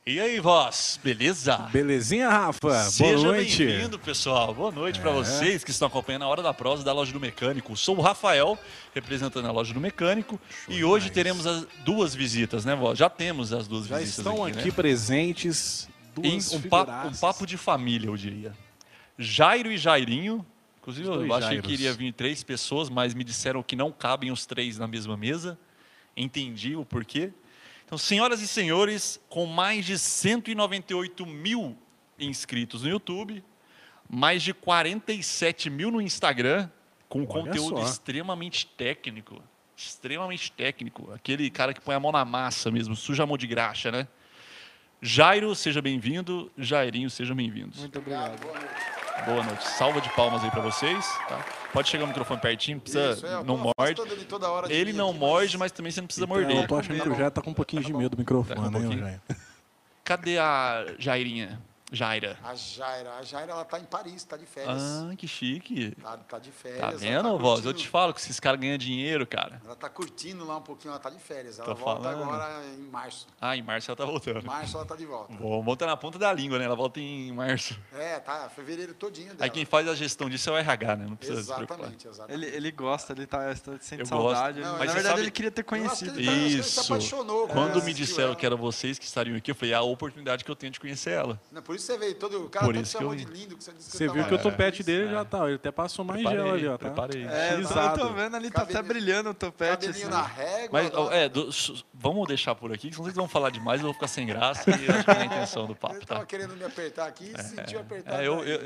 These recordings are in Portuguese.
E aí, voz, beleza? Belezinha, Rafa? Seja Boa noite. bem-vindo, pessoal. Boa noite para vocês que estão acompanhando a Hora da Prosa da Loja do Mecânico. Sou o Rafael, representando a Loja do Mecânico. E hoje teremos as duas visitas, né, voz? Já temos as duas Já visitas estão aqui né? Presentes, duas Um figuraças. papo de família, eu diria. Jairo e Jairinho. Inclusive, eu achei que iria vir 3 pessoas, mas me disseram que não cabem os 3 na mesma mesa. Entendi o porquê. Então, senhoras e senhores, com mais de 198 mil inscritos no YouTube, mais de 47 mil no Instagram, com conteúdo extremamente técnico. Extremamente técnico. Aquele cara que põe a mão na massa mesmo, suja a mão de graxa, né? Jairo, seja bem-vindo. Jairinho, sejam bem-vindos. Muito obrigado. Boa noite. Salva de palmas aí para vocês. Tá? Pode chegar o microfone pertinho, precisa, não morde. Ele não morde, mas também você não precisa morder. Eu tô achando que o Jair tá com um pouquinho de medo do microfone, né, Jair? Cadê a Jairinha? Jaira. A Jaira, ela tá em Paris, tá de férias. Ah, que chique. Tá de férias. Tá vendo, voz? Eu te falo que esses caras ganham dinheiro, cara. Ela tá curtindo lá um pouquinho, ela tá de férias. Ela Tô volta falando. agora em março. Ah, em março ela tá voltando. Em março ela tá de volta. Bom, volta na ponta da língua, né? Ela volta em março. É, tá, fevereiro todinho dela. Aí quem faz a gestão disso é o RH, né? Não precisa se preocupar. Exatamente. Ele gosta, ele sente Eu saudade. gosto. Não, Mas na você verdade, sabe- ele queria ter conhecido. Ele se Isso. apaixonou. Quando me assistiu disseram ela. que era vocês que estariam aqui, eu falei, a oportunidade que eu tenho de conhecer ela. Não, por isso você veio todo... O cara Por tanto isso que chamou eu de vim. lindo que você disse que Você eu viu tava que o topete feliz. dele já tá, ele até passou mais gel ali, ó, tá? Preparei. É, eu Exato. tô vendo ali, tá até Cabelinho- brilhando o topete. Cabelinho Assim. na régua. Mas, agora. vamos deixar por aqui, que senão vocês vão falar demais, eu vou ficar sem graça e acho que não é a intenção do Ele papo, tava tá? querendo me apertar aqui e se sentiu apertado.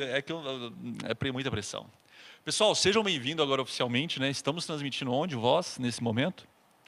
É muita pressão. Pessoal, sejam bem-vindos agora oficialmente, né? Estamos transmitindo onde, voz, nesse momento?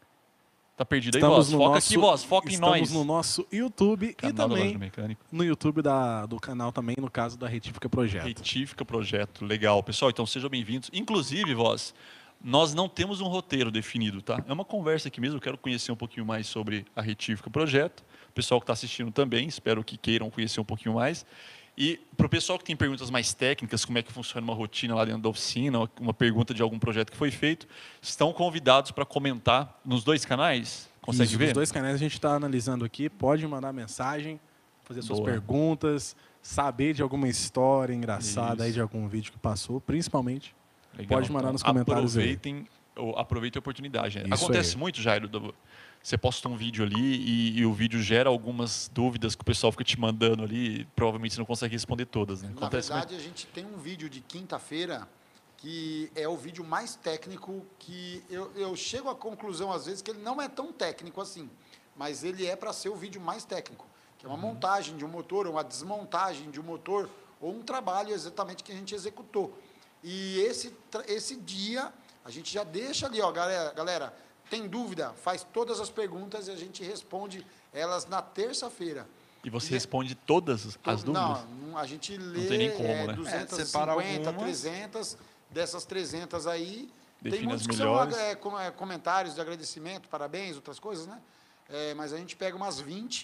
Tá perdido aí, voz? Foca aqui, voz, foca em nós. Estamos no nosso YouTube Canal e da Loja do também Mecânico. no YouTube do canal também, no caso da Retífica Projeto. Retífica Projeto, legal. Pessoal, então sejam bem-vindos. Inclusive, voz, nós não temos um roteiro definido, tá? É uma conversa aqui mesmo, eu quero conhecer um pouquinho mais sobre a Retífica Projeto. O pessoal que está assistindo também, espero que queiram conhecer um pouquinho mais. E para o pessoal que tem perguntas mais técnicas, como é que funciona uma rotina lá dentro da oficina, uma pergunta de algum projeto que foi feito, estão convidados para comentar nos 2 canais. Consegue Isso, ver? Os 2 canais a gente está analisando aqui. Pode mandar mensagem, fazer suas Boa. perguntas, saber de alguma história engraçada Isso. aí de algum vídeo que passou, principalmente. Legal. Pode mandar nos comentários aí. Aproveitem a oportunidade. Né? Isso Acontece aí. muito, Jairo, você posta um vídeo ali e o vídeo gera algumas dúvidas que o pessoal fica te mandando ali e provavelmente você não consegue responder todas. Né? Na Acontece verdade, a gente tem um vídeo de quinta-feira que é o vídeo mais técnico que eu chego à conclusão, às vezes, que ele não é tão técnico assim, mas ele é para ser o vídeo mais técnico, que é uma montagem de um motor, ou uma desmontagem de um motor, ou um trabalho exatamente que a gente executou. E esse dia, a gente já deixa ali, ó, galera, tem dúvida? Faz todas as perguntas e a gente responde elas na terça-feira. E você responde todas as dúvidas? Não, a gente lê tem nem como, né? separa 250, algumas. 300, dessas 300 aí, Define tem muitos as que melhores. são comentários de agradecimento, parabéns, outras coisas, né? Mas a gente pega umas 20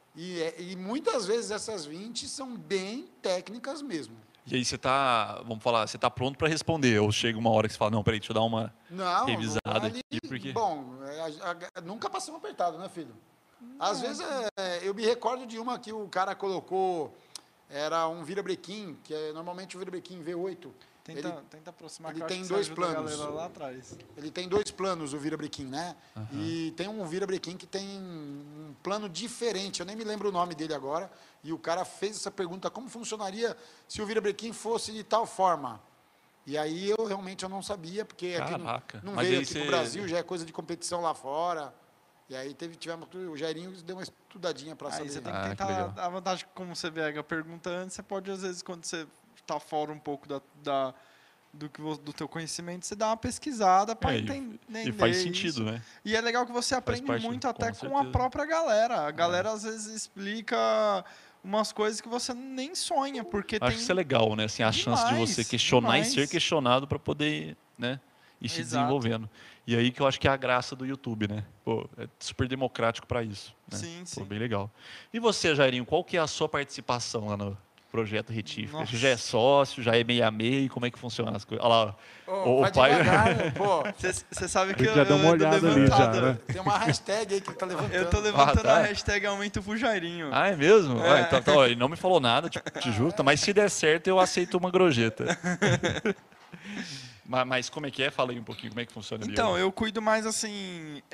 e muitas vezes essas 20 são bem técnicas mesmo. E aí você tá, vamos falar, você tá pronto para responder? Ou chega uma hora que você fala, não, peraí, deixa eu dar uma Não, revisada ali, aqui, porque... Bom, nunca passamos apertado, né, filho? Às vezes, eu me recordo de uma que o cara colocou, era um virabrequim, que é normalmente o virabrequim V8. Tenta aproximar, ele que eu acho tem que 2 você ajuda a planos. galera lá atrás. Ele tem 2 planos, o virabrequim, né? E tem um virabrequim que tem um plano diferente, eu nem me lembro o nome dele agora, e o cara fez essa pergunta, como funcionaria se o virabrequim fosse de tal forma? E aí eu realmente não sabia, porque Caraca. aqui não Mas veio aí aqui pro você- Brasil, já é coisa de competição lá fora. E aí o Jairinho deu uma estudadinha para Aí saber. você tem que Ah, que tentar. legal. A vantagem, como você pega a pergunta antes, você pode, às vezes, quando você está fora um pouco do teu conhecimento, você dá uma pesquisada para entender. E faz isso. sentido, né? E é legal que você aprende parte, muito com até com a certeza. própria galera. A galera, às vezes, explica umas coisas que você nem sonha, porque Acho tem... que isso é legal, né? Assim, a chance de você Demais, questionar e demais. ser questionado para poder, né? Ir se Exato. desenvolvendo. E aí que eu acho que é a graça do YouTube, né? Pô, é super democrático para isso. Né? Sim, sim. Pô, bem legal. E você, Jairinho, qual que é a sua participação lá no projeto Retífica? Nossa. Você já é sócio, já é meio a meio, como é que funciona as coisas? Olha lá, Vai devagar, né? Pô, Você sabe que Ele eu já deu uma ando olhada ali levantado. já, né? tem uma hashtag aí que ele tá levantando. Eu tô levantando tá. a hashtag aumenta o Jairinho. Ah, é mesmo? Ah, então, ó, ele não me falou nada, te juro, mas se der certo eu aceito uma gorjeta. Mas como é que é? Fala aí um pouquinho, como é que funciona ali. Então, eu cuido mais assim,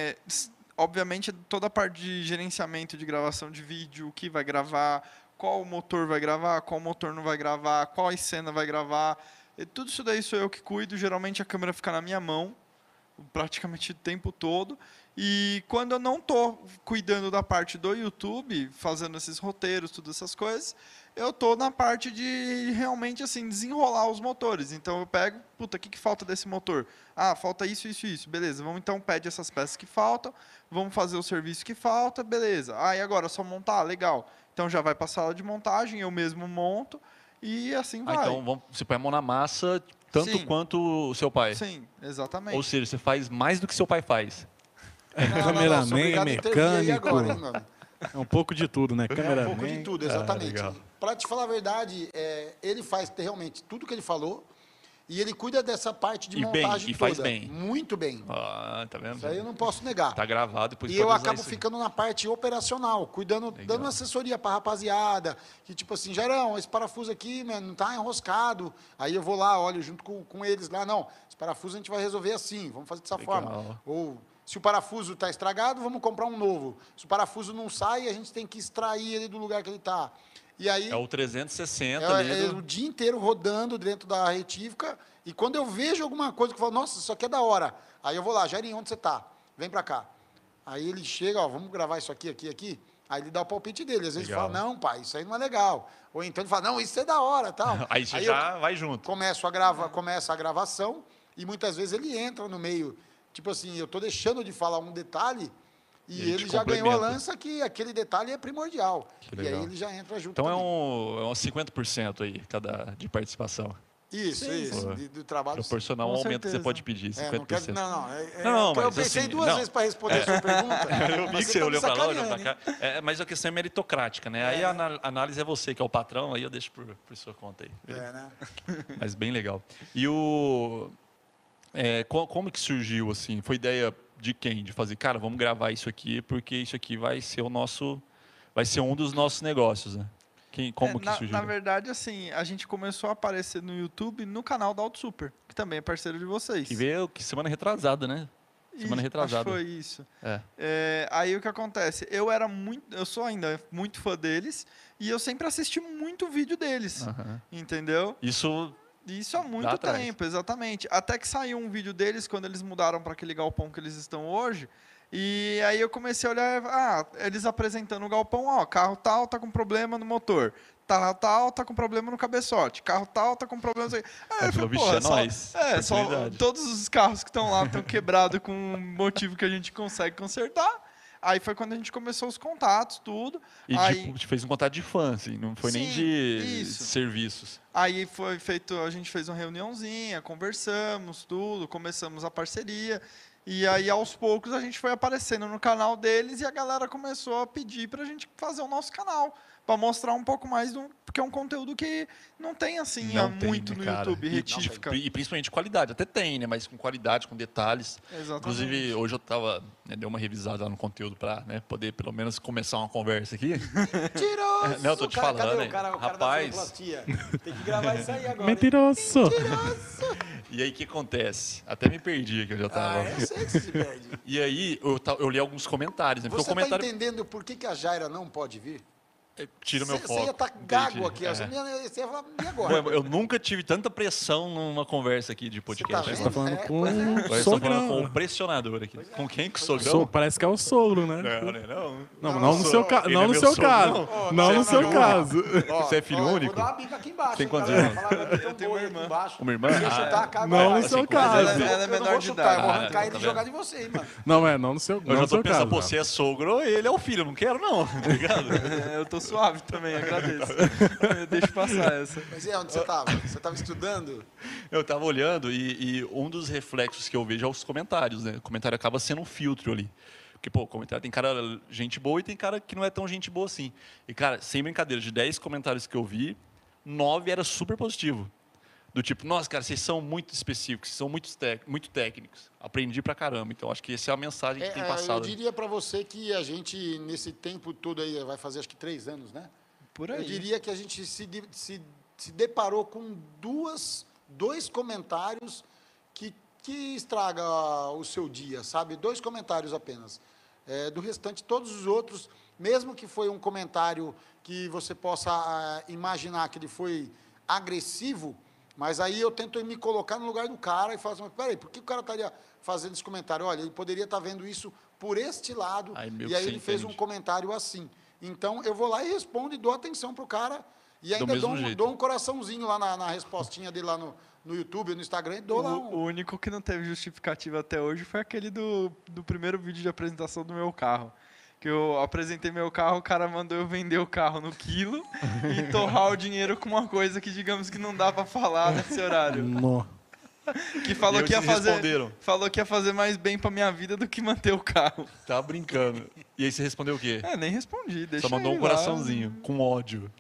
obviamente toda a parte de gerenciamento de gravação de vídeo, o que vai gravar, qual motor vai gravar, qual motor não vai gravar, qual cena vai gravar. E tudo isso daí sou eu que cuido, geralmente a câmera fica na minha mão, praticamente o tempo todo. E quando eu não estou cuidando da parte do YouTube, fazendo esses roteiros, todas essas coisas, eu estou na parte de realmente assim desenrolar os motores. Então eu pego, puta, o que falta desse motor? Ah, falta isso, isso, isso. Beleza, vamos então pede essas peças que faltam, vamos fazer o serviço que falta, beleza. Ah, e agora só montar? Legal. Então já vai para a sala de montagem, eu mesmo monto e assim vai. Então você põe a mão na massa tanto Sim. quanto o seu pai. Sim, exatamente. Ou seja, você faz mais do que seu pai faz. Cameraman, sou obrigado a intervir aí mecânico. agora, hein, mano? É um pouco de tudo, né? É um Cameraman. pouco de tudo, exatamente. legal. Para te falar a verdade, ele faz realmente tudo que ele falou e ele cuida dessa parte de E bem, montagem e toda. faz bem. Muito bem. Ah, tá vendo? Isso aí eu não posso negar. Tá gravado, depois E pode eu usar acabo isso aí. ficando na parte operacional, cuidando, dando assessoria para rapaziada, que tipo assim, Jairão, esse parafuso aqui, mano, não tá enroscado. Aí eu vou lá, olho junto com eles lá, não, esse parafuso a gente vai resolver assim, vamos fazer dessa Legal. forma. Ou se o parafuso está estragado, vamos comprar um novo. Se o parafuso não sai, a gente tem que extrair ele do lugar que ele está. E aí É o 360 ali. o dia inteiro rodando dentro da retífica. E quando eu vejo alguma coisa que eu falo, nossa, isso aqui é da hora. Aí eu vou lá, Jairinho, onde você está? Vem para cá. Aí ele chega, ó, vamos gravar isso aqui, aqui, aqui. Aí ele dá o palpite dele. Às vezes ele Legal. fala, não, pai, isso aí não é legal. Ou então ele fala, não, isso é da hora, tal. Aí você eu já vai junto. começa a gravação e muitas vezes ele entra no meio. Tipo assim, eu estou deixando de falar um detalhe e Ele ele te já ganhou a complementa. lança que aquele detalhe é primordial. Que E aí legal. ele já entra junto Então é também. uns 50% aí de participação. Isso, Pô, do trabalho. sim. Proporcional ao Com aumento que você certeza. pode pedir, 50%. Não, quero, não. Não, eu mas pensei assim, duas não. vezes para responder a sua pergunta. Eu vi mas que você tá me olhou para lá, olhou sacaneando, para cá. Mas a questão é meritocrática, né? Aí a análise é você que é o patrão, aí eu deixo por sua conta aí. hein? Né? Mas bem legal. E como que surgiu, assim? Foi ideia de quem? De fazer, cara, vamos gravar isso aqui, porque isso aqui vai ser um dos nossos negócios, né? Como que surgiu? Na verdade, assim, a gente começou a aparecer no YouTube no canal da Auto Super, que também é parceiro de vocês. Que veio semana retrasada, né? Semana retrasada. Acho que foi isso. É. Aí o que acontece? Eu sou ainda muito fã deles e eu sempre assisti muito vídeo deles, Aham. entendeu? Isso Isso há muito Lá atrás. tempo, exatamente. Até que saiu um vídeo deles quando eles mudaram para aquele galpão que eles estão hoje. E aí eu comecei a olhar, eles apresentando o galpão, ó, carro tal tá com problema no motor. Tal tá com problema no cabeçote. Carro tal tá com problema. Aí eu falou, falei, "Vixe, porra, é nóis, só oportunidade." todos os carros que estão lá estão quebrados com um motivo que a gente consegue consertar. Aí foi quando a gente começou os contatos, tudo. E aí, tipo, fez um contato de fã, assim, não foi nem Sim, de isso. serviços. Aí foi feito, a gente fez uma reuniãozinha, conversamos, tudo, começamos a parceria. E aí, aos poucos, a gente foi aparecendo no canal deles e a galera começou a pedir pra gente fazer o nosso canal. Pra mostrar um pouco mais, porque é um conteúdo que não tem, assim, Não tem, muito né, no cara? YouTube, E, retífica. E principalmente qualidade. Até tem, né? Mas com qualidade, com detalhes. Exatamente. Inclusive, hoje eu tava, dei uma revisada lá no conteúdo pra poder, pelo menos, começar uma conversa aqui. Mentiroso! Não, eu tô te Cara, cadê falando, o hein? cara Rapaz. da sonoplastia? Tem que gravar isso aí agora. hein? Mentiroso! E aí, o que acontece? Até me perdi que eu já tava. Eu sei que você se perde. E aí, eu li alguns comentários, né? Porque Você o comentário está entendendo por que a Jaira não pode vir? tira o meu foco. Você ia estar gago Entendi. aqui. Ó. Você ia falar, e Pô, agora? eu nunca tive tanta pressão numa conversa aqui de podcast. Você Você tá vendo? falando com pois é. o Agora eu tô falando com sogrão. o pressionador aqui. Com quem? Com o sogrão? Parece que é o sogro, né? Não. Não, não no seu, Ele não é no meu seu sogro, caso. não? Não no seu caso. Você é filho único? Eu vou dar uma bica aqui embaixo. Tem hein, quantos galera? irmãos? Falar, Eu tenho uma irmã. Uma irmã? Se eu chutar, acaba Não agora. no seu assim, caso. ela é Eu não menor vou de chutar, eu vou idade. arrancar tá ele e vendo? jogar de você, hein, mano. Não, não no seu, Eu não já no tô seu pensando, caso. pô, você é sogro, ele é o filho, eu não quero não, tá ligado? Eu tô suave também, agradeço. Deixa eu passar essa. Mas e onde você estava? Você estava estudando? Eu tava olhando e um dos reflexos que eu vejo é os comentários, né? O comentário acaba sendo um filtro ali. Porque, pô, comentário tem cara gente boa e tem cara que não é tão gente boa assim. E, cara, sem brincadeira, de 10 comentários que eu vi, 9 era super positivo. Do tipo, nossa, cara, vocês são muito específicos, vocês são muito técnicos. Aprendi pra caramba. Então, acho que essa é a mensagem que tem passado. Eu diria para você que a gente, nesse tempo todo aí, vai fazer acho que 3 anos, né? Por aí. Eu diria que a gente se deparou com dois comentários que estraga o seu dia, sabe? 2 comentários apenas. Do restante, todos os outros, mesmo que foi um comentário que você possa imaginar que ele foi agressivo, mas aí eu tento me colocar no lugar do cara e falar assim, mas peraí, por que o cara estaria fazendo esse comentário? Olha, ele poderia estar vendo isso por este lado, e aí ele fez um comentário assim. Então, eu vou lá e respondo e dou atenção para o cara, e ainda dou um coraçãozinho lá na respostinha dele lá no YouTube, no Instagram, e dou lá um... O único que não teve justificativa até hoje foi aquele do primeiro vídeo de apresentação do meu carro. Que eu apresentei meu carro, o cara mandou eu vender o carro no quilo e torrar o dinheiro com uma coisa que, digamos, que não dá para falar nesse horário. Que falou que ia fazer mais bem pra minha vida do que manter o carro. Tá brincando. E aí você respondeu o quê? Nem respondi. Deixa só mandou um coraçãozinho, lá. com ódio.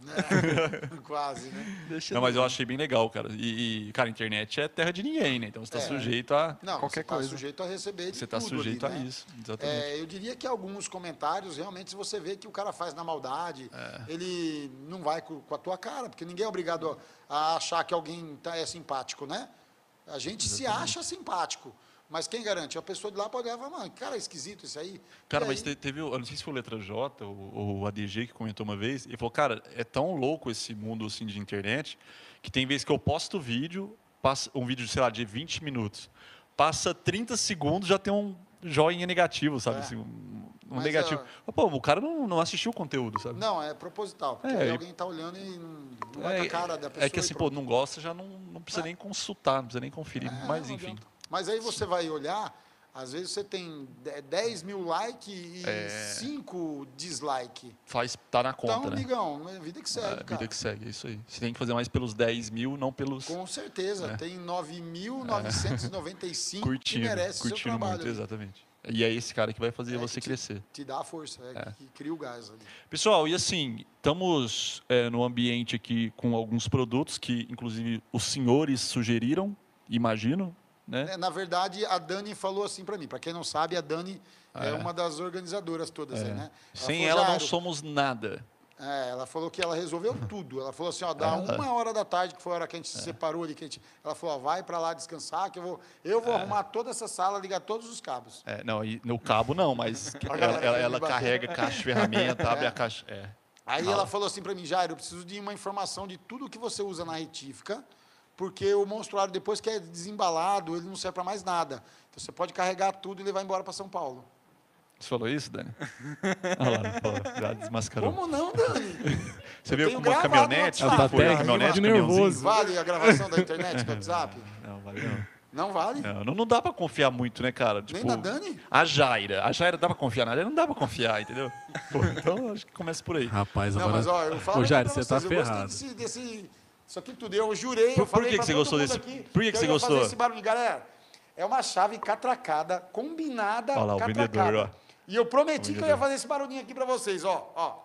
Quase, né? Não, mas eu achei bem legal, cara. E, cara, a internet é terra de ninguém, né? Então você tá sujeito a qualquer coisa. Você tá sujeito a receber de Você tá sujeito ali, a né? isso, exatamente. Eu diria que alguns comentários, realmente, se você vê que o cara faz na maldade, ele não vai com a tua cara, porque ninguém é obrigado a achar que alguém é simpático, né? A gente se acha simpático, mas quem garante? A pessoa de lá pode falar, mano, cara, é esquisito isso aí. Cara, mas teve, eu não sei se foi o Letra J ou o ADG que comentou uma vez, e falou, cara, é tão louco esse mundo assim, de internet, que tem vezes que eu posto vídeo, passa um vídeo, sei lá, de 20 minutos, passa 30 segundos, já tem um joinha negativo, sabe? Assim, um negativo. Pô, o cara não assistiu o conteúdo, sabe? Não, é proposital, porque aí alguém tá olhando e não vai com a cara da pessoa. É que assim, pô, não gosta, já não precisa nem consultar, não precisa nem conferir, mas enfim. Mas aí você vai olhar, às vezes você tem 10 mil likes e 5 dislike. Tá na conta, então, né? Amigão, vida que segue, cara. Vida que segue, é isso aí. Você tem que fazer mais pelos 10 mil, não pelos... Com certeza, tem 9.995 que merece o seu trabalho. Muito, exatamente. E é esse cara que vai fazer você crescer. Te dá a força, que cria o gás ali. Pessoal, e assim, estamos no ambiente aqui com alguns produtos que, inclusive, os senhores sugeriram, imagino, né? Na verdade, a Dani falou assim para mim. Para quem não sabe, a Dani é uma das organizadoras todas aí, né? Sem ela não somos nada. Ela falou que ela resolveu tudo. Ela falou assim, dá 1h da tarde, que foi a hora que a gente se separou ali, ela falou, vai para lá descansar, que eu vou arrumar toda essa sala, ligar todos os cabos. Não, e no cabo não, mas ela carrega caixa de ferramenta, abre a caixa. Aí ela falou assim para mim, Jairo, eu preciso de uma informação de tudo que você usa na retífica, porque o monstruário, depois que é desembalado, ele não serve para mais nada. Então você pode carregar tudo e levar embora para São Paulo. Você falou isso, Dani? Olha lá, já desmascarou. Como não, Dani? Você veio com uma caminhonete? Caminhonete nervoso. Vale a gravação da internet do WhatsApp? Não, vale não. Não vale? Não dá pra confiar muito, né, cara? Nem na Dani? A Jaira dá pra confiar na Jaira? Não dá pra confiar, entendeu? Pô, então, acho que começa por aí. Rapaz, agora... Não, mas eu falo Jair, você tá ferrado. Isso aqui tudo, eu jurei, Por que você gostou desse? Por que você gostou? Fazer esse barulho, galera. É uma chave catracada, combinada, olha lá, catracada. O vendedor, ó. E eu prometi que eu ia fazer esse barulhinho aqui pra vocês, ó.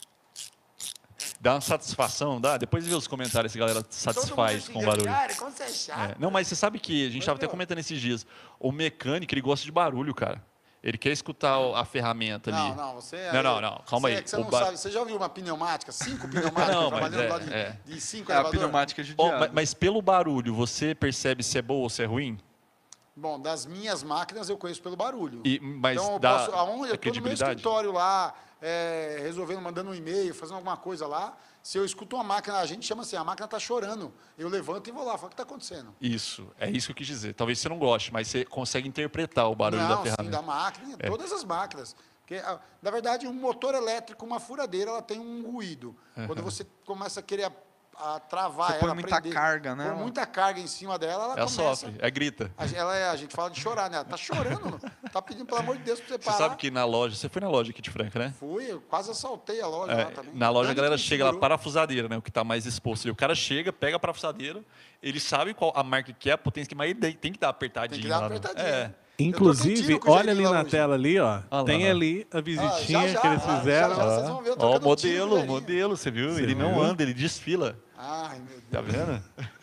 Dá uma satisfação, dá? Depois vê os comentários se a galera satisfaz com o barulho. Como você é chato. Não, mas você sabe que a gente estava até comentando esses dias. O mecânico, ele gosta de barulho, cara. Ele quer escutar a ferramenta ali. Não, calma aí. Você não sabe. Você já ouviu uma pneumática? 5 pneumáticas trabalhando lá de 5 elevadores? A pneumática judiada. Mas pelo barulho, você percebe se é boa ou se é ruim? Bom, das minhas máquinas eu conheço pelo barulho. Mas então, eu estou no meu escritório lá, resolvendo, mandando um e-mail, fazendo alguma coisa lá. Se eu escuto uma máquina, a gente chama assim, a máquina está chorando. Eu levanto e vou lá, falo, o que está acontecendo? Isso, é isso que eu quis dizer. Talvez você não goste, mas você consegue interpretar o barulho da ferramenta. Sim, da máquina, todas as máquinas. Porque, na verdade, um motor elétrico, uma furadeira, ela tem um ruído. Quando você começa a querer a travar você ela, põe muita carga, né? Põe muita carga em cima dela, ela começa... sofre, grita. A gente fala de chorar, né? Ela tá chorando, tá pedindo, pelo amor de Deus, pra você parar. Você sabe que na loja, você foi na loja aqui de Franca, né? Fui, eu quase assaltei a loja lá também. Na loja a galera chega lá, parafusadeira, né? O que tá mais exposto. O cara chega, pega a parafusadeira, ele sabe qual a marca que é, a potência que é, mas ele tem que dar apertadinho. Tem que dar apertadinho. Inclusive, olha ali na tela ali, ó. Tem ali a visitinha que eles fizeram. Vocês vão ver eu Ó, tocando o modelo, você viu? Ele não anda, ele desfila. Ai, meu Deus. Tá vendo?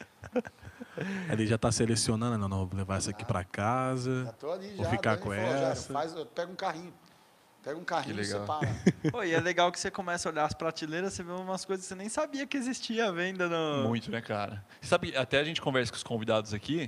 Ele já tá selecionando, não, vou levar essa aqui pra casa. Já tô ali já. Vou ficar com essa. Pega um carrinho. Pega um carrinho e separa. Pô, e é legal que você começa a olhar as prateleiras, você vê umas coisas que você nem sabia que existia à venda. Muito, né, cara? Você sabe, até a gente conversa com os convidados aqui,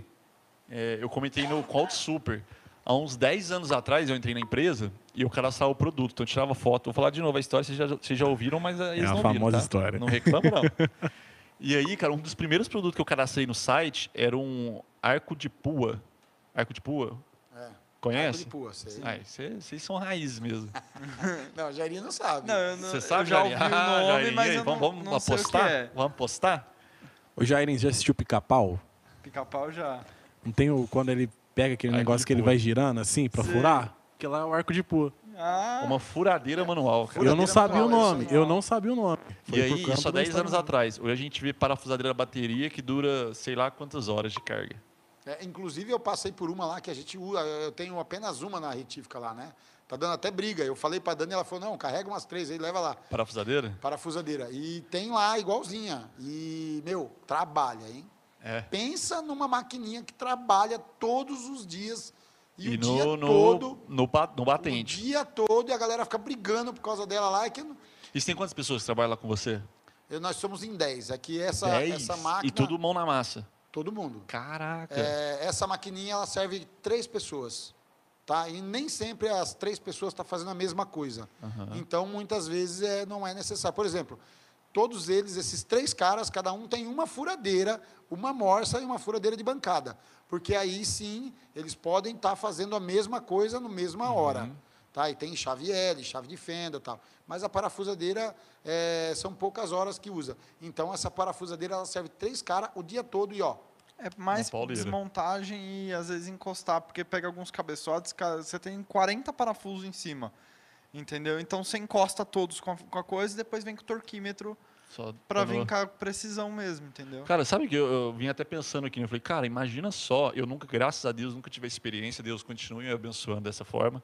eu comentei no Call Super. Há uns 10 anos atrás eu entrei na empresa e eu cadastrava o produto, então eu tirava foto. Vou falar de novo a história, vocês já ouviram, mas eles não viram, É a famosa tá? história. Não reclamam, não. E aí, cara, um dos primeiros produtos que eu cadastrei no site era um arco de pua. Arco de pua? É. Conhece? Arco de pua, sei. Vocês são raízes mesmo. Não, a Jairinha não sabe. Você sabe, já ouvi o nome, Jairinha, mas eu vamos não sei apostar? o que é. Vamos apostar? Ô, Jairinho, já assistiu Pica-Pau? Pica-pau já. Não tem quando ele pega aquele Arco negócio de que ele pua. vai girando assim pra Sim. furar? Que lá é o arco de pua. Uma furadeira manual, cara. Eu não sabia o manual, nome. isso Eu não sabia o nome. E aí, por conta isso há do 10 anos Instagram. atrás. Hoje a gente vê parafusadeira bateria que dura sei lá quantas horas de carga. Inclusive, eu passei por uma lá que a gente usa. Eu tenho apenas uma na retífica lá, né? Tá dando até briga. Eu falei pra Dani, ela falou, não, carrega umas 3 aí, leva lá. Parafusadeira? Parafusadeira. E tem lá, igualzinha. E, meu, trabalha, hein? É. Pensa numa maquininha que trabalha todos os dias. E o dia no todo. no batente. O dia todo. E a galera fica brigando por causa dela lá. E você tem quantas pessoas que trabalham lá com você? Nós somos em 10. Aqui essa 10? essa máquina. E tudo mão na massa. Todo mundo. Caraca. Essa maquininha, ela serve 3 pessoas. Tá? E nem sempre as 3 pessoas estão fazendo a mesma coisa. Uhum. Então, muitas vezes, não é necessário. Por exemplo, todos eles, esses 3 caras, cada um tem uma furadeira, uma morsa e uma furadeira de bancada. Porque aí, sim, eles podem estar fazendo a mesma coisa na mesma hora. Tá? E tem chave L, chave de fenda e tal. Mas a parafusadeira, são poucas horas que usa. Então, essa parafusadeira, ela serve 3 caras o dia todo e, ó, É mais Uma pauleira. desmontagem e às vezes encostar, porque pega alguns cabeçotes, você tem 40 parafusos em cima, entendeu? Então você encosta todos com a coisa e depois vem com o torquímetro Só para no- vir com a precisão mesmo, entendeu? Cara, sabe que eu vim até pensando aqui, né? Eu falei, cara, imagina só, eu nunca, graças a Deus, nunca tive a experiência, Deus continue me abençoando dessa forma.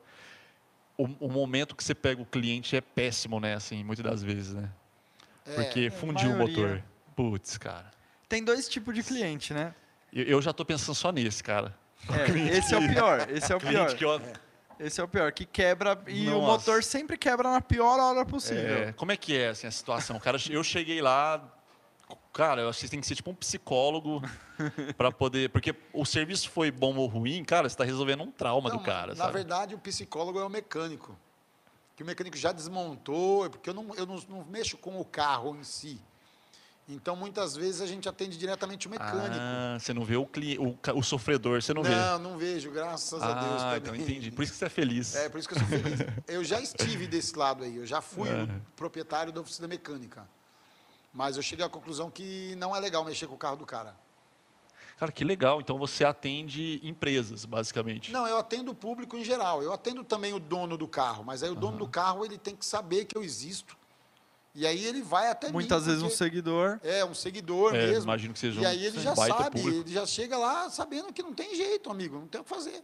O momento que você pega o cliente é péssimo, né? Assim, muitas das vezes, né? Porque fundiu o maioria. motor. Putz, cara. Tem 2 tipos de cliente, né? Eu já tô pensando só nesse, cara. Esse é o pior, esse é o pior. Cliente que eu... Esse é o pior, que quebra e o Nossa. motor sempre quebra na pior hora possível. Como é que é assim, a situação? Cara, eu cheguei lá, cara, eu acho que você tem que ser tipo um psicólogo para poder, porque o serviço foi bom ou ruim, cara, você está resolvendo um trauma Não, do cara, na sabe? verdade, o psicólogo é o mecânico. Que o mecânico já desmontou, porque eu não mexo com o carro em si. Então, muitas vezes, a gente atende diretamente o mecânico. Ah, você não vê o sofredor, você não vê. Não vejo, graças a Deus. Ah, também. então entendi. Por isso que você é feliz. Por isso que eu sou feliz. Eu já estive desse lado aí, eu já fui o proprietário da oficina mecânica. Mas eu cheguei à conclusão que não é legal mexer com o carro do cara. Cara, que legal. Então você atende empresas, basicamente. Não, eu atendo o público em geral. Eu atendo também o dono do carro, mas aí o dono do carro ele tem que saber que eu existo. E aí ele vai até mim. Muitas vezes um porque- seguidor. um seguidor mesmo. Imagino que seja E aí ele já baita sabe, público. ele já chega lá sabendo que não tem jeito, amigo, não tem o que fazer.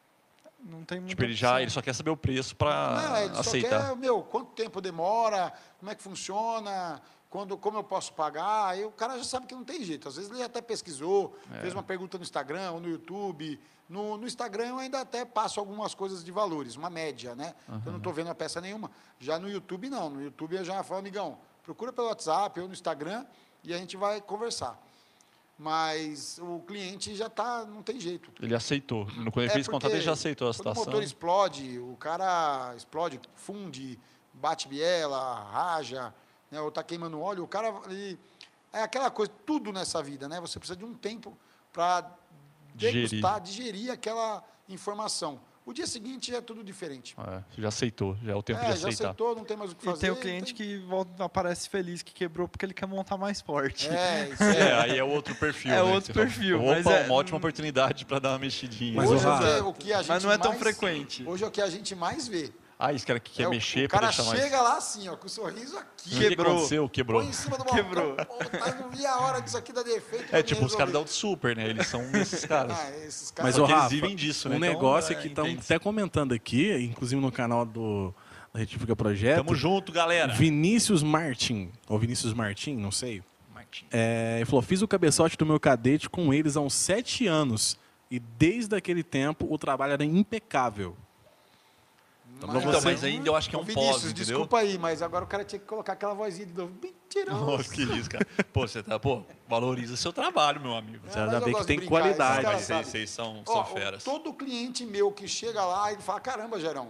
Não tem muita Tipo, ele opção. só quer saber o preço Não, para ele aceitar. só quer, quanto tempo demora, como é que funciona, como eu posso pagar. Aí o cara já sabe que não tem jeito. Às vezes ele até pesquisou, fez uma pergunta no Instagram ou no YouTube. No Instagram eu ainda até passo algumas coisas de valores, uma média, né? Eu não estou vendo a peça nenhuma. Já no YouTube, não. No YouTube eu já falo, amigão, procura pelo WhatsApp ou no Instagram e a gente vai conversar. Mas o cliente já não tem jeito. Ele aceitou. Quando ele fez porque contato, ele já aceitou a quando situação. o motor explode, o cara explode, funde, bate biela, raja, né, ou está queimando óleo, o cara... é aquela coisa, tudo nessa vida, né? Você precisa de um tempo para degustar, digerir aquela informação. O dia seguinte é tudo diferente. Você já aceitou, já é o tempo de Já aceitar. aceitou, não tem mais o que E fazer. tem o cliente que aparece feliz que quebrou porque ele quer montar mais forte. Isso Aí é outro perfil. É né, outro que você perfil, fala, mas Opa, é- uma ótima oportunidade para dar uma mexidinha. Mas Hoje o o que a gente Mas não é tão mais- frequente. Hoje é o que a gente mais vê. Ah, esse cara que quer mexer o cara deixar mais... chega lá assim, ó, com o sorriso aqui. O que aconteceu? Quebrou. Põe em cima do balcão. Quebrou. Mas não vi a hora disso aqui dar defeito. Tipo, os caras da Super, né? Eles são esses caras. Esses caras. Mas, eles Rafa, vivem disso, né? Um negócio que estão até comentando aqui, inclusive no canal da Retifica Projeto. Tamo junto, galera. Vinícius Martin, ou Vinícius Martin, não sei. Ele falou, fiz o cabeçote do meu cadete com eles há uns 7 anos. E desde aquele tempo o trabalho era impecável. Mas ainda eu acho que é um Vinícius, pós, entendeu? Desculpa aí, mas agora o cara tinha que colocar aquela vozinha de novo. Mentiroso. Nossa, que isso, cara. Pô, valoriza seu trabalho, meu amigo. Você já vê que tem qualidade. Mas vocês são feras. Todo cliente meu que chega lá e fala, caramba, Gerão,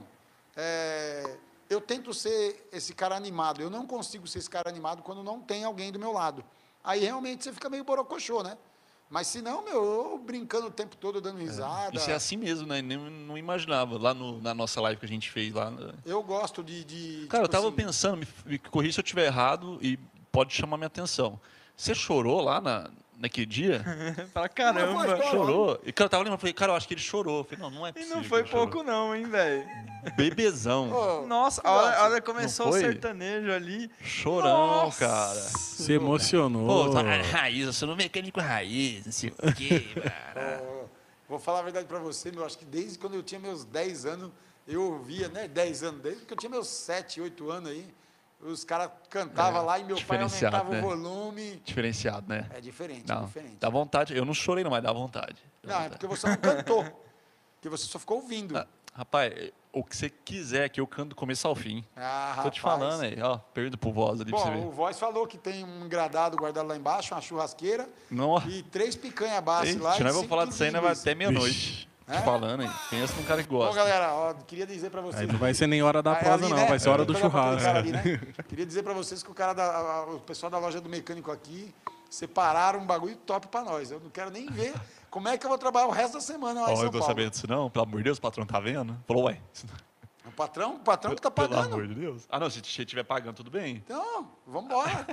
eu tento ser esse cara animado. Eu não consigo ser esse cara animado quando não tem alguém do meu lado. Aí realmente você fica meio borocochô, né? Mas se não, eu brincando o tempo todo, dando risada. Isso é assim mesmo, né? Não imaginava. Lá na nossa live que a gente fez lá. Eu gosto de cara, eu tava pensando, me corrija se eu estiver errado e pode chamar minha atenção. Você chorou lá naquele dia? Pra caramba. Chorou. E cara, eu tava lembrando, falei, cara, eu acho que ele chorou. Eu falei, não é possível. E não foi pouco não, hein, velho? Bebezão. Nossa, a hora começou o sertanejo ali. Chorão, cara. Se emocionou. Pô, tá raiz, eu sou no mecânico raiz, não sei o quê. Vou falar a verdade pra você, eu acho que desde quando eu tinha meus 10 anos, eu ouvia, né, 10 anos, desde que eu tinha meus 7, 8 anos aí, os caras cantavam lá e meu pai aumentava o volume. Diferenciado, né? É diferente, não, é diferente. Dá vontade, eu não chorei não, mas dá vontade. É porque você não cantou, porque você só ficou ouvindo. Rapaz, o que você quiser que eu canto do começo ao fim. Tô te falando aí, ó, pergunta pro Voz ali pra você ver. Bom, o Voz falou que tem um engradado guardado lá embaixo, uma churrasqueira e 3 picanha base lá. Nós vamos falar disso aí, vai até meia-noite. Tô falando aí, pensa num cara que gosta. Bom, galera, queria dizer pra vocês... Aí não vai ser nem hora da prosa, não, vai ser hora do churrasco. Ali, né? Queria dizer pra vocês que o pessoal da loja do mecânico aqui separaram um bagulho top pra nós. Eu não quero nem ver como é que eu vou trabalhar o resto da semana lá em São Paulo. Eu tô sabendo disso não, pelo amor de Deus, o patrão tá vendo? Falou, ué... O patrão que tá pagando. Pelo amor de Deus. Ah, não, se estiver pagando, tudo bem. Então, vamos embora.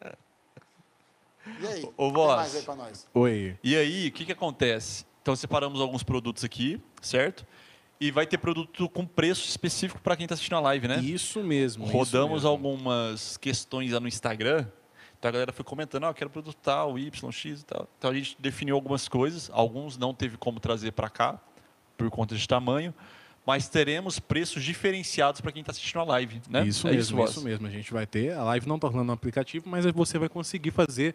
E aí? Ô, o que Voz. tem mais aí pra nós? Oi. E aí, o que acontece? Então, separamos alguns produtos aqui, certo? E vai ter produto com preço específico para quem está assistindo a live, né? Isso mesmo. Rodamos algumas questões lá no Instagram. Então, a galera foi comentando, eu quero produto tal, Y, X e tal. Então, a gente definiu algumas coisas. Alguns não teve como trazer para cá, por conta de tamanho. Mas teremos preços diferenciados para quem está assistindo a live, né? Isso mesmo. A gente vai ter. A live não está rolando no aplicativo, mas você vai conseguir fazer,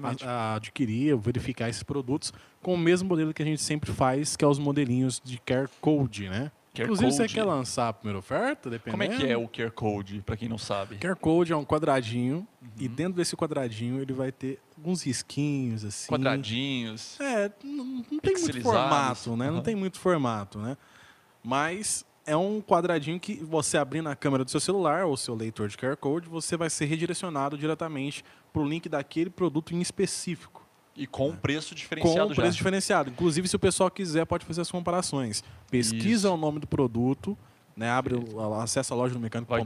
adquirir, verificar esses produtos com o mesmo modelo que a gente sempre faz, que é os modelinhos de QR Code, né? Inclusive, você quer lançar a primeira oferta, dependendo... Como é que é o QR Code, para quem não sabe? QR Code é um quadradinho, e dentro desse quadradinho ele vai ter alguns risquinhos, assim... Quadradinhos. Não tem muito formato, né? Não tem muito formato, né? Mas é um quadradinho que você abrindo a câmera do seu celular ou seu leitor de QR Code, você vai ser redirecionado diretamente para o link daquele produto em específico. E com preço diferenciado. Com preço diferenciado. Inclusive, se o pessoal quiser, pode fazer as comparações. Pesquisa o nome do produto, né? Acessa a loja do mecânico.com.br,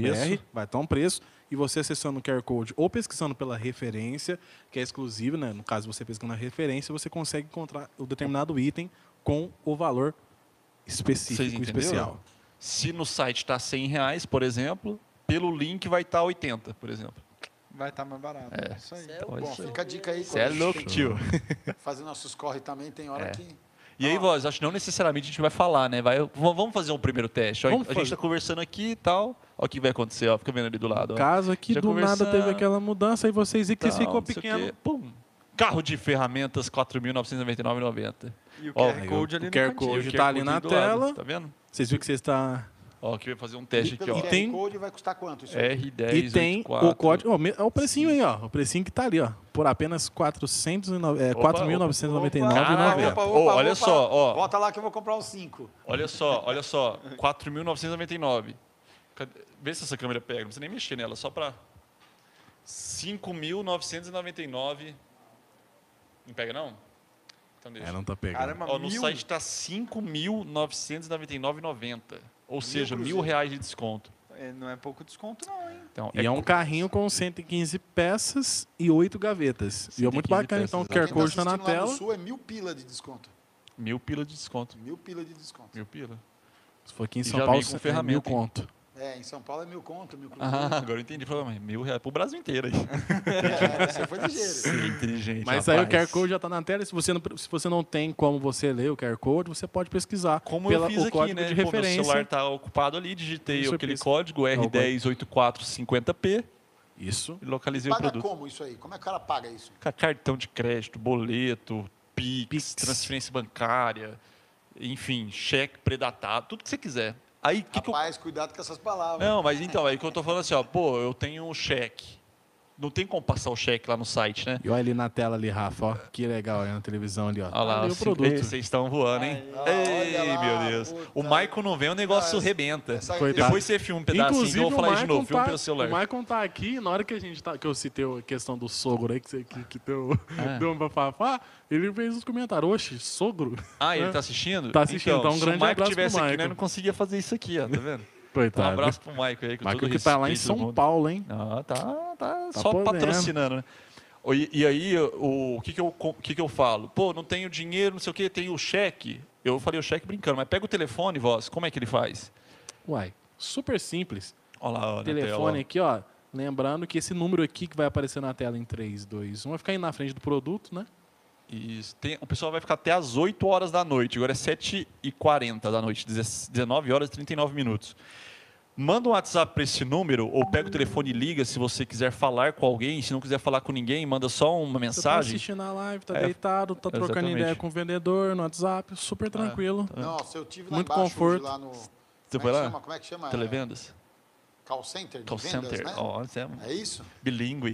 vai estar um preço. E você acessando o QR Code ou pesquisando pela referência, que é exclusiva, né? No caso, você pesquisando a referência, você consegue encontrar o determinado item com o valor específico, especial. Se no site está R$100, por exemplo, pelo link vai estar 80, por exemplo. Vai estar mais barato. Isso aí. Bom, fica a dica aí. Você é louco, tio. Fazer nossos corre também, tem hora que... E aí, Voz, acho que não necessariamente a gente vai falar, né? Vamos fazer um primeiro teste. A gente está conversando aqui e tal. Olha o que vai acontecer, ó. Fica vendo ali do lado. Caso aqui do nada teve aquela mudança e vocês que ficou pequeno. Pum. Carro de ferramentas, R$ 4.999,90. E o QR Code ali no QR Code está ali na tela. Lado, tá vendo? Vocês viram que você está... Ó, aqui vai fazer um teste aqui, ó. E tem... Code vai custar quanto isso aí? R10, e tem o código... Ó, o precinho aí, ó. O precinho que está ali, ó. Por apenas R$ 4.999,90. Olha só, ó. Bota lá que eu vou comprar os 5. Olha só. R$ 4.999. Vê se essa câmera pega. Não precisa nem mexer nela, só para... R$ 5.999. Não pega, não? Então deixa. Não tá pegando. Caramba, ó, no site está R$ 5.999,90. Ou seja, R$1.000 de desconto. Não é pouco desconto, não, hein? Então, e é um carrinho com 115 peças e 8 gavetas. E é muito bacana, então o QR Code está na tela. No Sul é 1.000 pila de desconto. 1.000 pila de desconto. 1.000 pila de desconto. 1.000 pila. Se for aqui em São Paulo, é 1.000 conto. Em São Paulo é 1.000 conto, 1.000 conto. Agora eu entendi. R$1.000 pro Brasil inteiro aí. Você foi ligeiro. Sim, inteligente. Mas aí o QR Code já está na tela. Se você não tem como você ler o QR Code, você pode pesquisar. Como eu fiz aqui, né? De referência. Meu celular está ocupado ali, digitei aquele código R108450P. Isso. E localizei o produto. Paga como isso aí? Como é que o cara paga isso? Cartão de crédito, boleto, Pix, transferência bancária, enfim, cheque predatado, tudo que você quiser. Aí, Rapaz, cuidado com essas palavras. Não, mas então, aí que eu tô falando assim, eu tenho um cheque. Não tem como passar o cheque lá no site, né? E olha ali na tela ali, Rafa, ó, que legal, na televisão ali, ó. Olha lá, o produto. Vocês estão voando, hein? Ei, meu Deus. Puta. O Maicon não vem, o negócio rebenta. Depois você filma um pedacinho, então eu vou falar de novo, filma pelo celular. O Maicon tá aqui, na hora que que eu citei a questão do sogro aí, que deu um bafafá, ele fez os comentários, oxe, sogro? Ele tá assistindo? Tá assistindo, então um grande abraço pro Maicon. Se o Maicon tivesse aqui, nós não conseguia fazer isso aqui, ó, tá vendo? Coitado. Um abraço pro Maicon aí. Maicon que tá lá em São Paulo, hein? Tá só podendo. Patrocinando, né? E aí, o que eu falo? Pô, não tenho dinheiro, não sei o quê, tenho o cheque. Eu falei o cheque brincando, mas pega o telefone, voz, como é que ele faz? Uai, super simples. Olha lá, ó, telefone aqui, ó. Lembrando que esse número aqui que vai aparecer na tela em 3, 2, 1, vai ficar aí na frente do produto, né? Isso. O pessoal vai ficar até às 8 horas da noite. Agora é 7h40 da noite, 19 horas e 39 minutos. Manda um WhatsApp para esse número ou pega o telefone e liga se você quiser falar com alguém. Se não quiser falar com ninguém, manda só uma mensagem. Você tá assistindo a live, tá deitado, tá trocando ideia com o vendedor no WhatsApp, super tranquilo. Nossa, eu tive lá muito embaixo conforto. lá no... Você foi lá? Como é que chama? Televendas? Call center? Call vendas, center. Né? É isso? Bilíngue.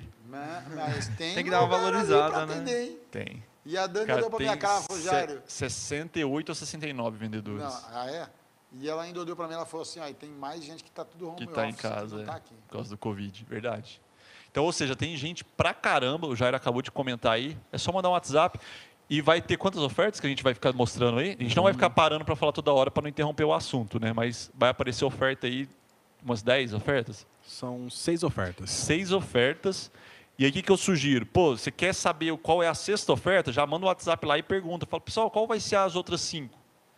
Mas tem que dar uma valorizada, né? Atender, hein? Tem. E a Dani olhou pra minha cara e falou, Jairo... 68 ou 69 vendedores. Não, é? E ela ainda olhou para mim, ela falou assim, tem mais gente que está tudo home office. Que está em casa, tá aqui. Por causa do Covid, verdade. Então, ou seja, tem gente pra caramba, o Jair acabou de comentar aí, é só mandar um WhatsApp e vai ter quantas ofertas que a gente vai ficar mostrando aí? A gente não vai ficar parando para falar toda hora para não interromper o assunto, né? Mas vai aparecer oferta aí, umas 10 ofertas? São 6 ofertas. 6 ofertas. E aí, o que eu sugiro? Pô, você quer saber qual é a 6ª oferta? Já manda um WhatsApp lá e pergunta. Fala, pessoal, qual vai ser as outras 5?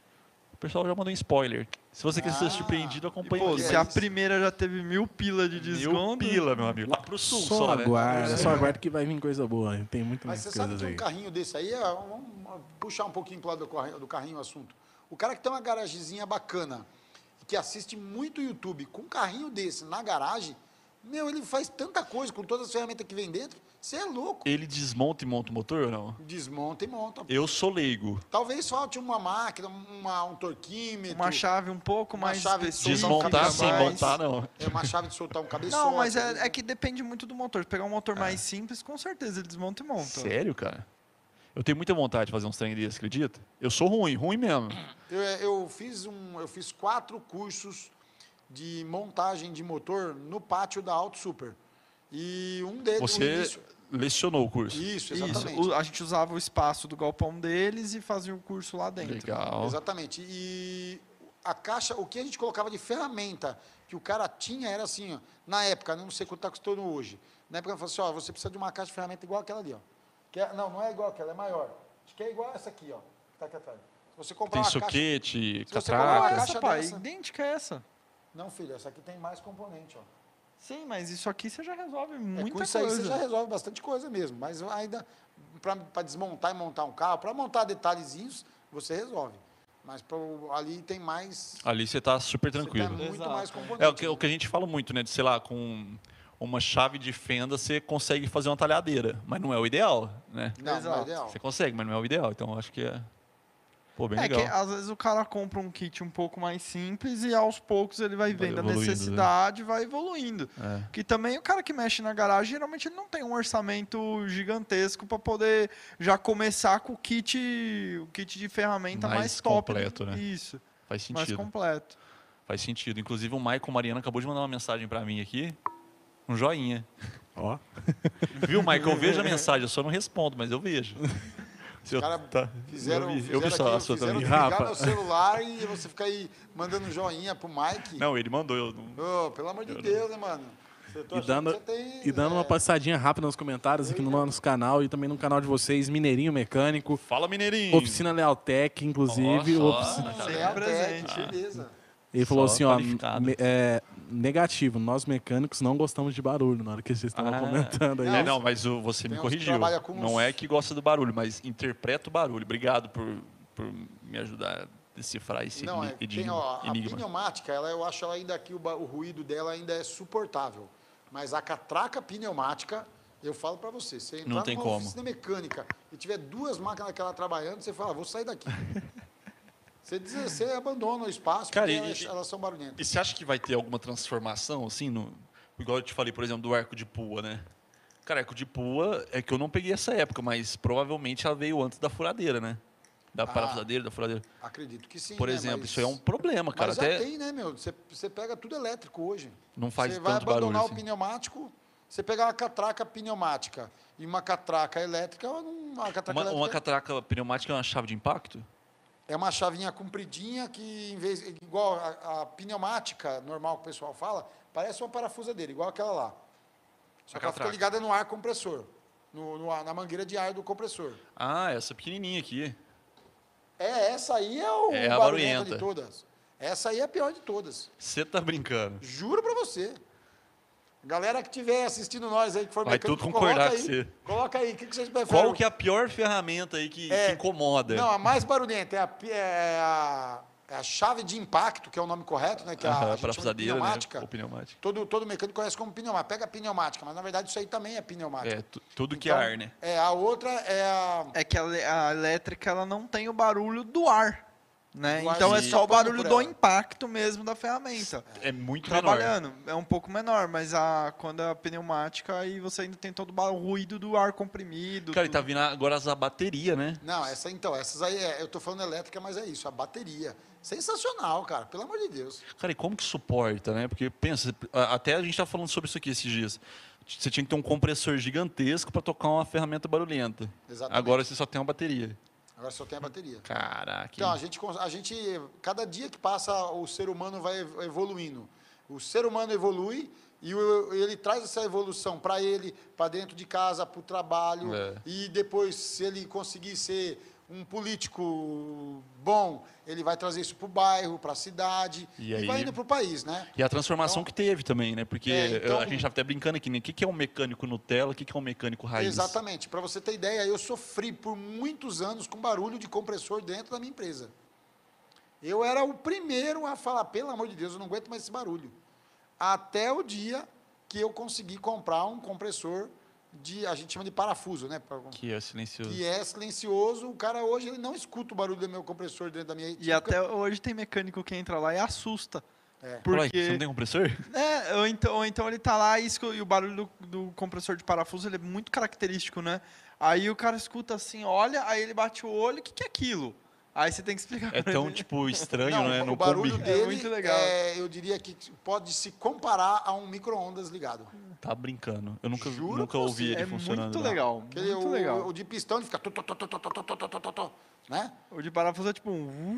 O pessoal já mandou um spoiler. Se você quer ser surpreendido, acompanhe. Pô, se a primeira já teve 1.000 pila de desconto... 1.000 pila, meu amigo. Lá pro sul só, né? Só aguarda que vai vir coisa boa. Tem muito mais coisas aí. Mas você sabe que um carrinho desse aí, vamos puxar um pouquinho pro lado do carrinho o assunto. O cara que tem uma garagezinha bacana, que assiste muito YouTube, com um carrinho desse na garagem, ele faz tanta coisa com todas as ferramentas que vem dentro. Você é louco. Ele desmonta e monta o motor ou não? Desmonta e monta. Eu sou leigo. Talvez falte uma máquina, um torquímetro. Uma chave um pouco mais específica. Desmontar sem montar, não. É uma chave de soltar um cabeçote. Não, mas é que depende muito do motor. Se pegar um motor mais simples, com certeza ele desmonta e monta. Sério, cara? Eu tenho muita vontade de fazer uns treinos desses, acredita? Eu sou ruim mesmo. Eu fiz 4 cursos de montagem de motor no pátio da Auto Super. E um deles... Você lecionou o curso? Isso, exatamente. Isso. A gente usava o espaço do galpão deles e fazia o curso lá dentro. Legal. Exatamente. E a caixa, o que a gente colocava de ferramenta que o cara tinha era assim, ó, na época, não sei quanto está custando hoje. Na época, eu falei assim, você precisa de uma caixa de ferramenta igual aquela ali, ó. Não é igual aquela, é maior. Acho que é igual essa aqui, ó, que está aqui atrás. Se você comprar tem soquete, catraca. Essa, pai, idêntica a essa. Não, filho, essa aqui tem mais componente, ó. Sim, mas isso aqui você já resolve muita coisa. Com isso aí você já resolve bastante coisa mesmo. Mas ainda, para desmontar e montar um carro, para montar detalhezinhos, você resolve. Mas ali tem mais... Ali você está super tranquilo. Tem muito mais componente. É o que a gente fala muito, né? De, sei lá, com uma chave de fenda você consegue fazer uma talhadeira. Mas não é o ideal, né? Não é o ideal. Você consegue, mas não é o ideal. Então, eu acho que é... Pô, bem legal. Que às vezes o cara compra um kit um pouco mais simples e aos poucos ele vai vendo a necessidade e vai evoluindo. Que também o cara que mexe na garagem, geralmente ele não tem um orçamento gigantesco para poder já começar com o kit de ferramenta mais top. Completo, né? Isso. Faz sentido. Mais completo. Faz sentido. Inclusive o Maicon Mariano acabou de mandar uma mensagem para mim aqui. Um joinha. Ó. Viu, Maicon? Eu vejo a mensagem, eu só não respondo, mas eu vejo. Os caras fizeram ligar meu celular e você fica aí mandando um joinha pro Mike. Não, ele mandou. Pelo amor de Deus, né, mano? E dando uma passadinha rápida nos comentários aqui no nosso canal e também no canal de vocês, Mineirinho Mecânico. Fala, Mineirinho. Oficina Lealtec, inclusive. Lealtec, beleza. Ele falou assim, ó, negativo, nós mecânicos não gostamos de barulho, na hora que vocês estavam comentando aí. Não, mas você me corrigiu. Não é que gosta do barulho, mas interpreta o barulho. Obrigado por me ajudar a decifrar esse enigma. A pneumática, eu acho ela ainda aqui, o ruído dela ainda é suportável. Mas a catraca pneumática, eu falo para você, você entrar numa oficina mecânica e tiver 2 máquinas daquela trabalhando, você fala, vou sair daqui. Você abandona o espaço, cara, porque elas são barulhentas. E você acha que vai ter alguma transformação, assim, igual eu te falei, por exemplo, do arco de pua, né? Cara, arco de pua é que eu não peguei essa época, mas provavelmente ela veio antes da furadeira, né? Da parafusadeira, da furadeira. Acredito que sim. Por exemplo, isso aí é um problema, cara. Mas já tem, né, meu? Você pega tudo elétrico hoje. Não faz tanto barulho. Você vai abandonar o pneumático, você pegar uma catraca pneumática e uma catraca elétrica, uma catraca pneumática é uma chave de impacto? É uma chavinha compridinha que, igual a pneumática normal que o pessoal fala, parece uma parafusadeira, igual aquela lá. Só que ela fica ligada no ar compressor, na mangueira de ar do compressor. Ah, essa pequenininha aqui. Essa aí é a barulhenta de todas. Essa aí é a pior de todas. Você tá brincando? Juro pra você. Galera que estiver assistindo nós aí, que for mecânico, tudo concordar com você. Coloca aí, o que vocês preferem? Qual que é a pior ferramenta aí que incomoda? Não, a mais barulhenta é a chave de impacto, que é o nome correto, né? Que a gente chama de pneumática. Né? Ou pneumática. Todo mecânico conhece como pneumática. Pega a pneumática, mas na verdade isso aí também é pneumática. Tudo que é ar, né? A outra é a... É que a elétrica, ela não tem o barulho do ar. Né? Então é só o barulho do impacto mesmo da ferramenta. É muito trabalhando. menor. É um pouco menor, mas quando é a pneumática, aí você ainda tem todo o ruído do ar comprimido. Cara, e tá vindo agora a bateria, né? Não, essas aí, eu tô falando elétrica, mas é isso, a bateria. Sensacional, cara, pelo amor de Deus. Cara, e como que suporta, né? Porque, pensa, até a gente tá falando sobre isso aqui esses dias. Você tinha que ter um compressor gigantesco para tocar uma ferramenta barulhenta. Exatamente. Agora você só tem uma bateria. Agora só tem a bateria. Caraca. Então, a gente, cada dia que passa, o ser humano vai evoluindo. O ser humano evolui e ele traz essa evolução para ele, para dentro de casa, para o trabalho. E depois, se ele conseguir ser um político bom, ele vai trazer isso para o bairro, para a cidade, e vai indo para o país, né? E a transformação que teve também, né? Porque a gente está até brincando aqui, né? O que é um mecânico Nutella, o que é um mecânico raiz? Exatamente. Para você ter ideia, eu sofri por muitos anos com barulho de compressor dentro da minha empresa. Eu era o primeiro a falar, pelo amor de Deus, eu não aguento mais esse barulho. Até o dia que eu consegui comprar um compressor a gente chama de parafuso, né? Que é silencioso. Que é silencioso. O cara hoje ele não escuta o barulho do meu compressor dentro da minha... E até hoje tem mecânico que entra lá e assusta. Porque... Você não tem compressor? Ou então ele tá lá e o barulho do compressor de parafuso ele é muito característico, né? Aí o cara escuta assim, olha, aí ele bate o olho, o que é aquilo? Aí você tem que explicar. É tão, tipo, estranho, né? O barulho dele é muito legal. Eu diria que pode se comparar a um micro-ondas ligado. Tá brincando. Eu nunca ouvi ele funcionando. Muito legal. Muito legal. O de pistão ele fica... né? O de parafuso é tipo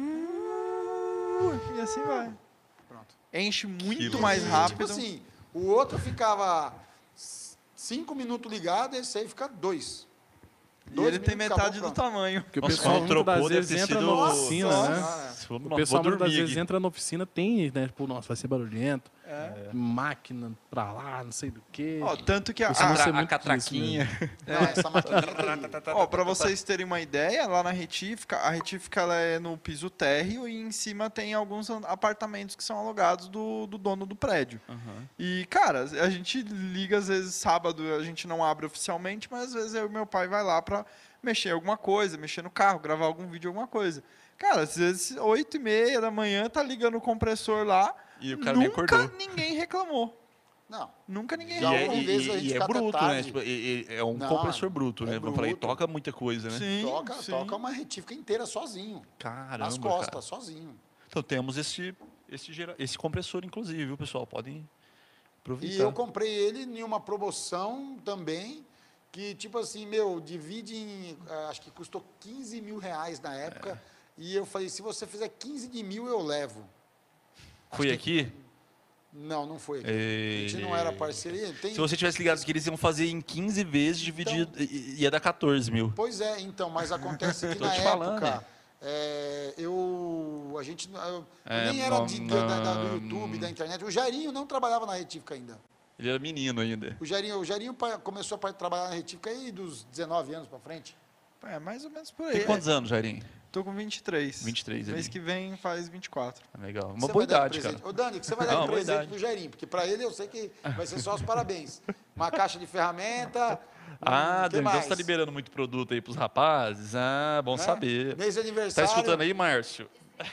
e assim vai. Pronto. Enche muito mais rápido. Tipo assim, o outro ficava 5 minutos ligado, esse aí fica 2. E ele tem metade do tamanho. Porque o pessoal muitas das vezes entra na oficina, né? O pessoal muitas das vezes entra na oficina, tem, né? Tipo, nossa, vai ser barulhento. Máquina pra lá, não sei do quê. Tanto que a catraquinha. Essa maquininha é pra vocês terem uma ideia, lá na retífica, a retífica ela é no piso térreo e em cima tem alguns apartamentos que são alugados do dono do prédio. E, cara, a gente liga, às vezes, sábado, a gente não abre oficialmente, mas às vezes eu e meu pai vai lá pra mexer em alguma coisa, mexer no carro, gravar algum vídeo, alguma coisa. Cara, às vezes, 8h30 da manhã, tá ligando o compressor lá, e o cara nem acordou. Nunca ninguém reclamou. Não. Nunca ninguém reclamou. E é bruto, né? Tipo, é um compressor bruto, né? Vamos falar, e toca muita coisa, né? Sim, toca uma retífica inteira sozinho. Caramba, nas costas, sozinho. Então temos esse compressor, inclusive, viu, pessoal? Podem aproveitar. E eu comprei ele em uma promoção também, que, tipo assim, divide em... acho que custou 15 mil reais na época. E eu falei, se você fizer 15 de mil, eu levo. Foi aqui? Não foi aqui. A gente não era parceria. Se você tivesse ligado que eles iam fazer em 15 vezes, dividido, ia dar 14 mil. Pois é, então, mas acontece que na época A gente nem era do YouTube, da internet. O Jairinho não trabalhava na Retífica ainda. Ele era menino ainda. O Jairinho começou a trabalhar na Retífica aí dos 19 anos para frente. Mais ou menos por aí. Tem quantos anos, Jairinho? Tô com 23. 23 mês que vem faz 24. Legal. Uma boa idade, cara. Ô, Dani, que você vai dar de presente pro Jairinho, porque para ele eu sei que vai ser só os parabéns. Uma caixa de ferramenta. Dani, então você tá liberando muito produto aí pros rapazes? Bom saber. Mês de aniversário. Tá escutando aí, Márcio?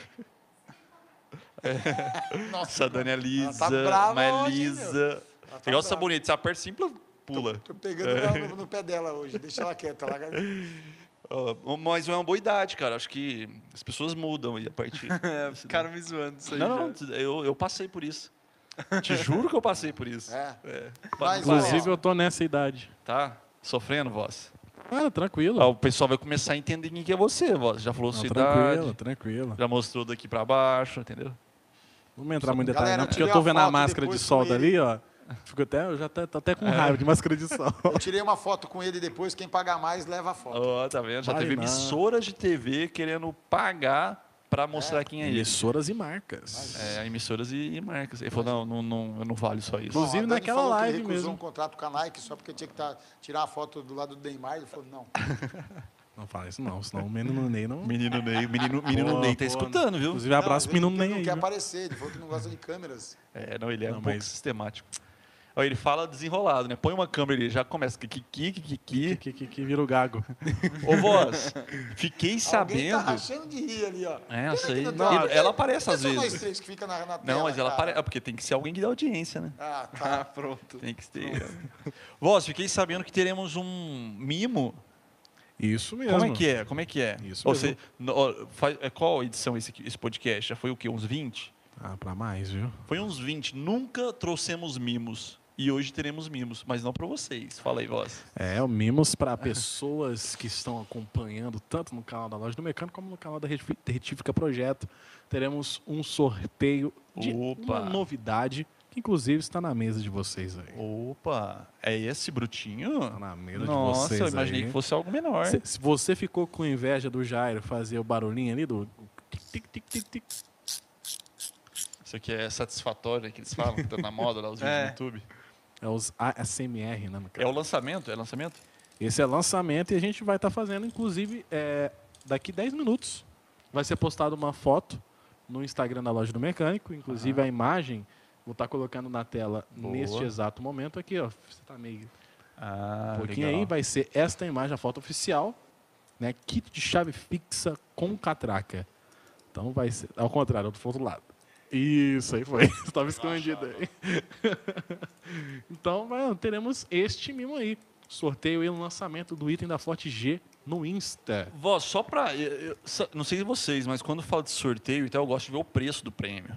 Nossa, a Dani é lisa. Tá brava mas hoje, lisa. Igual o sabonete, você aperta simples, pula. Tô pegando no pé dela hoje, deixa ela quieta lá. Mas é uma boa idade, cara. Acho que as pessoas mudam aí a partir. Ficaram me zoando isso aí. Não, eu passei por isso. Te juro que eu passei por isso. Mas, inclusive, eu tô nessa idade. Tá? Sofrendo, voz? Tranquilo. O pessoal vai começar a entender quem que é você, voz. Já falou sua idade. Tranquilo. Já mostrou daqui pra baixo, entendeu? Não vou entrar muito em detalhe, Galera, não, porque eu tô vendo a máscara de solda ele. ali, ó. Eu já tô até com raiva de máscara de sol. Eu tirei uma foto com ele depois, quem pagar mais leva a foto. Tá vendo? Já Vale teve não. emissoras de TV querendo pagar para mostrar quem é ele. Emissoras e marcas. Emissoras e marcas. Ele falou, não, eu não vale só isso. Inclusive, A Dani naquela falou que live ele recusou mesmo. um contrato com a Nike só porque tinha que tirar a foto do lado do Neymar. Ele falou, não. Não fala isso não, senão o menino Ney não... Menino Ney tá escutando, viu? Inclusive, abraço pro menino Ney Ele não aí. quer viu? aparecer, ele falou que não gosta de câmeras. Ele é Não, um pouco sistemático. Ó, ele fala desenrolado, né? Põe uma câmera ali, já começa. Que vira o gago. Ô, voz, fiquei Alguém sabendo... tá rachando de rir ali, ó. eu sei. Não, ela aparece às São nós vezes. três que fica na tela. Não, mas ela cara. aparece. Porque tem que ser alguém que dá audiência, né? Tá. Pronto. Tem que ter. Voz, fiquei sabendo que teremos um mimo. Isso mesmo. Como é que é? Isso Você, qual edição esse podcast? Já foi o quê? Uns 20? Pra mais, viu? Foi uns 20. Nunca trouxemos mimos. E hoje teremos mimos, mas não para vocês. Fala aí, voz. O mimos para pessoas que estão acompanhando tanto no canal da Loja do Mecânico como no canal da Retífica Projeto. Teremos um sorteio de uma novidade que inclusive está na mesa de vocês aí. Opa, é esse brutinho? Tá na mesa de Nossa, vocês eu imaginei aí. que fosse algo menor. Se você ficou com inveja do Jairo fazer o barulhinho ali do tic-tic-tic-tic. Isso aqui é satisfatório, que eles falam, que tá na moda lá, os vídeos no YouTube. É os ASMR, né? É o lançamento? É lançamento? Esse é lançamento e a gente vai estar fazendo, inclusive, daqui 10 minutos vai ser postada uma foto no Instagram da Loja do Mecânico. Inclusive, a imagem vou estar colocando na tela neste exato momento aqui, ó. Você tá meio... um pouquinho legal. aí, vai ser esta imagem, a foto oficial, né? Kit de chave fixa com catraca. Então vai ser... Ao contrário, do outro lado. Isso, aí foi. Estava escondido aí. Então, teremos este mimo aí. Sorteio e lançamento do item da Forte G no Insta. Voz, só pra... não sei vocês, mas quando falo de sorteio, então eu gosto de ver o preço do prêmio.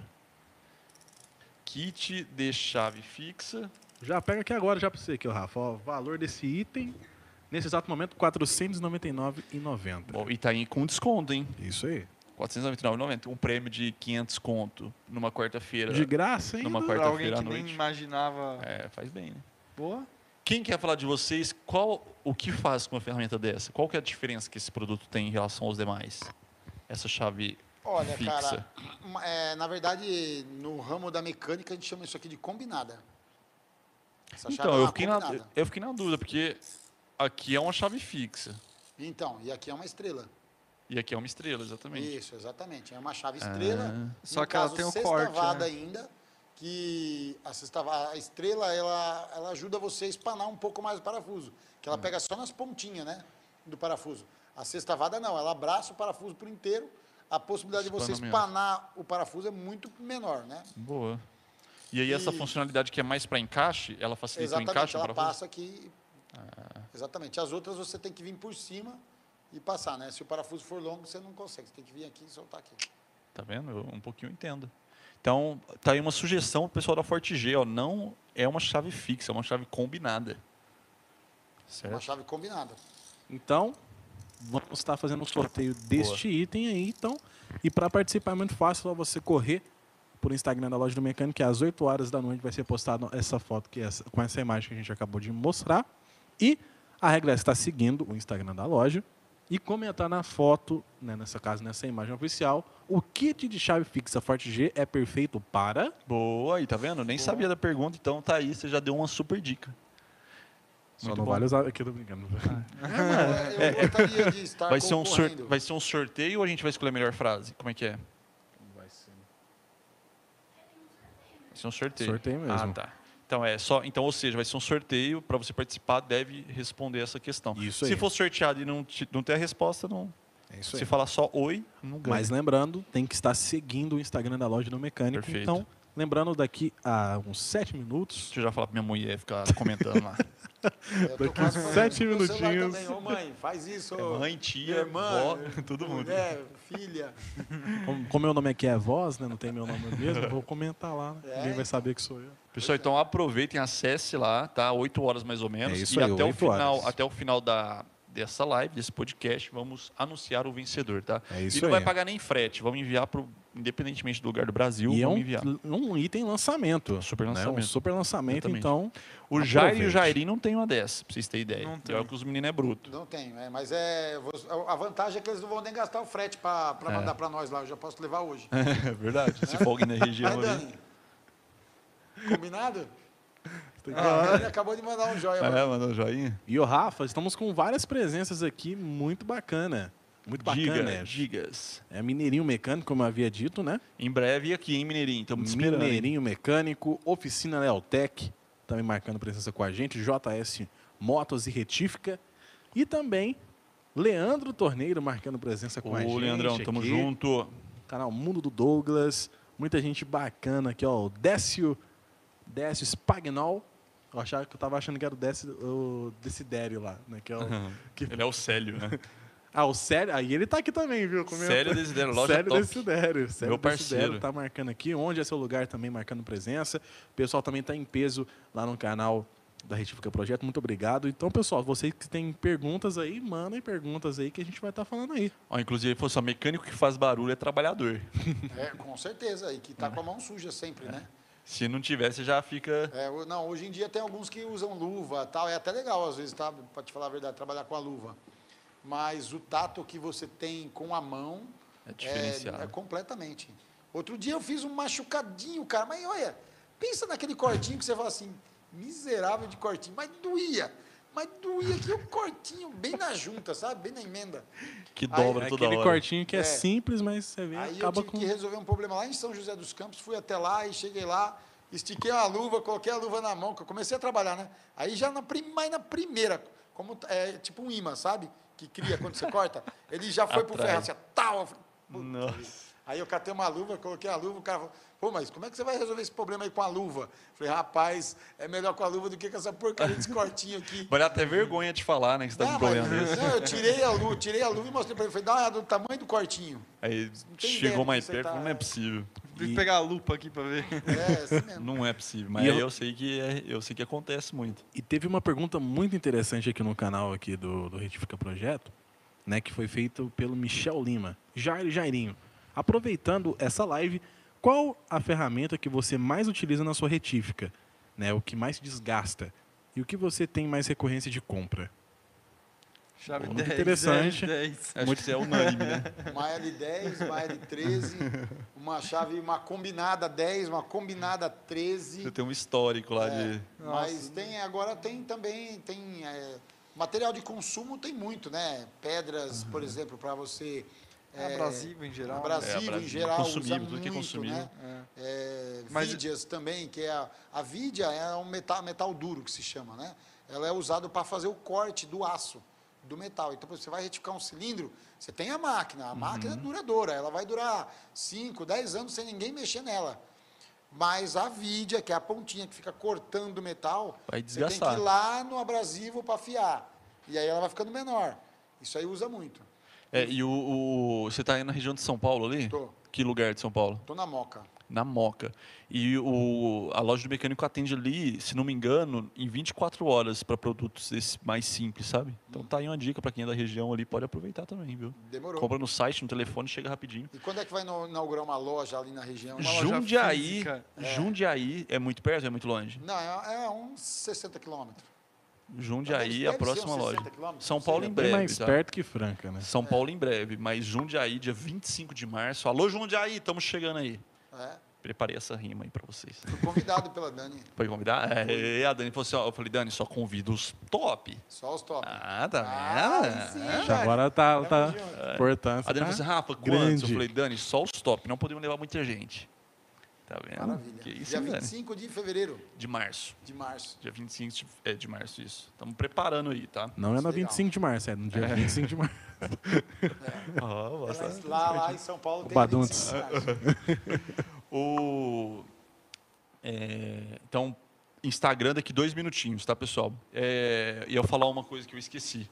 Kit de chave fixa. Já pega aqui agora, já para você aqui, Rafa. Ó, o valor desse item, nesse exato momento, R$ 499,90. Bom, e tá aí com desconto, hein? Isso aí. R$ 499,90. Um prêmio de 500 conto numa quarta-feira. De graça, hein? Numa Alguém quarta-feira à que nem noite. imaginava. Faz bem, né? Boa. Quem quer falar de vocês, o que faz com uma ferramenta dessa? Qual que é a diferença que esse produto tem em relação aos demais? Essa chave Olha, fixa. cara, na verdade, no ramo da mecânica, a gente chama isso aqui de combinada. Essa chave Então, é eu uma fiquei, combinada. eu fiquei na dúvida, porque aqui é uma chave fixa. Então, e aqui é uma estrela. E aqui é uma estrela, exatamente. Isso, exatamente. É uma chave estrela. Só no que ela caso, tem o sextavada corte, né? ainda, que a estrela, ela ajuda você a espanar um pouco mais o parafuso. Que ela pega só nas pontinhas, né? Do parafuso. A sextavada não, ela abraça o parafuso por inteiro. A possibilidade de você Espana espanar o parafuso é muito menor, né? Boa. E aí essa funcionalidade que é mais para encaixe, ela facilita Exatamente, o encaixe do ela parafuso? passa aqui. Exatamente. As outras você tem que vir por cima e passar, né? Se o parafuso for longo, você não consegue. Você tem que vir aqui e soltar aqui. Tá vendo? Eu um pouquinho entendo. Então, tá aí uma sugestão pro pessoal da Forte G, ó. Não é uma chave fixa, é uma chave combinada. Certo? Uma chave combinada. Então, vamos estar fazendo um sorteio deste item aí, então. E para participar é muito fácil, só você correr por Instagram da Loja do Mecânico, que às 8 horas da noite vai ser postada essa foto com essa imagem que a gente acabou de mostrar. E a regra é estar seguindo o Instagram da loja e comentar na foto, né, nessa imagem oficial, o kit de chave fixa Forte G é perfeito para... Boa, aí tá vendo? Nem sabia da pergunta, então tá aí, você já deu uma super dica. Só muito não bom. Vale usar aqui, tô brincando. Eu gostaria de estar concorrendo. Vai ser um sorteio ou a gente vai escolher a melhor frase? Como é que é? Vai ser um sorteio. Sorteio mesmo. Ah, tá. Então, ou seja, vai ser um sorteio, para você participar, deve responder essa questão. Isso aí. Se for sorteado e não ter a resposta, não. É isso aí. Se falar só oi, não ganha. Mas lembrando, tem que estar seguindo o Instagram da Loja do Mecânico. Perfeito. Então, lembrando, daqui a uns 7 minutos... Deixa eu já falar para minha mulher ficar comentando lá. Daqui 7 minutinhos. Ô mãe, faz isso. Mãe, tia, irmã, vó, todo mundo. Mulher, filha. Como meu nome aqui é Voz, né? Não tem meu nome mesmo, vou comentar lá. Né? Ninguém vai saber que sou eu. Pessoal, então aproveitem, acesse lá, tá? 8 horas mais ou menos. É isso e aí, até o final dessa live, desse podcast, vamos anunciar o vencedor, tá? É isso aí. E não vai pagar nem frete, vamos enviar independentemente do lugar do Brasil, e vamos é enviar. um item lançamento. Super né? lançamento. Um super lançamento, Exatamente. então... O Jair e o Jairinho não tem uma dessa, pra vocês terem ideia. Não tem. Olha que os meninos é bruto. Não tem, mas a vantagem é que eles não vão nem gastar o frete para mandar para nós lá. Eu já posso levar hoje. É verdade. Se for alguém na região Vai, ali. Dani. Combinado? Ele acabou de mandar um joia. Mandou um joinha. E o Rafa, estamos com várias presenças aqui, muito bacana. Muito bacana. Digas. É Mineirinho Mecânico, como eu havia dito, né? Em breve aqui em Mineirinho, estamos esperando. Mineirinho Mecânico, Oficina Leotec, também marcando presença com a gente, JS Motos e Retífica. E também Leandro Torneiro marcando presença com a gente. Ô, Leandrão, tamo aqui. junto. Canal Mundo do Douglas, muita gente bacana aqui, ó. O Décio Spagnol. Eu tava achando que era o Desidério lá, né? Que é o, Ele é o Célio, né? o Célio, aí ele tá aqui também, viu? Célio Desidério, loja Célio top. Desidério. Célio Meu parceiro. Desidério tá marcando aqui. Onde é seu lugar também marcando presença. O pessoal também tá em peso lá no canal da Retífica Projeto. Muito obrigado. Então, pessoal, vocês que têm perguntas aí, mandem perguntas aí que a gente vai estar falando aí. Ó, inclusive, fosse só mecânico que faz barulho é trabalhador. Com certeza. E que tá com a mão suja sempre, né? Se não tivesse, já fica... Não, hoje em dia tem alguns que usam luva tal. É até legal, às vezes, tá? Para te falar a verdade, trabalhar com a luva. Mas o tato que você tem com a mão é diferenciado. É completamente. Outro dia eu fiz um machucadinho, cara. Mas olha, pensa naquele cortinho que você fala assim, miserável de cortinho. Mas doía aqui o cortinho, bem na junta, sabe? Bem na emenda. Que dobra toda hora. Aquele cortinho que é simples, mas você vê, aí acaba eu tive que resolver um problema lá em São José dos Campos. Fui até lá e cheguei lá, estiquei uma luva, coloquei a luva na mão, que eu comecei a trabalhar, né? Aí já na primeira, como é tipo um imã, sabe? Que cria quando você corta, ele já foi pro ferro, assim, tal. Nossa. Aí eu catei uma luva, coloquei a luva, o cara falou, pô, mas como é que você vai resolver esse problema aí com a luva? Falei, rapaz, é melhor com a luva do que com essa porcaria desse cortinho aqui. Vai dar até vergonha de falar, né, que você tá com um problema desse. Não, eu tirei a luva e mostrei para ele, falei, dá uma olhada do tamanho do cortinho. Aí chegou mais perto, não é possível. Tem que pegar a lupa aqui para ver. Assim mesmo. Não é possível, mas eu sei que acontece muito. E teve uma pergunta muito interessante aqui no canal aqui do Retífica Projeto, né, que foi feito pelo Michel Lima. Jairinho, aproveitando essa live, qual a ferramenta que você mais utiliza na sua retífica? Né, o que mais desgasta? E o que você tem mais recorrência de compra? Chave muito 10, interessante. 10. Acho que isso é unânime, né? Uma L10, uma L13, uma chave, uma combinada 10, uma combinada 13. Você tem um histórico lá de... Mas agora tem também, material de consumo tem muito, né? Pedras, por exemplo, para você... abrasivo em geral. Abrasivo em geral, consumível, usa tudo que é muito, consumível. né? Mas- Vídeas também, que a vídia é um metal duro que se chama, né? Ela é usada para fazer o corte do aço, do metal. Então, você vai retificar um cilindro, você tem a máquina é duradoura, ela vai durar 5, 10 anos sem ninguém mexer nela. Mas a vídia, que é a pontinha que fica cortando o metal, Vai você tem desgastar. que ir lá no abrasivo para afiar. E aí ela vai ficando menor. Isso aí usa muito. E você está aí na região de São Paulo ali? Tô. Que lugar de São Paulo? Tô na Moca. Na Moca. E a loja do mecânico atende ali, se não me engano, em 24 horas para produtos esses mais simples, sabe? Então tá aí uma dica para quem é da região ali, pode aproveitar também, viu? Demorou. Compra no site, no telefone, chega rapidinho. E quando é que vai inaugurar uma loja ali na região? Uma loja Jundiaí, física. Jundiaí é muito perto ou é muito longe? Não, é uns 60 quilômetros. Jundiaí é a próxima loja. São Paulo em Bem breve. mais perto que Franca, né? São Paulo em breve, mas Jundiaí, dia 25 de março. Alô, Jundiaí, estamos chegando aí. Preparei essa rima aí para vocês. Fui convidado pela Dani. Foi convidado? E a Dani falou assim, ó, eu falei, Dani, só convido os top. Só os top. Tá vendo? Sim, agora tá importância. A Dani falou assim, Rafa, quantos? Eu falei, Dani, só os top, não podemos levar muita gente. Tá vendo? Maravilha. Que isso, dia Dani? 25 de fevereiro. De março. De março. Dia 25 de março, isso. Estamos preparando aí, tá? Não é no 25 de março, é no dia 25 de março. Lá em São Paulo tem Baduntes. 25 de março. Então, Instagram daqui 2 minutinhos, tá, pessoal? E eu falar uma coisa que eu esqueci.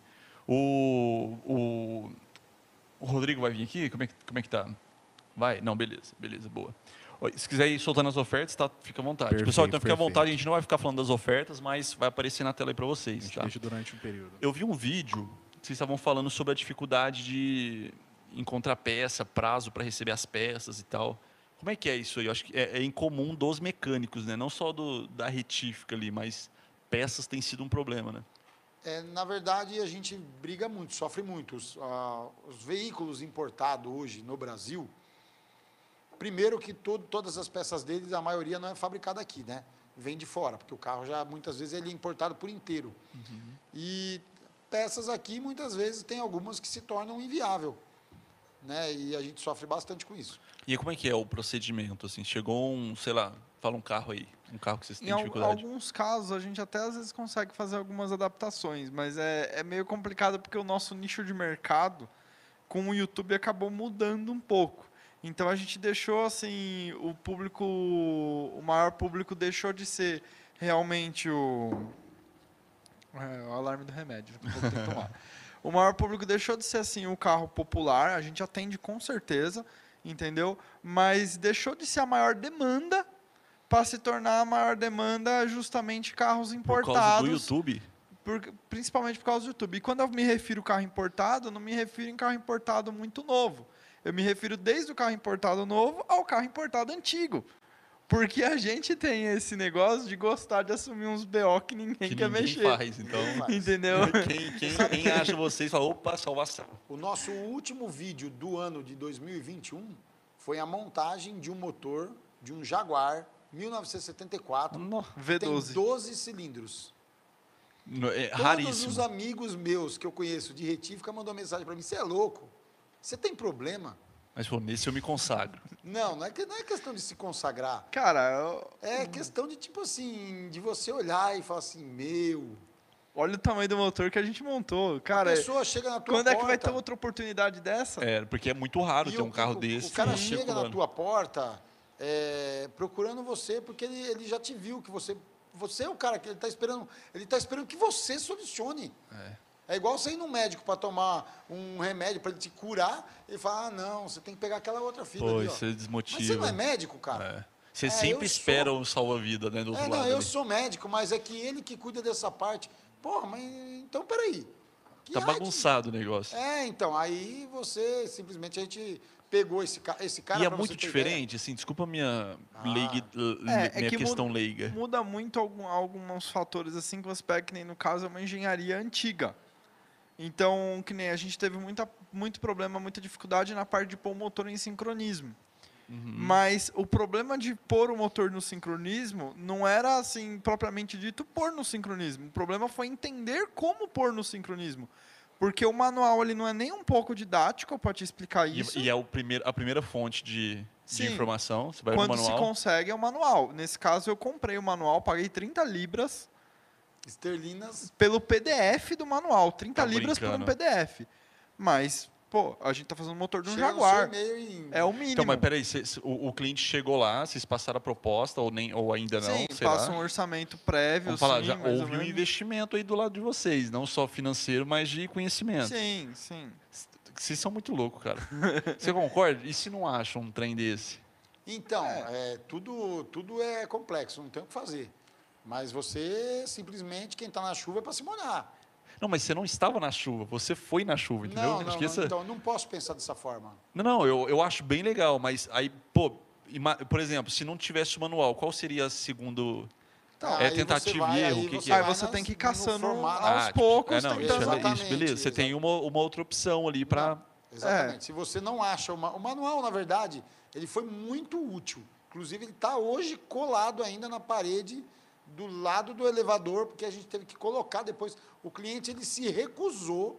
O Rodrigo vai vir aqui? Como é que tá? Vai? Não, beleza, boa. Se quiser ir soltando as ofertas, tá? Fica à vontade. Perfeito, Pessoal, então fica à perfeito. vontade, a gente não vai ficar falando das ofertas, mas vai aparecer na tela aí para vocês. A gente Tá? deixa durante um período. Eu vi um vídeo, vocês estavam falando sobre a dificuldade de encontrar peça, prazo para receber as peças e tal. Como é que é isso aí? Eu acho que é incomum dos mecânicos, né? Não só da retífica ali, mas peças tem sido um problema, né? Na verdade, a gente briga muito, sofre muito. Os veículos importados hoje no Brasil, primeiro que todas as peças deles, a maioria não é fabricada aqui, né? Vem de fora, porque o carro já, muitas vezes, ele é importado por inteiro. E peças aqui, muitas vezes, tem algumas que se tornam inviável, né? E a gente sofre bastante com isso. E como é que é o procedimento? Assim, chegou sei lá, fala um carro aí, um carro que vocês têm dificuldade. Em alguns casos, a gente até às vezes consegue fazer algumas adaptaçõe, mas é meio complicado porque o nosso nicho de mercado com o YouTube acabou mudando um pouco. Então a gente deixou assim, o maior público deixou de ser realmente o alarme do remédio, daqui a pouco tem que tomar. O maior público deixou de ser assim o carro popular, a gente atende com certeza, entendeu? Mas deixou de ser a maior demanda para se tornar a maior demanda justamente carros importados. Por causa do YouTube? Principalmente por causa do YouTube. E quando eu me refiro carro importado, eu não me refiro em carro importado muito novo. Eu me refiro desde o carro importado novo ao carro importado antigo. Porque a gente tem esse negócio de gostar de assumir uns BO que ninguém quer mexer. Faz, então. Entendeu? Quem acha vocês fala, opa, salvação. O nosso último vídeo do ano de 2021 foi a montagem de um motor de um Jaguar 1974. V12. Tem 12 cilindros. Raríssimo. Todos os amigos meus que eu conheço de retífica mandou mensagem para mim, você é louco? Você tem problema? Mas, pô, nesse eu me consagro. Não é questão de se consagrar. Cara, é questão de, tipo assim, de você olhar e falar assim, meu... Olha o tamanho do motor que a gente montou. Cara, a pessoa chega na tua quando porta... é que vai ter outra oportunidade dessa? Porque é muito raro ter um carro desse. O cara chega na tua porta procurando você, porque ele já te viu, que você é o cara que ele está esperando que você solucione. É igual você ir num médico para tomar um remédio para ele te curar, ele fala, não, você tem que pegar aquela outra fila ali, ó. Você desmotiva. Mas você não é médico, cara? Você sempre espera o salva-vida, né, do outro lado. Eu sou médico, mas é que ele que cuida dessa parte. Porra, mas então peraí. Tá bagunçado o negócio. Então, aí você, simplesmente, a gente pegou esse cara... E é muito diferente, assim, desculpa a minha questão leiga. Muda muito alguns fatores, assim, que você pega, que nem no caso, é uma engenharia antiga. Então, que nem a gente teve muito problema, muita dificuldade na parte de pôr o motor em sincronismo. Mas o problema de pôr o motor no sincronismo não era, assim, propriamente dito, pôr no sincronismo. O problema foi entender como pôr no sincronismo. Porque o manual ele não é nem um pouco didático para te explicar isso. E é a primeira fonte de informação. Você vai quando no manual. se consegue é o manual. Nesse caso, eu comprei o manual, paguei 30 libras... esterlinas. Pelo PDF do manual. 30 Tá libras por um PDF. Mas, pô, a gente tá fazendo o motor de um Chega Jaguar. É o mínimo. Então, mas peraí, o cliente chegou lá, vocês passaram a proposta ou ainda não? Sim, sei passa lá. um orçamento prévio. Vamos falar, sim, já mais ou houve um menos. investimento aí do lado de vocês, não só financeiro, mas de conhecimento. Sim, sim. Vocês são muito loucos, cara. Você concorda? E se não acham um trem desse? Então, tudo é complexo, não tem o que fazer. Mas você, simplesmente, quem está na chuva é para se molhar. Não, mas você não estava na chuva, você foi na chuva, entendeu? Então, não posso pensar dessa forma. Não, eu acho bem legal, mas aí, pô, por exemplo, se não tivesse o manual, qual seria a segunda tentativa e erro. Aí você tem que ir caçando aos poucos, tentando. Isso, beleza. Você tem uma outra opção ali para... Exatamente. Se você não acha... O manual, na verdade, ele foi muito útil. Inclusive, ele está hoje colado ainda na parede do lado do elevador, porque a gente teve que colocar depois. O cliente ele se recusou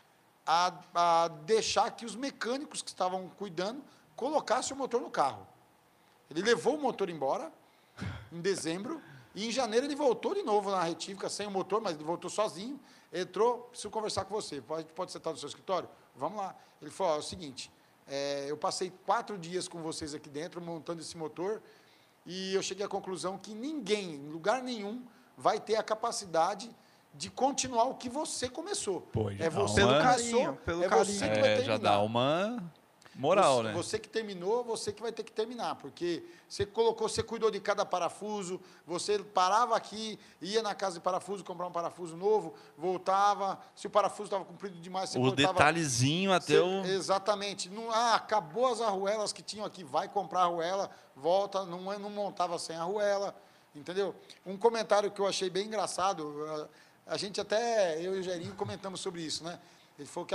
a deixar que os mecânicos que estavam cuidando colocassem o motor no carro. Ele levou o motor embora em dezembro e em janeiro ele voltou de novo na retífica sem o motor, mas ele voltou sozinho, entrou, preciso conversar com você, pode sentar no seu escritório? Vamos lá. Ele falou, é o seguinte, eu passei 4 dias com vocês aqui dentro montando esse motor e eu cheguei à conclusão que ninguém, em lugar nenhum, vai ter a capacidade de continuar o que você começou. É você pelo que carinho, é você que vai terminar. Já dá uma moral, né? Você que terminou, você que vai ter que terminar, porque você cuidou de cada parafuso, você parava aqui, ia na casa de parafuso, comprar um parafuso novo, voltava, se o parafuso estava comprido demais, você cortava... O detalhezinho até o... Exatamente. Acabou as arruelas que tinham aqui, vai comprar a arruela, volta, não montava sem a arruela, entendeu? Um comentário que eu achei bem engraçado, a gente até, eu e o Gerinho comentamos sobre isso, né? Ele falou que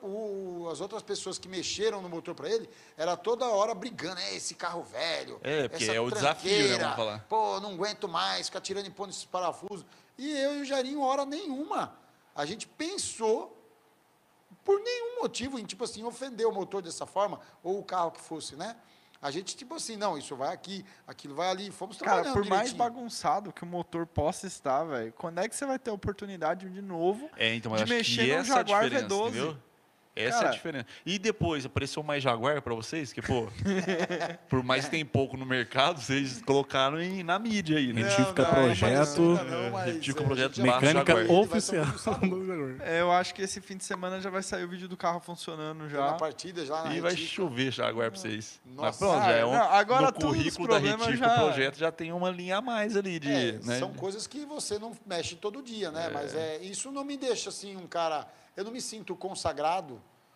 as outras pessoas que mexeram no motor para ele, era toda hora brigando, esse carro velho, porque é o desafio, né, vamos falar. Pô, não aguento mais, ficar tirando e pondo esses parafusos. E eu e o Jairinho, hora nenhuma, a gente pensou, por nenhum motivo, em, tipo assim, ofender o motor dessa forma, ou o carro que fosse, né? A gente, tipo assim, não, isso vai aqui, aquilo vai ali, fomos trabalhando Cara, por direitinho. mais bagunçado que o motor possa estar, velho, quando é que você vai ter a oportunidade de novo de mexer no Jaguar V12? Entendeu? Essa é a diferença. E depois, apareceu mais Jaguar para vocês? Que, pô, por mais que tem pouco no mercado, vocês colocaram na mídia aí, né? Retífica projeto. Retífica projeto mecânica oficial do Jaguar. Eu acho que esse fim de semana já vai sair o vídeo do carro funcionando já. Na partida, já na E vai chover Jaguar para vocês. Nossa. Mas pronto, já é agora no currículo da Retífica Projeto já tem uma linha a mais ali. Né? São coisas que você não mexe todo dia, né? Mas isso não me deixa assim um cara... Eu não me sinto consagrado,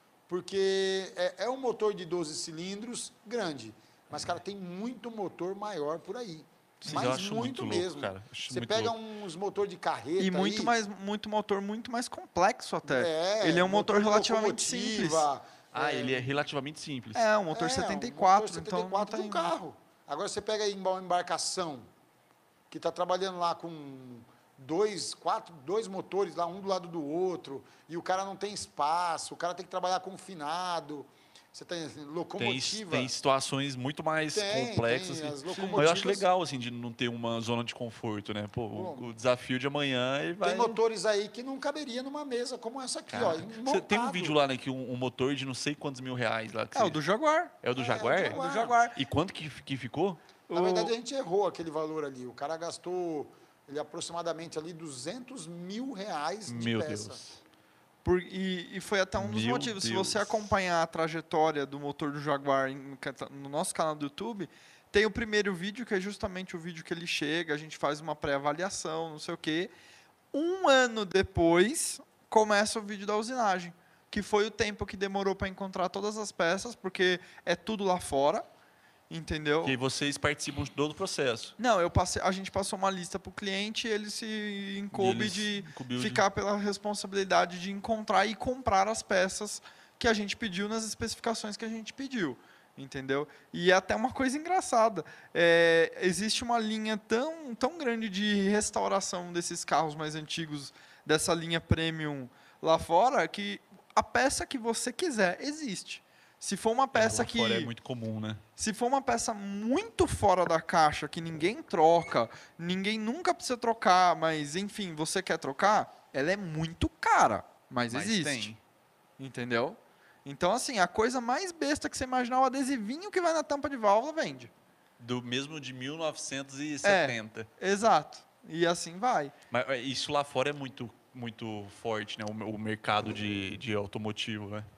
porque é um motor de 12 cilindros grande, mas, cara, tem muito motor maior por aí. Sim, mas muito louco, mesmo. Cara. Você pega uns motor de carreta e muito motor muito mais complexo até. Ele é um motor relativamente simples. Ele é relativamente simples. É, um motor 74. Um motor 74 de um carro. Agora você pega aí uma embarcação que está trabalhando lá com dois motores lá, um do lado do outro, e o cara não tem espaço, o cara tem que trabalhar confinado. Você tem locomotiva. Tem situações muito mais complexas. Assim. Mas eu acho legal, assim, de não ter uma zona de conforto, né? Pô, o desafio de amanhã ele vai... Tem motores aí que não caberia numa mesa como essa aqui, ó. Você tem um vídeo lá, né, que um motor de não sei quantos mil reais lá. O do Jaguar. É o do Jaguar? É o do Jaguar. E quanto que ficou? Na verdade, a gente errou aquele valor ali. O cara gastou aproximadamente ali 200 mil reais de peça. Deus. E foi até um dos motivos. Se você acompanhar a trajetória do motor do Jaguar no nosso canal do YouTube, tem o primeiro vídeo, que é justamente o vídeo que ele chega, a gente faz uma pré-avaliação, não sei o quê. 1 ano depois, começa o vídeo da usinagem, que foi o tempo que demorou para encontrar todas as peças, porque é tudo lá fora. Entendeu? Que vocês participam de todo o processo. Não, a gente passou uma lista para o cliente e ele se incoube de ficar pela responsabilidade de encontrar e comprar as peças que a gente pediu nas especificações que a gente pediu. Entendeu? E é até uma coisa engraçada. Existe uma linha tão grande de restauração desses carros mais antigos, dessa linha premium lá fora, que a peça que você quiser existe. Se for uma peça que... Fora é muito comum, né? Se for uma peça muito fora da caixa, que ninguém troca, ninguém nunca precisa trocar, mas, enfim, você quer trocar, ela é muito cara, mas existe. Tem. Entendeu? Então, assim, a coisa mais besta que você imaginar, o adesivinho que vai na tampa de válvula, vende. Do mesmo de 1970. Exato. E assim vai. Mas isso lá fora é muito forte, né? O mercado de automotivo, né?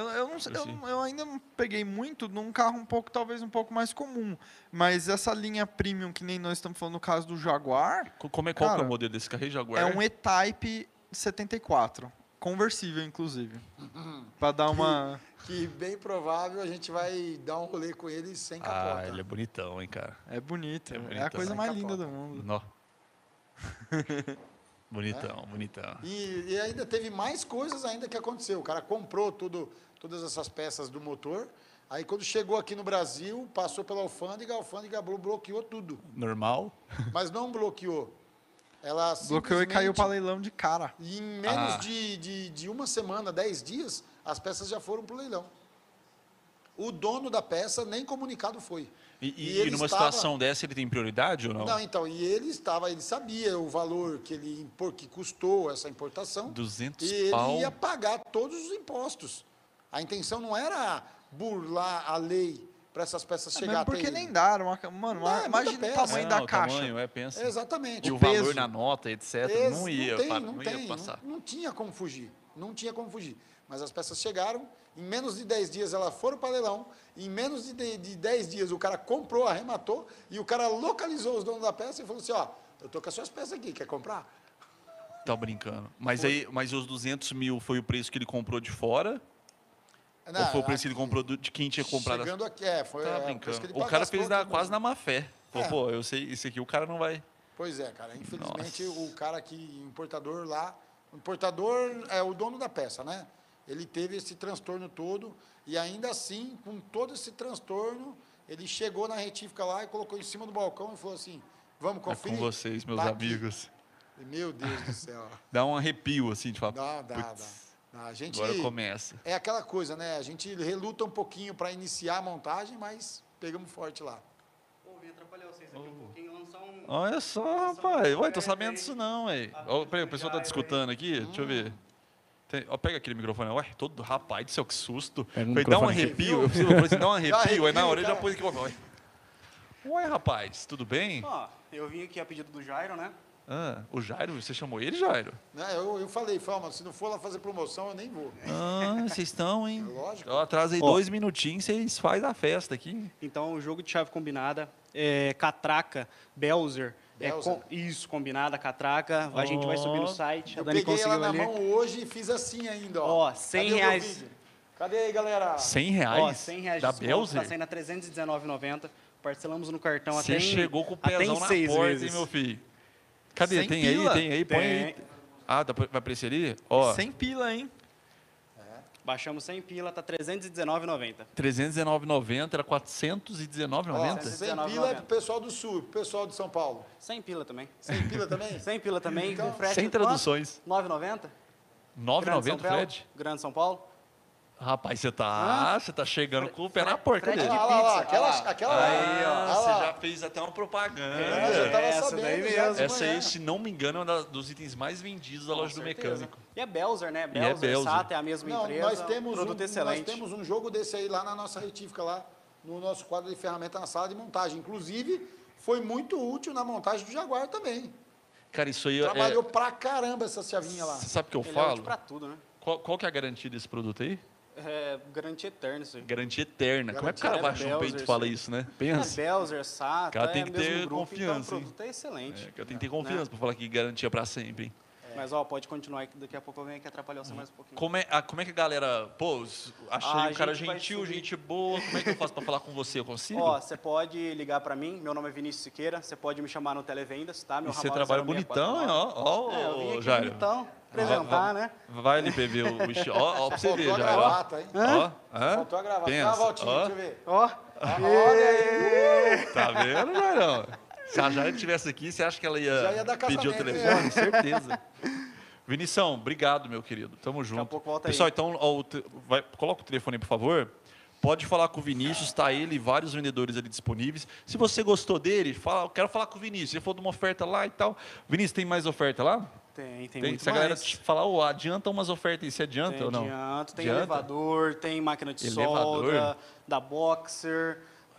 Eu ainda não peguei muito num carro talvez um pouco mais comum, mas essa linha premium, que nem nós estamos falando no caso do Jaguar... Qual que é o modelo desse carro? Jaguar? É um E-Type 74, conversível, inclusive, para dar uma... Que bem provável a gente vai dar um rolê com ele sem capota. Ele é bonitão, hein, cara? É bonito, é a coisa mais linda do mundo. Não. Bonitão, bonitão. E ainda teve mais coisas ainda que aconteceu. O cara comprou todas essas peças do motor. Aí quando chegou aqui no Brasil, passou pela alfândega, a alfândega bloqueou tudo. Normal? Mas não bloqueou. Ela bloqueou e caiu para leilão de cara. E em menos de uma semana, 10 dias, as peças já foram para o leilão. O dono da peça nem comunicado foi. E numa situação dessa ele tem prioridade ou não? Não, então, e ele sabia o valor que custou essa importação. 200 e pau. ele ia pagar todos os impostos. A intenção não era burlar a lei para essas peças chegar até porque ele. nem deram. Mano, imagina o tamanho da caixa. Tamanho, pensa. Exatamente. E o valor na nota, etc. Não ia passar. Não tinha como fugir. Não tinha como fugir. Mas as peças chegaram, em menos de 10 dias elas foram para leilão, em menos de 10 dias o cara comprou, arrematou, e o cara localizou os donos da peça e falou assim, ó, eu tô com as suas peças aqui, quer comprar? Tá brincando. Mas os 200 mil foi o preço que ele comprou de fora? Não, ou foi o preço que ele comprou de quem tinha comprado? Chegando aqui, foi tá brincando. O cara fez quase na má fé. Falou, pô, eu sei, isso aqui o cara não vai... Pois é, cara, infelizmente o cara aqui, importador lá, o importador é o dono da peça, né? Ele teve esse transtorno todo e ainda assim, com todo esse transtorno, ele chegou na retífica lá e colocou em cima do balcão e falou assim, vamos conferir? É com vocês, meus tá amigos. Aqui. Meu Deus do céu. Dá um arrepio, assim, de falar, dá. A gente, agora começa. É aquela coisa, né? A gente reluta um pouquinho para iniciar a montagem, mas pegamos forte lá. Pô, vim atrapalhar vocês aqui um pouquinho, lançar um... Olha só, rapaz. Ué, tô sabendo disso não, ué. Peraí, o pessoal tá discutando aqui, deixa eu ver. Pega aquele microfone. Ué, todo rapaz do céu, que susto. Foi dar um arrepio. Eu falei assim, dá um arrepio. Aí na hora eu já pôs aqui. Ué, rapaz, tudo bem? Ó, eu vim aqui a pedido do Jairo, né? O Jairo, você chamou ele, Jairo? Eu falei, mano, se não for lá fazer promoção, eu nem vou. Vocês estão, hein? Lógico. Eu atrasei 2 minutinhos, vocês fazem a festa aqui. Então, o jogo de chave combinada, catraca, Belzer. Isso, combinada, catraca. A gente vai subir no site. Eu peguei ela na mão hoje e fiz assim ainda, ó. Ó, R$100. Cadê aí, galera? R$100? Ó, R$100 da de Belzer? Tá saindo a R$319,90. Parcelamos no cartão até. Você chegou com o pezão na porta, hein, meu filho? Cadê? Tem aí? Põe aí. Vai aparecer ali? Ó. 100 pila, hein? Baixamos 100 pila, tá R$319,90. R$319,90, era R$419,90? 100 pila é pro pessoal do Sul, pro pessoal de São Paulo. 100 pila também. 100 pila também? 100 pila também, então, com frete. Sem traduções. R$9,90? R$9,90, Fred? Grande São Paulo. Rapaz, você tá chegando com o pé na porca dele. Olha lá, aquela aí, ó. Você já fez até uma propaganda. Eu já tava sabendo. Daí mesmo. Essa aí, se não me engano, é um dos itens mais vendidos da loja do mecânico. E é Belzer, né? Belzer, SATA é a mesma empresa. Nós temos um jogo desse aí lá na nossa retífica, lá no nosso quadro de ferramenta na sala de montagem. Inclusive, foi muito útil na montagem do Jaguar também. Cara, isso aí Trabalhou pra caramba essa chavinha lá. Você sabe o que eu Ele falo? é útil pra tudo, né? Qual que é a garantia desse produto aí? Garantia eterna, isso aí. Garantia eterna. Como é que o cara baixa um peito e fala isso, né? Pensa. Belzer, SATA, cara tem que ter grupo, confiança. Então o produto é excelente. Eu tenho que ter confiança para falar que garantia para sempre, hein? Mas, ó, pode continuar aí, que daqui a pouco eu venho aqui atrapalhar você mais um pouquinho. Como é que a galera... Pô, achei um cara gentil, gente boa. Como é que eu faço para falar com você? Eu consigo? Ó, você pode ligar para mim. Meu nome é Vinícius Siqueira. Você pode me chamar no Televendas, tá? Meu você trabalha bonitão, hein? Ó, eu vim aqui Jairo. bonitão. Apresentar, né? Vai ali, PV, o bicho. Ó, pra você ver, Jairo. Gravata, hein? Faltou a gravata. Pensa. Dá uma voltinha, deixa eu ver. Ó. Olha aí. Tá vendo, Jairão? Se a Jairo estivesse aqui, você acha que ela ia pedir o telefone? Certeza. Vinição, obrigado, meu querido. Tamo junto. Daqui a pouco volta Pessoal, aí. então, coloca o telefone, por favor. Pode falar com o Vinícius, tá ele e vários vendedores ali disponíveis. Se você gostou dele, eu quero falar com o Vinícius. Se for de uma oferta lá e tal. Vinícius, tem mais oferta lá? Tem muito Se a galera te falar, adianta umas ofertas aí, você adianta ou não? Tem elevador, tem máquina de solda, da Boxer,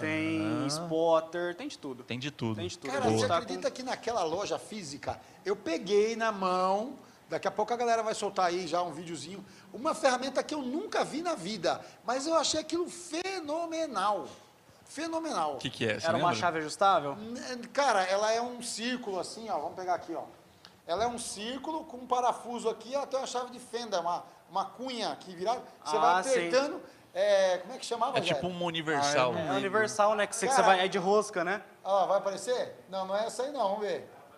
tem spotter, tem de tudo. Tem de tudo. Cara, você acredita que naquela loja física, eu peguei na mão, daqui a pouco a galera vai soltar aí já um videozinho, uma ferramenta que eu nunca vi na vida, mas eu achei aquilo fenomenal. Fenomenal. O que é? Era uma chave ajustável? Cara, ela é um círculo assim, ó, vamos pegar aqui, ó. Ela é um círculo com um parafuso aqui, ela tem uma chave de fenda, uma cunha aqui virada. Você vai apertando. Como é que chamava, tipo uma universal. É universal, né? Que você vai de rosca, né? Ó, vai aparecer? Não é essa aí não, vamos ver.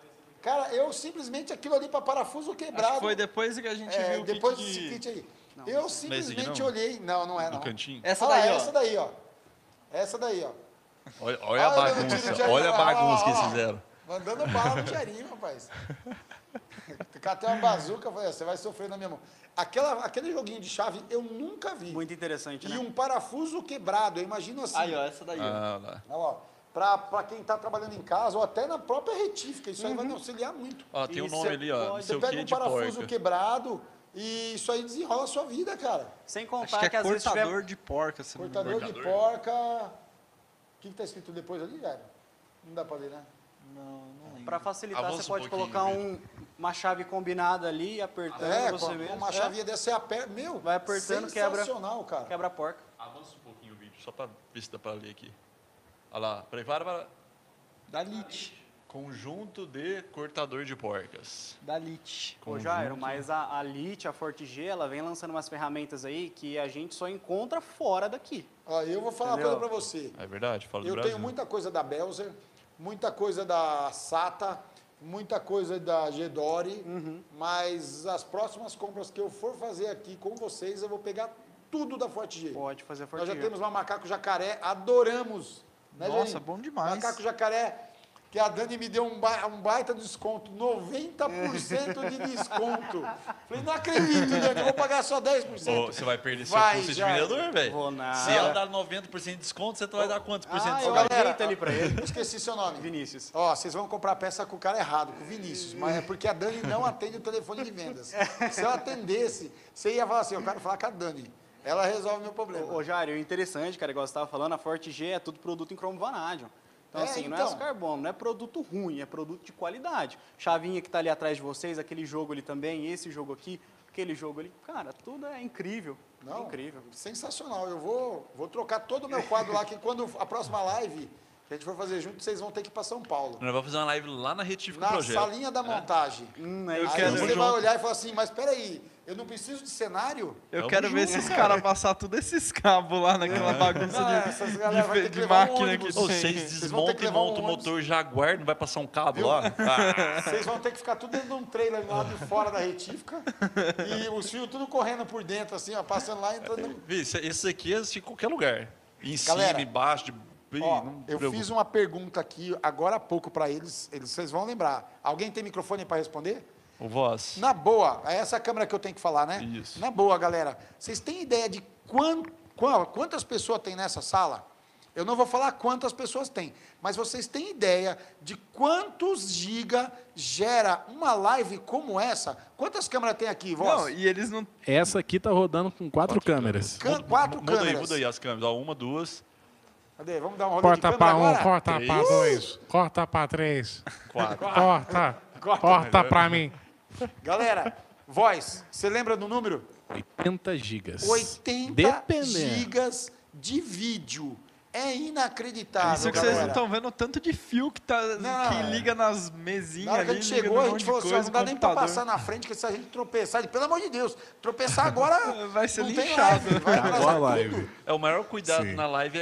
Cara, eu simplesmente aquilo ali para parafuso quebrado. Acho que foi depois que a gente viu o depois kit desse kit aí. Não, eu simplesmente olhei. Não é não. No cantinho. Essa daí, ó. Essa daí, ó. Essa daí, ó. Olha a bagunça. Olha a bagunça que eles fizeram. Mandando bala no Jairinho, rapaz. Catei uma bazuca, falei, você vai sofrer na minha mão. Aquele joguinho de chave eu nunca vi. Muito interessante, né? E um parafuso quebrado, eu imagino assim. Aí, ó, essa daí. Lá. Ó, para quem está trabalhando em casa ou até na própria retífica, isso aí vai me auxiliar muito. Ó, tem um Isso nome ali, ó. Você pega um parafuso quebrado e isso aí desenrola a sua vida, cara. Sem Acho contar que é às vezes cortador de porca. Se Cortador de porca. O que está escrito depois ali, Jairo? Não dá para ler, né? Não lembro. Para facilitar, Avança você pode um pouquinho, colocar uma chave combinada ali, apertando você mesmo. Uma chavinha dessa você aperta. Meu, vai apertando, sensacional, cara. quebra a porca. Avança um pouquinho o vídeo, só para ver se dá para ler aqui. Olha lá. Para. Da Lit. Conjunto de cortador de porcas. Da Lit. Ô, Jairo, mas a Lite, a Forte-G, ela vem lançando umas ferramentas aí que a gente só encontra fora daqui. Ó, eu vou falar uma coisa para você. É verdade, fala do Eu Brasil. tenho muita coisa da Belzer, muita coisa da SATA, muita coisa da Gedore, mas as próximas compras que eu for fazer aqui com vocês, eu vou pegar tudo da Forte G. Pode fazer a Nós Forte-G. já temos uma macaco jacaré, adoramos. Né, Nossa, Jairinho? bom demais. Macaco jacaré, que a Dani me deu um baita desconto, 90% de desconto. Falei, não acredito, Dani, eu vou pagar só 10%. Ô, você vai perder seu Vai, custo de Jairo. vendedor, velho. Vou nada. Se ela dar 90% de desconto, você vai dar quantos por cento de eu desconto? ajeito ali pra ele. Eu esqueci seu nome. Vinícius. Ó, vocês vão comprar peça com o cara errado, com o Vinícius, mas é porque a Dani não atende o telefone de vendas. Se eu atendesse, você ia falar assim, eu quero falar com a Dani. Ela resolve o meu problema. Ô, Jairo, o interessante, cara, igual você estava falando, a Forte-G é tudo produto em cromo vanadium. Então, assim, não é aço carbono, não é produto ruim, é produto de qualidade. Chavinha que tá ali atrás de vocês, aquele jogo ali também, esse jogo aqui, aquele jogo ali, cara, tudo é incrível. Não, incrível. Sensacional. Eu vou trocar todo o meu quadro lá, que quando a próxima live que a gente for fazer junto, vocês vão ter que ir para São Paulo. Nós vamos fazer uma live lá na Retífica Na Projeto. salinha da montagem. É isso. Aí você vai olhar e falar assim, mas peraí, eu não preciso de cenário? Eu Tamo quero ver junto, esses caras passar todos esses cabos lá naquela bagunça Não, essas galera vai ter que de levar um máquina ônibus. que Ô, tem. vocês vão ter que desmontam e levar um montam o ônibus. motor Jaguar, não vai passar um cabo lá? Ah, Vocês vão ter que ficar tudo dentro de um trailer lá de fora da retífica e os fios tudo correndo por dentro, assim, ó, passando lá e entrando. Vi, esse aqui é em qualquer lugar. Em Galera, cima, embaixo. Ó, não eu preocupa. fiz uma pergunta aqui agora há pouco para eles, vocês vão lembrar. Alguém tem microfone para responder? O voz. Na boa, é essa câmera que eu tenho que falar, né? Isso. Na boa, galera. Vocês têm ideia de quantas pessoas tem nessa sala? Eu não vou falar quantas pessoas tem, mas vocês têm ideia de quantos giga gera uma live como essa? Quantas câmeras tem aqui, voz? Não, e eles não... Essa aqui tá rodando com 4 câmeras. Quatro Muda câmeras. aí as câmeras. Ó, uma, duas, Cadê? Vamos dar um rolê Corta de pra câmera um, agora? corta Três. pra dois, corta pra três, quatro. corta pra mim. Galera, voz, você lembra do número? 80 gigas. 80 Dependendo. gigas de vídeo. É inacreditável, Isso que vocês não galera. estão vendo o tanto de fio que, Não. que liga nas mesinhas Na hora que a ali, gente liga chegou, num a monte gente de falou assim, ó, coisa, não dá nem pra computador. passar na frente, que se a gente tropeçar, pelo amor de Deus, tropeçar agora Vai ser não tem linchado. live, vai Acabou atrasar a live. tudo. É, o maior cuidado Sim. na live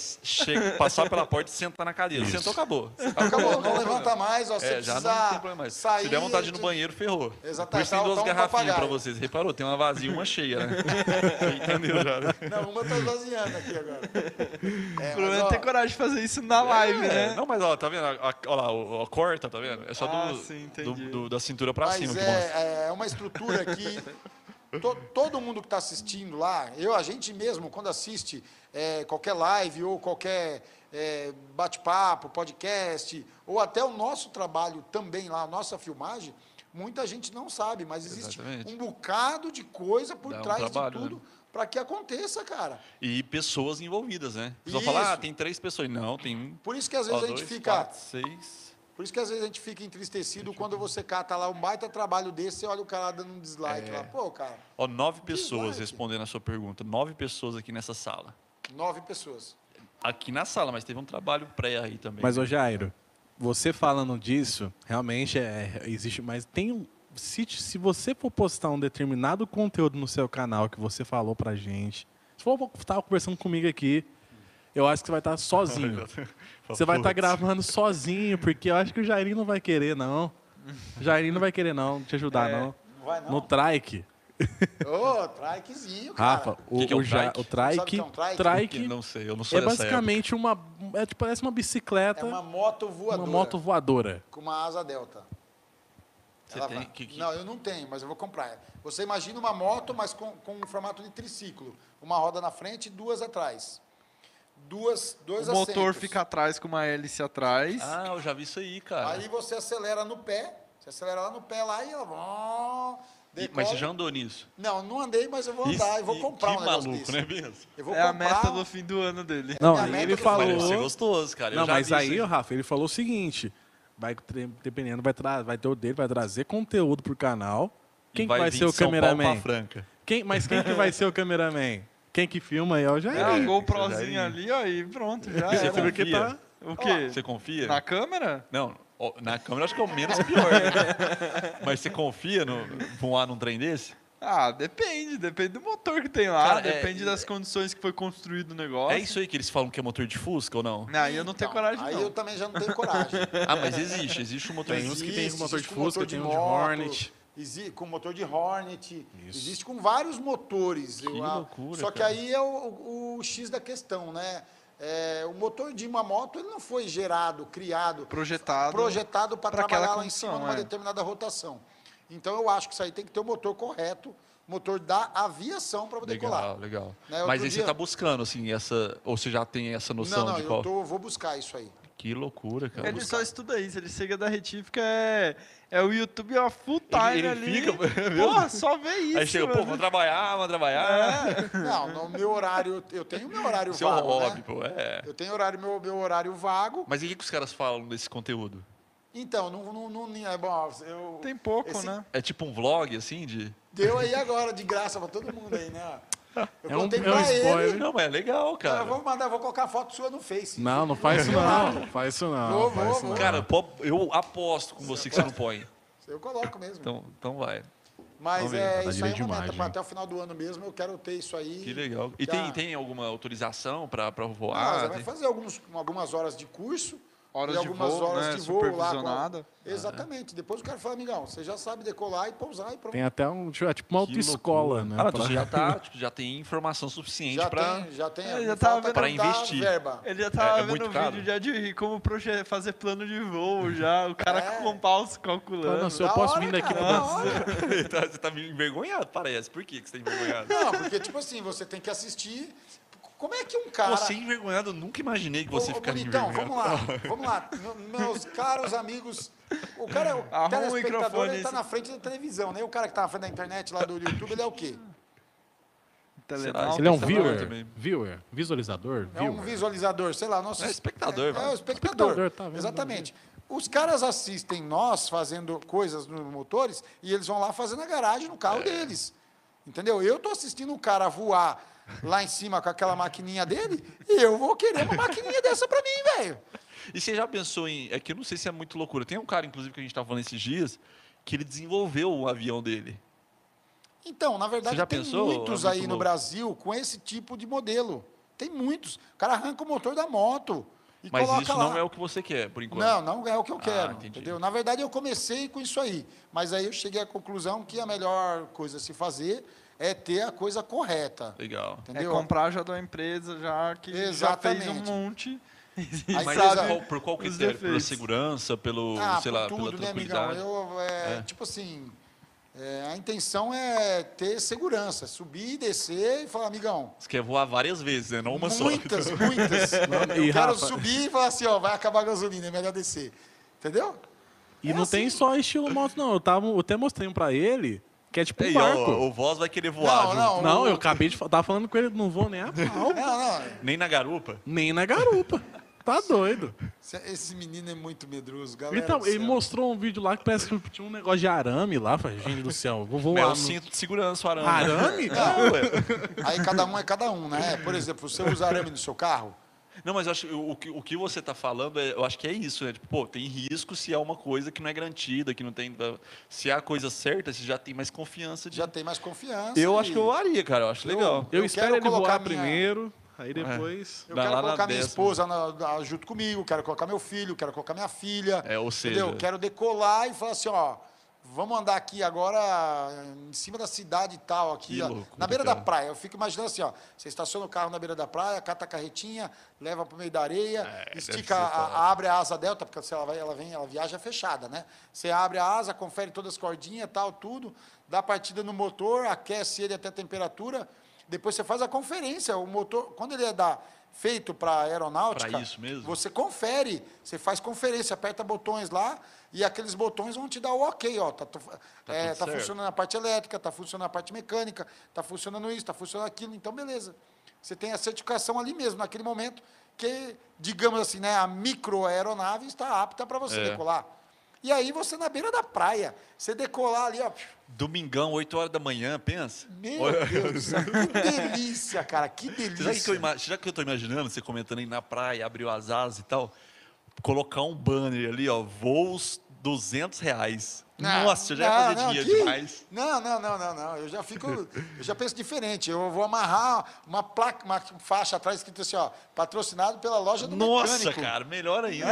passar pela porta e sentar na cadeira. Sentou, acabou. Acabou, não levanta mais, ó, você Já precisa não tem problema mais. sair... Se der vontade de ir no banheiro, ferrou. Exatamente, Por isso tem tá duas um garrafinhas papagaio. pra vocês. Reparou? Tem uma vazia e uma cheia, né? Entendeu já, né? Não, uma tá esvaziando aqui agora. O problema é ter coragem de fazer isso na live, né? Não, mas ó, tá vendo? Olha lá, o corta, tá vendo? É só sim, entendi. da cintura pra cima Mas que mostra. é uma estrutura que todo mundo que está assistindo lá, a gente mesmo, quando assiste qualquer live ou qualquer bate-papo, podcast, ou até o nosso trabalho também lá, a nossa filmagem, muita gente não sabe, mas existe Exatamente. um bocado de coisa por Dá um trás trabalho, de tudo né? para que aconteça, cara. E pessoas envolvidas, né? A pessoa Isso. fala, tem 3 pessoas. Não, tem Por isso que às vezes a gente 2, fica... 4, 6... Por isso que às vezes a gente fica entristecido quando você cata lá um baita trabalho desse, você olha o cara lá dando um dislike lá. Pô, cara, Ó, 9 pessoas Dislike. respondendo a sua pergunta. 9 pessoas aqui nessa sala. 9 pessoas. Aqui na sala, mas teve um trabalho pré aí também. Mas, ô Jairo, você falando disso, realmente existe, mas tem um. Se você for postar um determinado conteúdo no seu canal que você falou pra gente, se for estar conversando comigo aqui, eu acho que você vai estar sozinho. Você vai estar gravando sozinho, porque eu acho que o Jairinho não vai querer, não. Jairinho não vai querer não te ajudar, não. Não vai, não? No trike. Ô, trikezinho, cara. Rafa, o trike, trike não sei, eu não sou é basicamente uma... parece uma bicicleta. É uma moto voadora. Uma moto voadora. Com uma asa delta. Você tem? Não, eu não tenho, mas eu vou comprar. Você imagina uma moto, mas com um formato de triciclo. Uma roda na frente e 2 atrás. Dois assentos. O motor fica atrás com uma hélice atrás. Ah, eu já vi isso aí, cara. Aí você acelera no pé. Você acelera lá no pé lá e ela... Mas você já andou nisso? Não andei, mas eu vou andar. Eu vou comprar um negócio maluco, desse. né, mesmo? Eu vou É a comprar... meta do fim do ano dele. Não, minha aí meta ele do falou... Deve ser gostoso, cara. Não, mas aí, Rafa, ele falou o seguinte... Dependendo, vai ter o dele, vai trazer conteúdo pro canal. Quem que vai ser o cameraman? Mas quem que vai ser o cameraman? Quem que filma aí, ó, já é. Uma GoProzinha ali, ó, e pronto, já Você era. confia? O quê? Você confia? Na câmera? Não, na câmera acho que é o menos pior. Né? Mas você confia no voar num trem desse? Ah, depende do motor que tem lá, cara, depende das condições que foi construído o negócio. É isso aí que eles falam que é motor de Fusca ou não? Não, aí eu não tenho coragem, não. Aí eu também já não tenho coragem. Ah, mas existe um motor. Tem uns que tem com motor de Fusca, motor tem um moto, de Hornet. Com motor de Hornet. Isso. Existe com vários motores. Que loucura, só que cara. aí é o X da questão, né? O motor de uma moto ele não foi criado, projetado para trabalhar lá em cima numa determinada rotação. Então eu acho que isso aí tem que ter o motor correto, motor da aviação para poder colar. Legal. Né? Mas aí você está buscando, assim, ou você já tem essa noção não, de qual? Eu vou buscar isso aí. Que loucura, cara. Ele só estuda isso, ele chega da retífica, é o YouTube a full time ele ali. Fica, porra, só vê isso. Aí chega, pô, vamos trabalhar. Não, no meu horário, eu tenho meu horário Seu vago, hobby, né? pô, Eu tenho meu horário vago. Mas e o que os caras falam desse conteúdo? Então, é bom, tem pouco, né? É tipo um vlog, assim, de... Deu aí agora, de graça pra todo mundo aí, né? Eu contei um pra spoiler. ele. Não, mas é legal, cara. Eu vou colocar foto sua no Face. Não faz isso não. Não faz isso não. Vou. Cara, eu aposto com você que você não põe. Eu coloco mesmo. Então vai. Mas isso aí é uma meta. Imagem. Até o final do ano mesmo eu quero ter isso aí. Que legal. E tem alguma autorização para voar? Não, você vai fazer algumas horas de curso. Horas e algumas de voo, horas né? de voo lá. Supervisionada. Exatamente. Depois o cara fala, amigão, você já sabe decolar e pousar e pronto. Tem até tipo uma autoescola, né? Você já tem informação suficiente para investir. Verba. Ele já tava vendo o vídeo de como fazer plano de voo já, o cara com o mouse calculando. Não, se eu posso vir daqui pro Brasil. Você tá meio envergonhado, parece. Por que você tá envergonhado? Não, porque tipo assim, você tem que assistir. Como é que um cara... Você envergonhado, eu nunca imaginei que você ficaria envergonhado. Vamos lá. Meus caros amigos, o telespectador, ele tá na frente da televisão, né? O cara que tá na frente da internet lá do YouTube, ele é o quê? Ele é um viewer? Visualizador? É um visualizador, sei lá. É espectador. É o espectador, tá vendo? exatamente. Os caras assistem nós fazendo coisas nos motores e eles vão lá fazendo a garagem no carro deles. Entendeu? Eu tô assistindo um cara voar lá em cima com aquela maquininha dele, e eu vou querer uma maquininha dessa pra mim, velho. E você já pensou em... É que eu não sei se é muito loucura. Tem um cara, inclusive, que a gente estava falando esses dias, que ele desenvolveu o avião dele. Então, na verdade, tem muitos aí no Brasil com esse tipo de modelo. Tem muitos. O cara arranca o motor da moto e mas coloca isso lá. Não é o que você quer, por enquanto. Não é o que eu quero, entendeu? Na verdade, eu comecei com isso aí. Mas aí eu cheguei à conclusão que a melhor coisa a se fazer é ter a coisa correta. Legal. Entendeu? É comprar já da empresa, já já fez um monte. Mas por qual critério? Pela segurança, pelo, sei lá, tudo, pela né, amigão? Tipo assim, a intenção é ter segurança, subir, descer e falar, amigão... Você quer voar várias vezes, né? Não uma só. Muitas. Eu quero subir e falar assim, ó, vai acabar a gasolina, é melhor descer. Entendeu? E não tem só estilo moto, não. Eu até mostrei um pra ele... Que é tipo um barco. O Voz vai querer voar. Não, eu acabei de tava falando com ele, não vou nem a pau. Nem na garupa? Nem na garupa. Tá doido. Esse menino é muito medroso, galera. Então, ele mostrou um vídeo lá que parece que tinha um negócio de arame lá. Falei, gente do céu, vou voar. É o cinto de segurança, o arame. Arame? Aí cada um, né? Por exemplo, você usa arame no seu carro? Não, mas eu acho, o que você está falando, eu acho que é isso, né? Tipo, pô, tem risco se é uma coisa que não é garantida, que não tem... Se é a coisa certa, você já tem mais confiança. Já tem mais confiança. Eu acho que eu faria, cara, eu acho legal. Eu espero ele voar primeiro, Aí depois... Eu quero colocar minha esposa junto comigo, quero colocar meu filho, quero colocar minha filha. Ou seja... Entendeu? Quero decolar e falar assim, ó, vamos andar aqui agora em cima da cidade e tal, aqui, ó, loucura, na beira da praia. Eu fico imaginando assim, ó, você estaciona o carro na beira da praia, cata a carretinha, leva pro meio da areia, estica, abre a asa delta, porque se ela viaja fechada, né? Você abre a asa, confere todas as cordinhas, tal, tudo, dá partida no motor, aquece ele até a temperatura, depois você faz a conferência, o motor, quando ele feito para aeronáutica, pra isso mesmo? você confere, você faz conferência, aperta botões lá e aqueles botões vão te dar o ok, ó, tá funcionando a parte elétrica, tá funcionando a parte mecânica, tá funcionando isso, tá funcionando aquilo, então beleza. Você tem a certificação ali mesmo, naquele momento que, digamos assim, né, a microaeronave está apta para você decolar. E aí você na beira da praia, você decolar ali, ó. Domingão, 8 horas da manhã, pensa. Meu Deus do céu, que delícia, cara, que delícia. Já que eu estou imaginando, você comentando aí na praia, abriu as asas e tal, colocar um banner ali, ó, voos R$200. Nossa, eu já ia fazer dinheiro demais. Não. Eu já penso diferente. Eu vou amarrar uma placa, uma faixa atrás escrito assim, ó, patrocinado pela loja do mecânico. Nossa, cara, melhor ainda.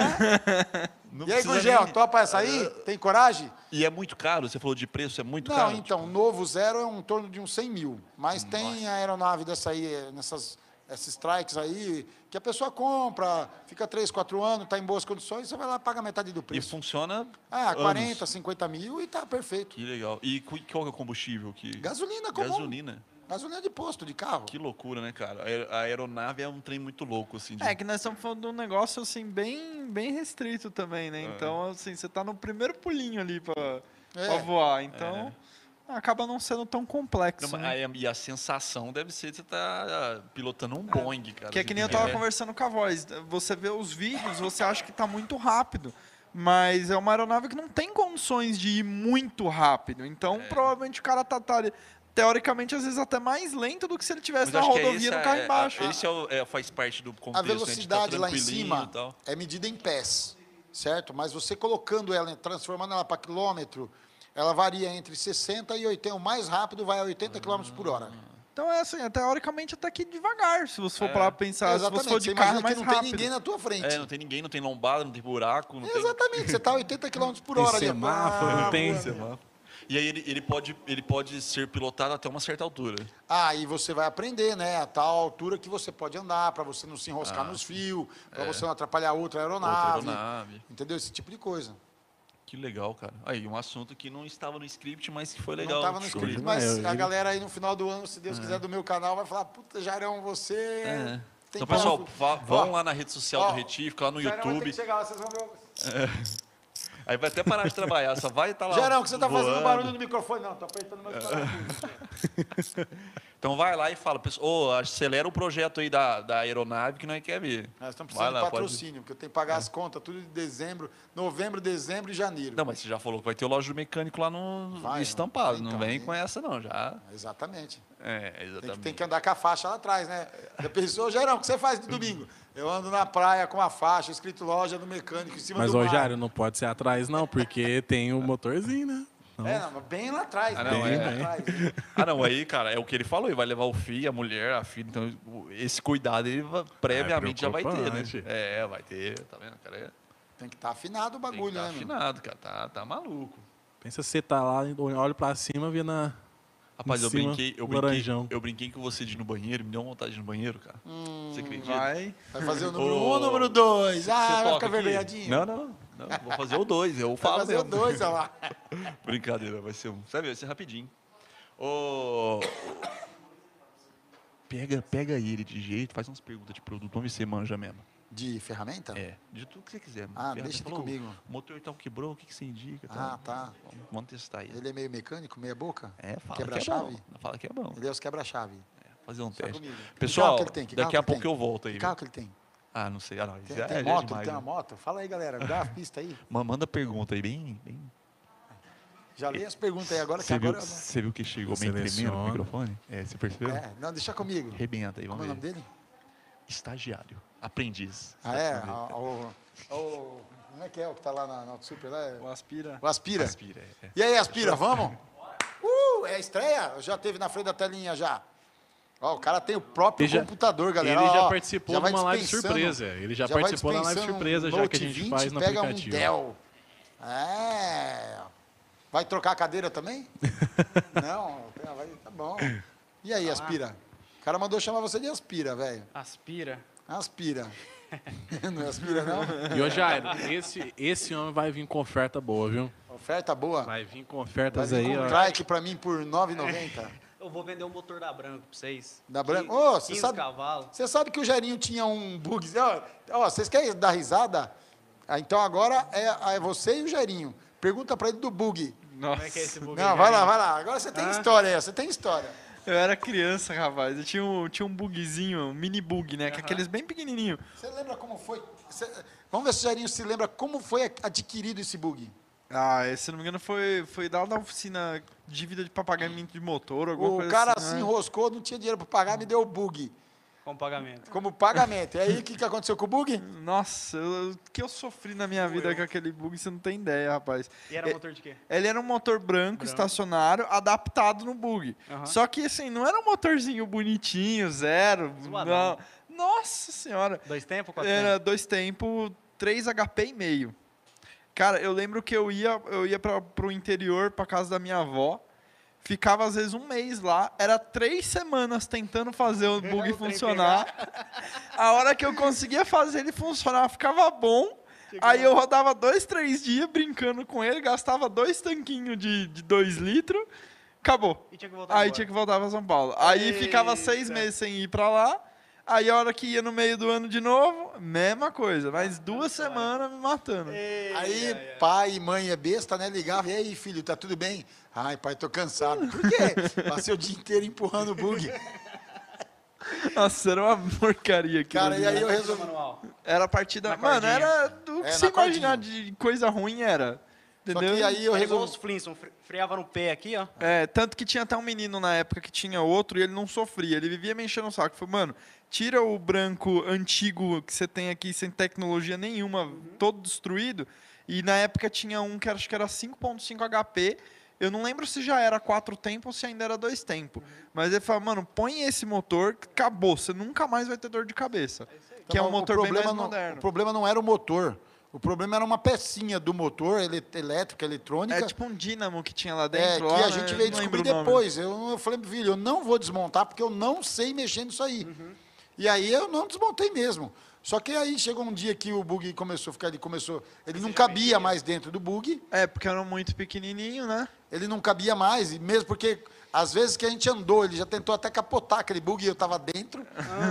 E aí, Gugel, topa essa aí? Tem coragem? E é muito caro? Você falou de preço, é muito caro? Não, então, novo zero é em torno de uns 100 mil. Mas tem a aeronave dessa aí, esses strikes aí, que a pessoa compra, fica 3, 4 anos, está em boas condições, você vai lá e paga metade do preço. E funciona 40, 50 mil e está perfeito. Que legal. E qual é o combustível? Gasolina comum. Gasolina de posto, de carro. Que loucura, né, cara? A aeronave é um trem muito louco, assim. É que nós estamos falando de um negócio, assim, bem restrito também, né? Então, assim, você está no primeiro pulinho ali para voar. Então... acaba não sendo tão complexo. Né? E a sensação deve ser que você tá pilotando um Boeing, cara. Que é que nem eu tava conversando com a voz. Você vê os vídeos, você acha que tá muito rápido. Mas é uma aeronave que não tem condições de ir muito rápido. Então, provavelmente o cara tá teoricamente, às vezes, até mais lento do que se ele estivesse na rodovia no carro embaixo. Esse faz parte do contexto. A velocidade tá lá em cima é medida em pés, certo? Mas você colocando ela, transformando ela para quilômetro, ela varia entre 60 e 80. O mais rápido vai a 80 km por hora. Então é assim, teoricamente até que devagar, se você for para pensar, se você for de carro mais não rápido. Tem ninguém na tua frente. Não tem ninguém, não tem lombada, não tem buraco. Exatamente, você está a 80 km por hora. Tem semáforo, não tem semáforo. E aí ele pode ser pilotado até uma certa altura. Aí você vai aprender, né? A tal altura que você pode andar, para você não se enroscar nos fios, para você não atrapalhar outra aeronave. Entendeu? Esse tipo de coisa. Que legal, cara. Aí, um assunto que não estava no script, mas que foi legal. Não estava no script, mas a galera aí no final do ano, se Deus quiser, do meu canal, vai falar, puta, Jairão, você... Então, pessoal, vão lá na rede social do Retífico, lá no YouTube. Tem que chegar lá, vocês vão ver... Aí vai até parar de trabalhar, só vai estar lá. Jairão, o que você está fazendo barulho no microfone? Não, estou apertando meu parafuso. Então vai lá e fala, pessoal, acelera o projeto aí da aeronave que nós quer ver. Nós estamos precisando de patrocínio, porque eu tenho que pagar as contas tudo de dezembro, novembro, dezembro e janeiro. Não, mas você já falou que vai ter o loja do mecânico lá no estampado. Então, não vem com essa, não, já. Exatamente. Exatamente. Tem que andar com a faixa lá atrás, né? Já pensou, Jairão, o que você faz no domingo? Eu ando na praia com a faixa, escrito loja do mecânico em cima do mar. Mas, Jairo, não pode ser atrás, não, porque tem o motorzinho, né? Não, bem lá atrás. Não, aí, cara, é o que ele falou, ele vai levar o filho, a mulher, a filha, então esse cuidado ele previamente já vai ter, né? Vai ter, tá vendo, cara? Tem que estar afinado o bagulho, né? Afinado, cara, tá maluco. Pensa você tá lá, olha pra cima, vê na... Rapaz, eu brinquei com você de ir no banheiro, me deu uma vontade de ir no banheiro, cara. Você acredita? Vai fazer o número 1 ou o número 2? Vai ficar vergonhadinho. Não, vou fazer o 2, eu falo mesmo. Vai fazer o 2, olha lá. Brincadeira, vai ser um. Sabe, vai ser rapidinho. Pega ele de jeito, faz umas perguntas de produto, vamos ver se você manja mesmo. De ferramenta? De tudo que você quiser. Deixa comigo. O motor então quebrou, o que você indica? Tá. Vamos testar isso. Ele é meio mecânico, meia boca? Fala quebra-chave? Fala que é bom. Ele é os quebra-chave. Fazer um teste. Comigo. Pessoal, daqui a pouco eu volto aí. Que carro que ele tem? Não sei. Tem moto? Ele tem uma moto? Fala aí, galera. Dá a pista aí. Manda pergunta aí, bem... Já li as perguntas aí agora. Você viu que chegou bem tremendo no microfone? Você percebeu? Não, deixa comigo. Arrebenta aí, vamos ver. Como é o nome dele? Estagiário. Aprendiz. Como é que é o que está lá na Auto Super? O Aspira. O Aspira. E aí, Aspira, vamos? É a estreia? Já teve na frente da telinha já? Ó, o cara tem o próprio computador, galera. Ele já ó, participou de uma live surpresa. Ele já participou da live surpresa, já que a gente faz no aplicativo. Pega um Dell. Vai trocar a cadeira também? Não, tá bom. E aí, Aspira? O cara mandou chamar você de Aspira, velho. Aspira? Aspira. Não é Aspira, não? E, ô Jairo, esse homem vai vir com oferta boa, viu? Oferta boa? Vai vir com ofertas vai vir aí, com ó. Um trike pra mim por R$ 9,90. Eu vou vender um motor da Branco pra vocês. Da Branco? Ô, 15 cavalos. Você sabe que o Jairinho tinha um bug. Ó, vocês querem dar risada? Então agora é você e o Jairinho. Pergunta pra ele do bug. Nossa. Como é que é esse bug? Não, vai lá. Agora você tem história, você tem história. Eu era criança, rapaz. Eu tinha um bugzinho, um mini bug, né? Que aqueles bem pequenininho. Você lembra como foi? Vamos ver se o Jairinho se lembra como foi adquirido esse bug. Se não me engano, foi lá na oficina dívida de pagamento de motor, alguma coisa assim. O cara se enroscou, não tinha dinheiro para pagar, me deu o bug. Como pagamento. Como pagamento. E aí, o que aconteceu com o bug? Nossa, o que eu sofri na minha vida com aquele bug, você não tem ideia, rapaz. E era motor de quê? Ele era um motor branco, estacionário, adaptado no bug. Só que, assim, não era um motorzinho bonitinho, zero. Não. Nossa senhora. 2 tempos? 4 tempos? Era 2 tempos, 3 HP e meio. Cara, eu lembro que eu ia pro interior, pra casa da minha avó, ficava às vezes 1 mês lá, era 3 semanas tentando fazer o bug funcionar. A hora que eu conseguia fazer ele funcionar, ficava bom. Aí eu rodava 2, 3 dias brincando com ele, gastava 2 tanquinhos de 2 litros, acabou. E tinha que voltar tinha que voltar pra São Paulo. Aí ficava 6 meses sem ir pra lá. Aí a hora que ia no meio do ano de novo, mesma coisa. Mais 2 semanas me matando. Aí pai e mãe é besta, né? Ligava, e aí filho, tá tudo bem? Ai pai, tô cansado. Por quê? Passei o dia inteiro empurrando o bug. Nossa, era uma porcaria aqui. Cara, e aí eu resolvi... Era a partida... Mano, era do que você imaginar de coisa ruim, era. Entendeu? Só que aí eu resolvi... os Flintstones, freava no pé aqui, ó. Tanto que tinha até um menino na época que tinha outro e ele não sofria. Ele vivia me enchendo o saco. Falei, mano, tira o branco antigo que você tem aqui sem tecnologia nenhuma, todo destruído. E na época tinha um que acho que era 5.5 HP. Eu não lembro se já era 4 tempos ou se ainda era 2 tempos. Mas ele falou, mano, põe esse motor, acabou. Você nunca mais vai ter dor de cabeça. Que é um motor bem mais moderno. O problema não era o motor. O problema era uma pecinha do motor, elétrica, eletrônica. É tipo um dínamo que tinha lá dentro. Que a gente veio descobrir depois. Eu falei, filho, eu não vou desmontar porque eu não sei mexer nisso aí. E aí eu não desmontei mesmo. Só que aí chegou um dia que o bug começou a ficar, ele não cabia mais dentro do bug. Porque era muito pequenininho, né? Ele não cabia mais, mesmo porque às vezes que a gente andou, ele já tentou até capotar aquele bug e eu estava dentro.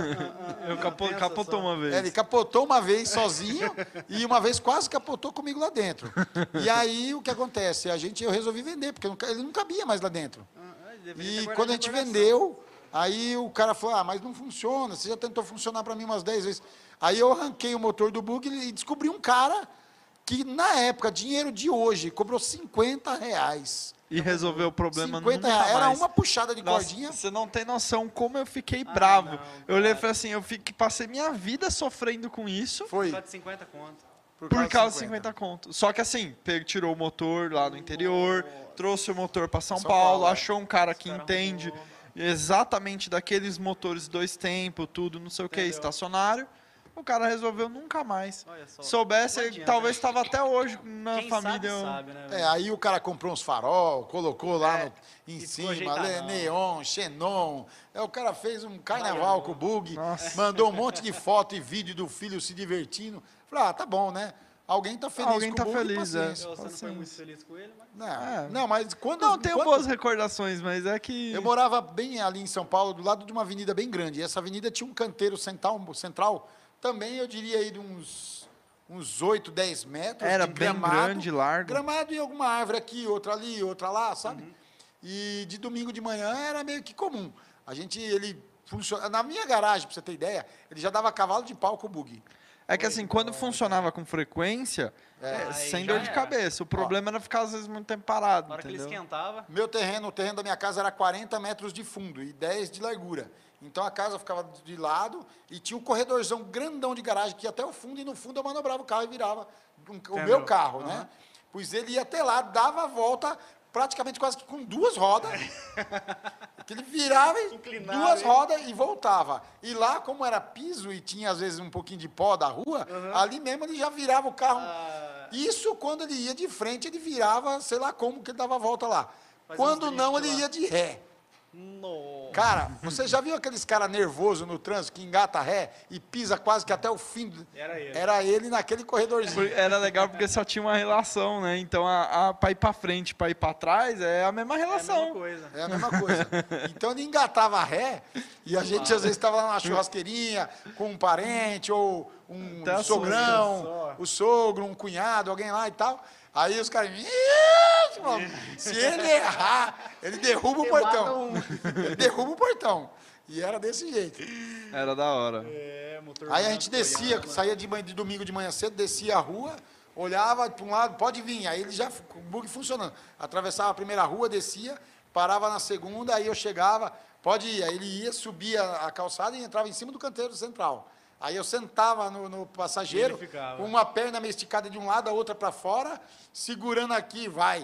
Capotou uma vez. Ele capotou uma vez sozinho e uma vez quase capotou comigo lá dentro. E aí o que acontece? Eu resolvi vender, porque ele não cabia mais lá dentro. E quando a gente vendeu, aí o cara falou, mas não funciona, você já tentou funcionar para mim umas 10 vezes. Aí eu arranquei o motor do bug e descobri um cara que na época, dinheiro de hoje, cobrou R$50. E resolveu o problema R$50. Era uma puxada de cordinha. Você não tem noção como eu fiquei bravo. Eu olhei e falei assim, passei minha vida sofrendo com isso. Foi. Por causa de 50 conto. Por causa de 50 conto. Só que assim, tirou o motor lá no interior, trouxe o motor para São Paulo, achou um cara que entende exatamente daqueles motores 2 tempos, tudo, não sei o que, estacionário. O cara resolveu nunca mais. Soubesse, ele talvez estava até hoje na Quem família. sabe, né, aí o cara comprou uns farol, colocou lá em cima, neon, xenon. O cara fez um carnaval com o bug, mandou um monte de foto e vídeo do filho se divertindo. Falei, tá bom, né? Alguém tá feliz Alguém com o bug, feliz, Você não foi muito feliz com ele, mas... Não, mas quando... Não, tenho boas recordações, mas é que... Eu morava bem ali em São Paulo, do lado de uma avenida bem grande. E essa avenida tinha um canteiro central também, eu diria aí de uns 8, 10 metros. Era de bem grande, largo. Gramado e alguma árvore aqui, outra ali, outra lá, sabe? E de domingo de manhã era meio que comum. Ele funciona. Na minha garagem, para você ter ideia, ele já dava cavalo de pau com o bug. É que assim, quando funcionava com frequência, sem dor de cabeça. O problema era ficar às vezes muito tempo parado. Na hora que ele esquentava... O terreno da minha casa era 40 metros de fundo e 10 de largura. Então a casa ficava de lado e tinha um corredorzão grandão de garagem que ia até o fundo e no fundo eu manobrava o carro e virava o meu carro, né? Pois ele ia até lá, dava a volta, praticamente quase que com 2 rodas. Que ele virava Inclinava, 2 rodas e voltava. E lá, como era piso e tinha às vezes um pouquinho de pó da rua, ali mesmo ele já virava o carro. Isso quando ele ia de frente, ele virava, sei lá como que ele dava a volta lá. Quando não, ele ia de ré. Nossa. Cara, você já viu aqueles caras nervosos no trânsito que engata ré e pisa quase que até o fim? Era ele naquele corredorzinho. Era legal porque só tinha uma relação, né? Então, para ir para frente, para ir para trás, é a mesma relação. É a mesma coisa. Então ele engatava ré e a gente às vezes estava lá na churrasqueirinha com um parente ou um sogrão, o sogro, um cunhado, alguém lá e tal. Aí os caras... Se ele errar, ele derruba o portão. Ele derruba o portão. E era desse jeito. Era da hora. Aí a gente descia, saía de domingo de manhã cedo, descia a rua, olhava para um lado, pode vir. Aí ele já, o bug funcionando. Atravessava a primeira rua, descia, parava na segunda, aí eu chegava, pode ir. Aí ele ia, subia a calçada e entrava em cima do canteiro central. Aí eu sentava no passageiro, com uma perna meio esticada de um lado, a outra para fora, segurando aqui, vai.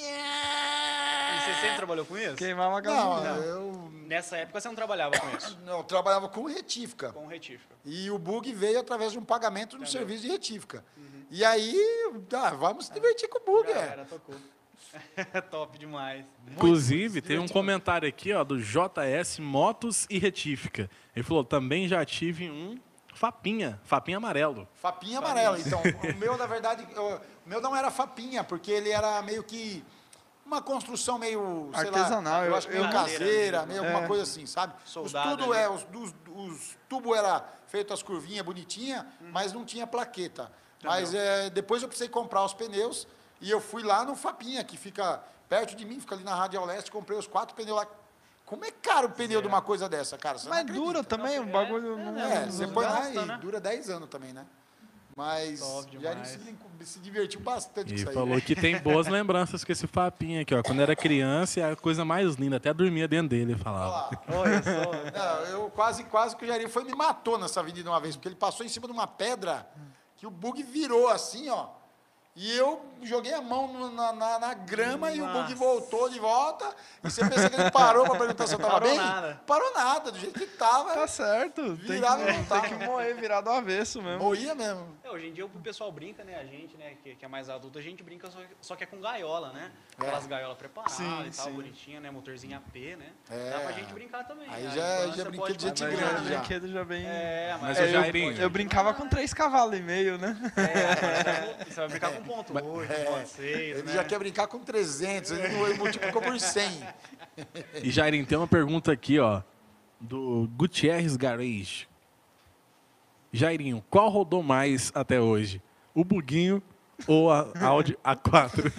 E você sempre trabalhou com isso? Queimava a gasolina. Nessa época você não trabalhava com isso? Não, eu trabalhava com retífica. Com retífica. E o bug veio através de um pagamento no serviço de retífica. E aí, vamos se divertir com o bug. Era, tocou. Top demais. Inclusive, tem um comentário aqui ó, do JS Motos e Retífica. Ele falou, também já tive um Fapinha amarelo. Fapinha amarelo. Então, o meu, na verdade, o meu não era Fapinha, porque ele era meio que uma construção meio, sei artesanal, lá, eu acho meio caseira, meio alguma coisa assim, sabe? Soldado, os tubos eram feitos as curvinhas bonitinhas, mas não tinha plaqueta. Mas depois eu precisei comprar os pneus e eu fui lá no Fapinha, que fica perto de mim, fica ali na Radial Leste, comprei os 4 pneus lá. Como é caro o pneu de uma coisa dessa, cara? Você mas dura também, o bagulho não você põe lá e dura 10 anos também, né? Mas já se divertiu bastante com isso aí. E falou que tem boas lembranças com esse Fapinha aqui, ó. Quando era criança, é a coisa mais linda. Até dormia dentro dele, ele falava. Olha só. Não, eu quase que o Jair foi me matou nessa avenida uma vez, porque ele passou em cima de uma pedra que o bug virou assim, ó. E eu joguei a mão na grama e o bug voltou de volta. E você pensa que ele parou para perguntar se eu estava bem? Parou nada, do jeito que estava. Tá certo. Tem que morrer virado do avesso mesmo. Morria mesmo. Hoje em dia o pessoal brinca, né? A gente, né, que é mais adulto, a gente brinca só que é com gaiola, né? Aquelas gaiolas preparadas e tal, bonitinha, né? Motorzinho AP, né? Dá pra gente brincar também. Aí já brinquei de gente grande já. Brinquedo já bem... Mas o Jairinho... Eu brincava com 3,5 cavalos, né? Você vai brincar com 1.8, 1.6, ele né? já quer brincar com 300, ele multiplicou por 100. E Jairinho, tem uma pergunta aqui, ó, do Gutierrez Garage. Jairinho, qual rodou mais até hoje? O buguinho ou a Audi A4?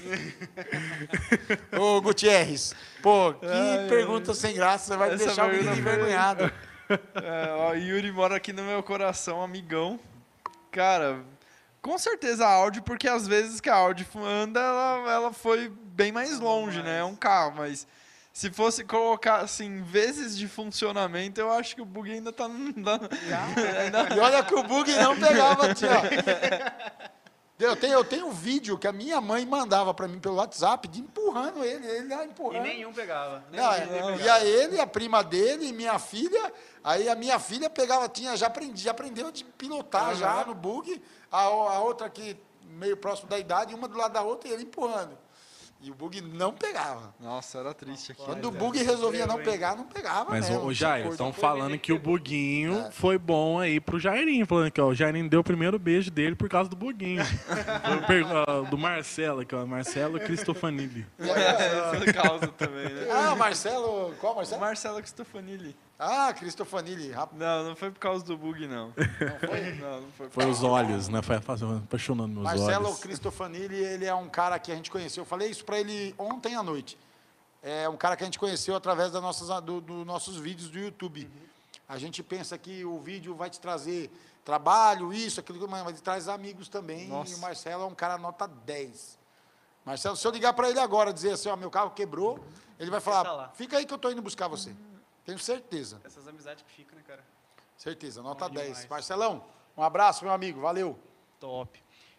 Ô, Gutierrez, pô, que pergunta sem graça, você vai me deixar o menino envergonhado. Yuri mora aqui no meu coração, amigão. Cara... Com certeza a Audi, porque às vezes que a Audi anda, ela foi bem mais longe, né? É um carro, mas se fosse colocar, assim, vezes de funcionamento, eu acho que o bug ainda tá... E olha que o bug não pegava, aqui, ó. Eu tenho um vídeo que a minha mãe mandava para mim pelo WhatsApp, de empurrando ele lá empurrando. E nenhum pegava. E a ele, a prima dele, e minha filha, aí a minha filha pegava, já aprendeu de pilotar já no bug, a outra aqui meio próximo da idade, uma do lado da outra e ele empurrando. E o bug não pegava. Nossa, era triste aqui. Quando o bug resolvia não pegava. Mas, mesmo. ô Jair, estão falando que o buguinho foi bom aí pro Jairinho. Falando que ó, o Jairinho deu o primeiro beijo dele por causa do buguinho. Do Marcelo, aqui, ó. Marcelo Cristofanilli. Essa causa também, né? Ah, Marcelo. Qual Marcelo? Marcelo Cristofanilli. Ah, Cristofanilli. Não foi por causa do bug, não. Não foi? Não foi. Foi os olhos, né? Foi apaixonando meus olhos. Marcelo Cristofanilli, ele é um cara que a gente conheceu. Eu falei isso para ele ontem à noite. É um cara que a gente conheceu através dos nossos vídeos do YouTube. A gente pensa que o vídeo vai te trazer trabalho, isso, aquilo, mas ele traz amigos também. Nossa. E o Marcelo é um cara nota 10. Marcelo, se eu ligar para ele agora, dizer assim, ó, meu carro quebrou, ele vai falar, fica aí que eu estou indo buscar você. Tenho certeza. Essas amizades que ficam, né, cara? Certeza, nota 10. Marcelão, um abraço, meu amigo, valeu. Top.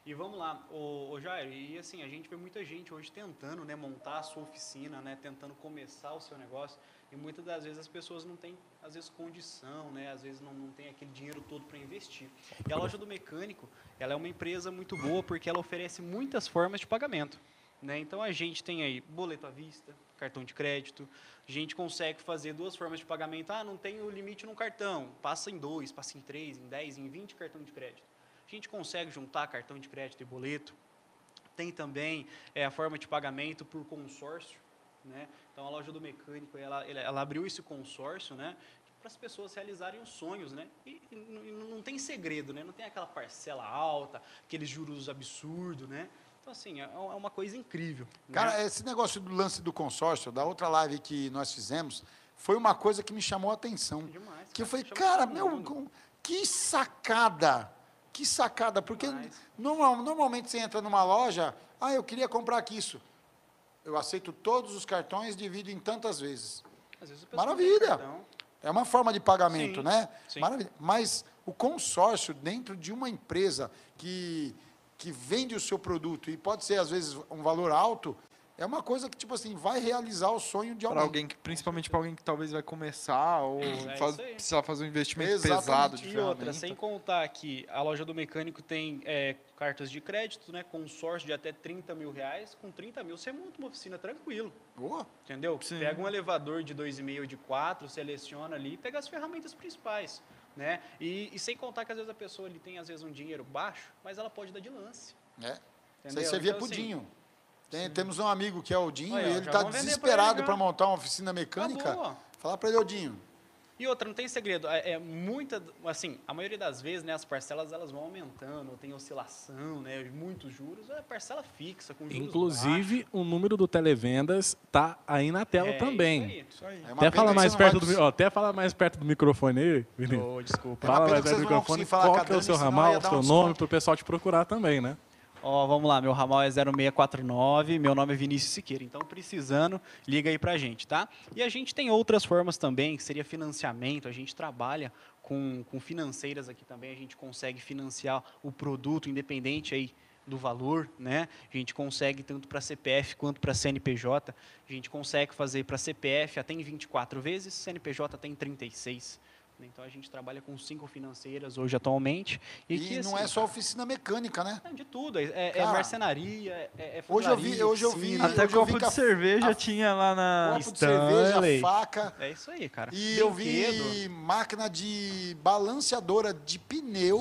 E vamos lá, ô Jair, e assim, a gente vê muita gente hoje tentando, né, montar a sua oficina, né, tentando começar o seu negócio, e muitas das vezes as pessoas não têm, às vezes, condição, né, às vezes não tem aquele dinheiro todo para investir. E a Loja do Mecânico, ela é uma empresa muito boa porque ela oferece muitas formas de pagamento. Né? Então, a gente tem aí boleto à vista, cartão de crédito, a gente consegue fazer 2 formas de pagamento. Ah, não tem o limite no cartão, passa em 2, passa em 3, em 10, em 20 cartão de crédito. A gente consegue juntar cartão de crédito e boleto. Tem também a forma de pagamento por consórcio. Né? Então, a Loja do Mecânico, ela abriu esse consórcio, né, para as pessoas realizarem os sonhos. Né? E não tem segredo, né? Não tem aquela parcela alta, aqueles juros absurdos. Né? Então, assim, é uma coisa incrível. Cara, né? esse negócio do lance do consórcio, da outra live que nós fizemos, foi uma coisa que me chamou a atenção. Demais, que eu falei, cara, que sacada! Que sacada, porque normalmente você entra numa loja, eu queria comprar aqui isso. Eu aceito todos os cartões, divido em tantas vezes. Às vezes a pessoa Maravilha! É uma forma de pagamento, sim, né? Sim. Maravilha. Mas o consórcio dentro de uma empresa que vende o seu produto e pode ser, às vezes, um valor alto, é uma coisa que, tipo assim, vai realizar o sonho de alguém. Principalmente para alguém que talvez vai começar ou precisar fazer um investimento Exatamente. pesado de E ferramenta. outra, sem contar que a Loja do Mecânico tem cartas de crédito, né, consórcio de até 30 mil reais. Com 30 mil você monta uma oficina tranquilo. Boa. Entendeu? Sim. Pega um elevador de 2,5 ou de 4, seleciona ali e pega as ferramentas principais. Né? E sem contar que às vezes a pessoa ali tem às vezes um dinheiro baixo, mas ela pode dar de lance. Isso aí servia pro Dinho. Temos um amigo que é o Dinho, Olha, e ele está desesperado para montar uma oficina mecânica. Fala para ele, ô Dinho. E outra, não tem segredo, assim, a maioria das vezes, né, as parcelas elas vão aumentando, tem oscilação, né, muitos juros, é parcela fixa, com juros Inclusive, baixos. o número do Televendas está aí na tela também. Isso aí. Até fala mais perto do microfone aí, Vinícius. Desculpa. Fala mais perto do microfone, qual que é o seu ramal, o seu nome, para o pessoal te procurar também, né? Vamos lá, meu ramal é 0649, meu nome é Vinícius Siqueira, então precisando, liga aí pra gente, tá? E a gente tem outras formas também, que seria financiamento, a gente trabalha com financeiras aqui também, a gente consegue financiar o produto independente aí do valor, né? A gente consegue tanto para CPF quanto para CNPJ, a gente consegue fazer para CPF até em 24 vezes, CNPJ até em 36. Então, a gente trabalha com 5 financeiras hoje atualmente. E que, não é só oficina mecânica, né? De tudo. É marcenaria, hoje eu vi até copo de cerveja tinha lá na... Copo de cerveja, faca. É isso aí, cara. E eu vi máquina de balanceadora de pneu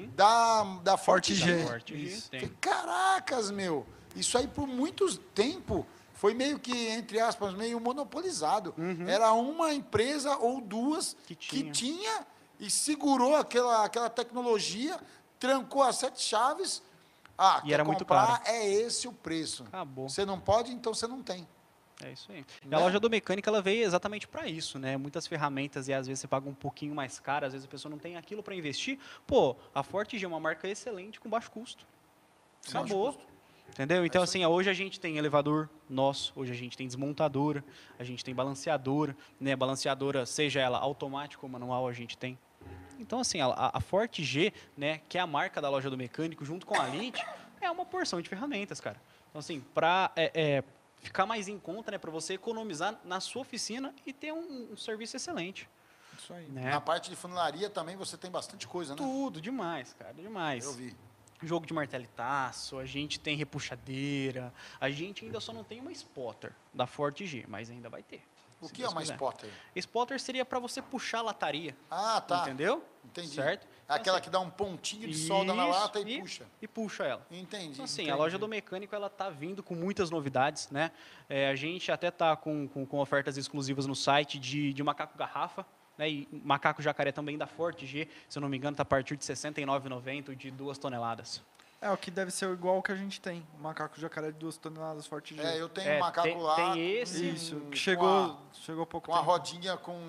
da Forte G. Caracas, meu! Isso aí por muito tempo... Foi meio que, entre aspas, meio monopolizado. Era uma empresa ou duas que tinha e segurou aquela tecnologia, trancou as 7 chaves. E era muito caro. É esse o preço. Acabou. Você não pode, então você não tem. É isso aí. E a Loja do Mecânico, ela veio exatamente para isso, né? Muitas ferramentas e às vezes você paga um pouquinho mais caro, às vezes a pessoa não tem aquilo para investir. Pô, a Forte G é uma marca excelente com baixo custo. Acabou. Entendeu? Então, assim, hoje a gente tem elevador nosso, hoje a gente tem desmontadora, a gente tem balanceadora, né? Balanceadora, seja ela automática ou manual, a gente tem. Então, assim, a Forte G, né, que é a marca da Loja do Mecânico, junto com a Lint, é uma porção de ferramentas, cara. Então, assim, para ficar mais em conta, né, para você economizar na sua oficina e ter um serviço excelente. Isso aí. Né? Na parte de funilaria também você tem bastante coisa, né? Tudo, demais, cara, demais. Eu vi. Jogo de martelo e taço, a gente tem repuxadeira, a gente ainda só não tem uma spotter da Forte G, mas ainda vai ter. O que é uma spotter? Spotter seria para você puxar a lataria. Ah, tá. Entendeu? Entendi. Certo? Aquela que dá um pontinho de solda na lata e puxa. E puxa ela. Entendi. Então, assim, a Loja do Mecânico, ela tá vindo com muitas novidades, né? A gente até tá com ofertas exclusivas no site de macaco garrafa, né? E macaco jacaré também da Forte G, se eu não me engano, está a partir de R$ 69,90 de 2 toneladas. O que deve ser igual ao que a gente tem. Macaco jacaré de 2 toneladas Forte G. Eu tenho um macaco lá. Tem esse. Isso, que chegou pouco tempo. Com a rodinha com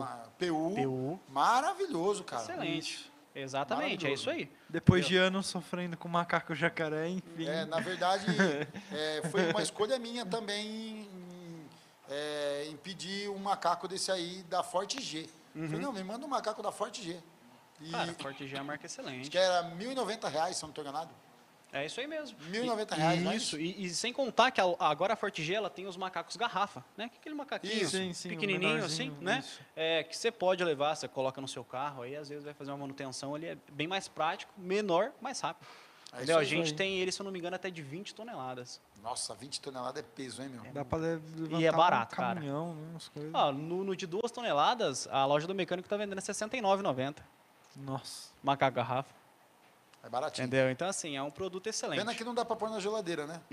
PU. Maravilhoso, cara. Excelente. Exatamente, é isso aí. Depois de anos sofrendo com macaco jacaré, enfim. Na verdade, foi uma escolha minha também em pedir um macaco desse aí da Forte G. Falei, não, me manda um macaco da Forte G. Cara, a Forte G é uma marca excelente. Acho que era R$ 1.090, se eu não estou enganado. É isso aí mesmo. R$1.090. Isso, e sem contar que agora a Forte G ela tem os macacos garrafa, né? Aquele macaquinho pequenininho assim, né? Que você pode levar, você coloca no seu carro, aí às vezes vai fazer uma manutenção, ele é bem mais prático, menor, mais rápido. Entendeu? A gente tem ele, se eu não me engano, até de 20 toneladas. Nossa, 20 toneladas é peso, hein, meu? Dá pra levantar e é barato, caminhão, cara. Né, umas coisas. No de 2 toneladas, a loja do mecânico tá vendendo R$ 69,90. Nossa. Macaco garrafa. É baratinho. Entendeu? Então, assim, é um produto excelente. Pena que não dá pra pôr na geladeira, né?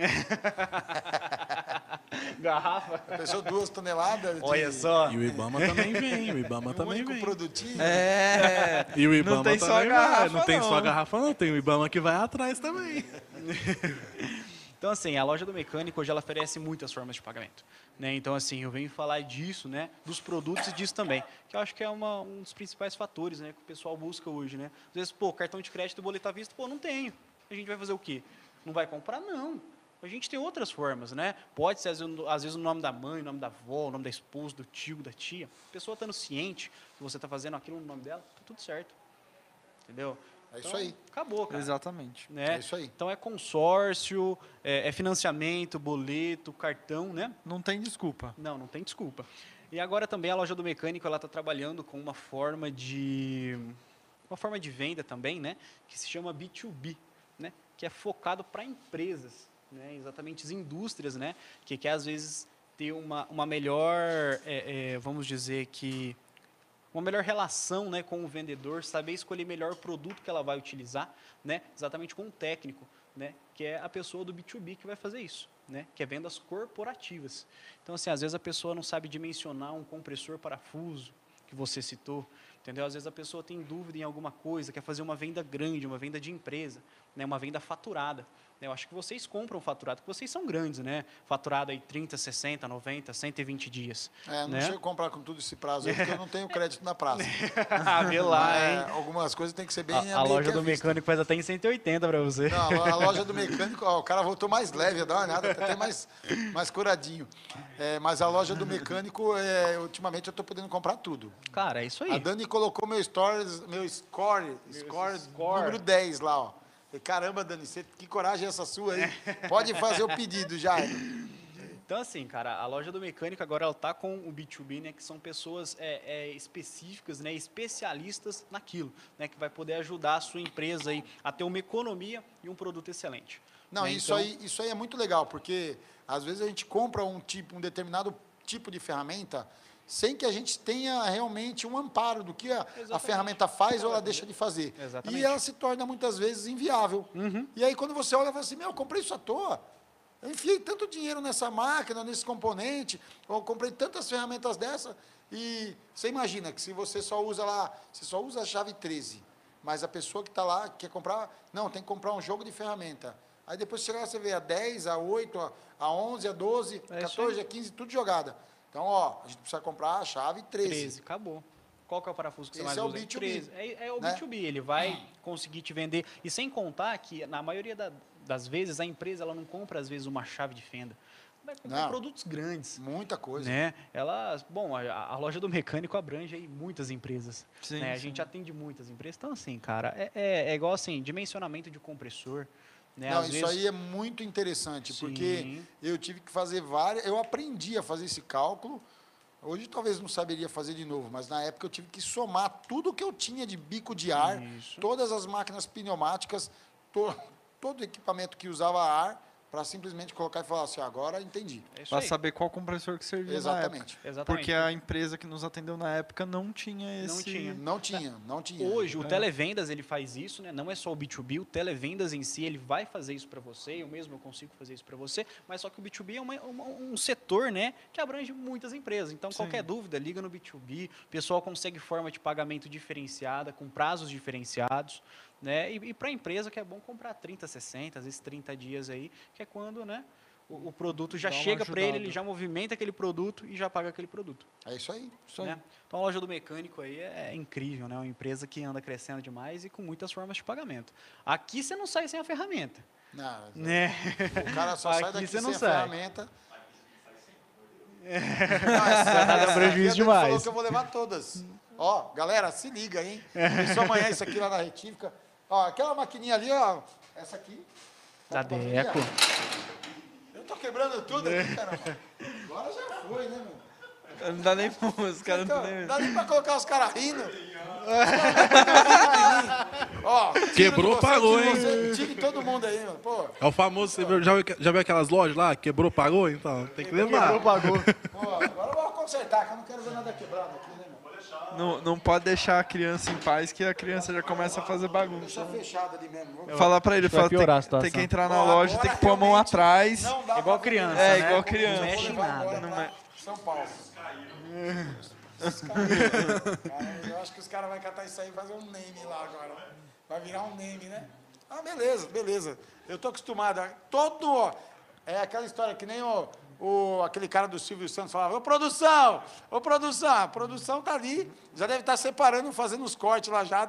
Garrafa. Pensou 2 toneladas. Olha só. E o Ibama também vem. O Ibama também vem. Produtinho. E o Ibama não tem também só a garrafa, não tem só a garrafa, não. Tem o Ibama que vai atrás também. Então, assim, a loja do mecânico hoje ela oferece muitas formas de pagamento. Né? Então, assim, eu venho falar disso, né? Dos produtos e disso também. Que eu acho que é um dos principais fatores, né? Que o pessoal busca hoje, né? Às vezes, cartão de crédito e boleto à vista, não tenho. A gente vai fazer o quê? Não vai comprar? Não. A gente tem outras formas, né? Pode ser, às vezes, o nome da mãe, o nome da avó, o nome da esposa, do tio, da tia. A pessoa estando ciente que você está fazendo aquilo no nome dela, tá tudo certo. Entendeu? É isso aí. Acabou, cara. Exatamente. Né? É isso aí. Então, é consórcio, é financiamento, boleto, cartão, né? Não tem desculpa. Não tem desculpa. E agora também a loja do mecânico, ela está trabalhando com uma forma de venda também, né? Que se chama B2B, né? Que é focado para empresas, né? Exatamente as indústrias, né? Que quer, às vezes, ter uma melhor, vamos dizer que... uma melhor relação, né, com o vendedor, saber escolher melhor o produto que ela vai utilizar, né, exatamente com o técnico, né, que é a pessoa do B2B que vai fazer isso, né, que é vendas corporativas. Então, assim, às vezes a pessoa não sabe dimensionar um compressor parafuso que você citou, entendeu? Às vezes a pessoa tem dúvida em alguma coisa, quer fazer uma venda grande, uma venda de empresa, né, uma venda faturada. Eu acho que vocês compram faturado, porque vocês são grandes, né? Faturado aí 30, 60, 90, 120 dias. Não né? chego a comprar com tudo esse prazo aí, porque eu não tenho crédito na praça. Vê lá, hein? Algumas coisas tem que ser bem... A loja do mecânico faz até em 180 para você. Não, a loja do mecânico, o cara voltou mais leve, dá uma olhada, até mais curadinho. Mas a loja do mecânico, ultimamente eu estou podendo comprar tudo. Cara, é isso aí. A Dani colocou meu score número 10 lá, ó. E, caramba, Dani, que coragem é essa sua aí? Pode fazer o pedido já. Então, assim, cara, a loja do mecânico agora ela tá com o B2B, né, que são pessoas específicas, né, especialistas naquilo, né, que vai poder ajudar a sua empresa aí a ter uma economia e um produto excelente. Não, né? isso aí é muito legal, porque às vezes a gente compra um determinado tipo de ferramenta sem que a gente tenha realmente um amparo do que a ferramenta faz ou ela deixa de fazer. Exatamente. E ela se torna muitas vezes inviável. E aí quando você olha e fala assim, eu comprei isso à toa, eu enfiei tanto dinheiro nessa máquina, nesse componente, eu comprei tantas ferramentas dessa, e você imagina que se você só usa a chave 13, mas a pessoa que está lá quer comprar, não, tem que comprar um jogo de ferramenta. Aí depois chega lá, você vê a 10, a 8, a 11, a 12, a 14, a 15, tudo jogada. Então, a gente precisa comprar a chave 13. Acabou. Qual que é o parafuso que você mais usa? Esse é o B2B. É o B2B, ele vai conseguir te vender. E sem contar que, na maioria das vezes, a empresa ela não compra, às vezes, uma chave de fenda. Vai comprar produtos grandes. Muita coisa. Né? A loja do mecânico abrange aí muitas empresas. Sim, né? A gente atende muitas empresas. Então, assim, cara, é igual assim, dimensionamento de compressor. Né? Não, isso aí é muito interessante, porque eu tive que fazer eu aprendi a fazer esse cálculo. Hoje talvez não saberia fazer de novo, mas na época eu tive que somar tudo que eu tinha de bico de ar, todas as máquinas pneumáticas, todo o equipamento que usava ar, para simplesmente colocar e falar assim, agora entendi. Para saber qual compressor que servia na época. Exatamente. Porque a empresa que nos atendeu na época não tinha esse... Não tinha. Hoje, o televendas, ele faz isso, né? Não é só o B2B, o televendas em si, ele vai fazer isso para você, eu mesmo consigo fazer isso para você, mas só que o B2B é um setor, né, que abrange muitas empresas. Então, qualquer dúvida, liga no B2B, o pessoal consegue forma de pagamento diferenciada, com prazos diferenciados, né? E para a empresa que é bom comprar 30, 60, às vezes 30 dias aí, que é quando, né, o produto já chega para ele já movimenta aquele produto e já paga aquele produto. É isso aí. Né? Então a loja do mecânico aí é incrível, né? Uma empresa que anda crescendo demais e com muitas formas de pagamento. Aqui você não sai sem a ferramenta. Não, né? O cara só sai daqui sem a ferramenta. Vai dar prejuízo demais. Falou que eu vou levar todas. Ó, galera, se liga, hein? Isso amanhã, isso aqui lá na retífica. Ó, aquela maquininha ali, ó, essa aqui, Da Deco. Eu tô quebrando tudo aqui, caramba. Agora já foi, né, meu? Não dá nem os caras não Não dá nem pra colocar os caras rindo. Ó, quebrou, pagou, hein? Tire todo mundo aí, mano. Pô. É o famoso, você já viu aquelas lojas lá? Quebrou, pagou? Então, tem que levar. Quebrou, pagou. Pô, agora vamos consertar, que eu não quero ver nada quebrado aqui, né, meu? Não pode deixar a criança em paz, que a criança já começa a fazer bagunça. Deixa fechado ali mesmo. Fala pra ele, fala, tem que entrar na loja, tem que pôr a mão atrás. É igual criança, É, né? igual criança. Não mexe em nada. São Paulo. Eu acho que os caras vão catar isso aí e fazer um name lá agora. Vai virar um name, né? Ah, beleza. Eu tô acostumado. É aquela história que nem aquele cara do Silvio Santos falava, ô produção! A produção tá ali, já deve estar separando, fazendo os cortes lá já.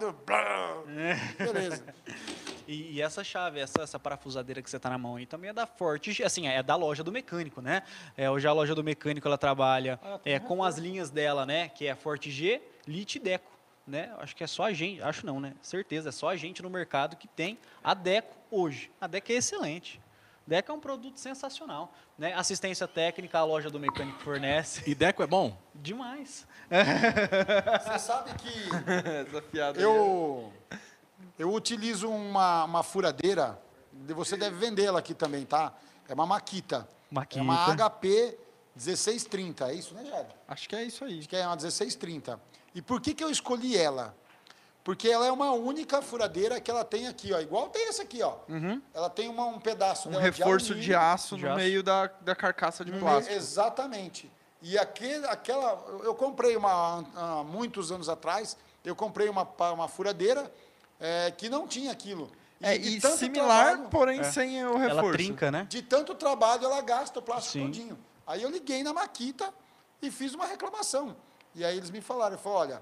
Beleza. E essa chave, essa parafusadeira que você está na mão aí, também é da Forte, assim, é da loja do mecânico, né? Hoje a loja do mecânico, ela trabalha com as linhas dela, né? Que é a Forte G, Lite e Deco, né? Acho que é só a gente, acho não, né? Certeza, é só a gente no mercado que tem a Deco hoje. A Deco é excelente. Deco é um produto sensacional, né? Assistência técnica, a loja do mecânico fornece. E Deco é bom? Demais. Você sabe que Essa piada eu utilizo uma furadeira, você deve vendê-la aqui também, tá? É uma Makita. Makita. É uma HP 1630, é isso, né, Jair? Acho que é isso aí. Acho que é uma 1630. E por que eu escolhi ela? Porque ela é uma única furadeira que ela tem aqui, ó. Igual tem essa aqui, ó. Ela tem um pedaço dela reforço de aço de no aço. meio da carcaça de plástico. Exatamente. E eu comprei há muitos anos atrás, eu comprei uma furadeira que não tinha aquilo. E similar, porém sem o reforço. Ela trinca, né? De tanto trabalho, ela gasta o plástico Sim. todinho. Aí eu liguei na Makita e fiz uma reclamação. E aí eles me falaram, olha,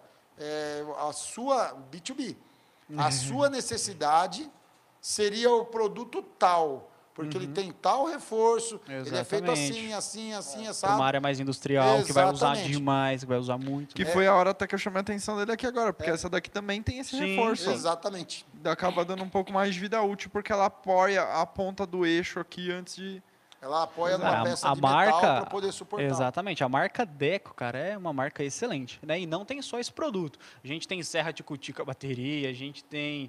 a sua B2B, a sua necessidade seria o produto tal, porque ele tem tal reforço, ele é feito assim, Para uma área mais industrial, que vai usar demais, que vai usar muito. Que foi a hora até que eu chamei a atenção dele aqui agora, porque essa daqui também tem esse reforço. Exatamente. Acaba dando um pouco mais de vida útil, porque ela apoia a ponta do eixo aqui antes de... Ela apoia numa peça de marca, metal para poder suportar. Exatamente. A marca Deco, cara, é uma marca excelente, né? E não tem só esse produto. A gente tem serra de cutica bateria, a gente tem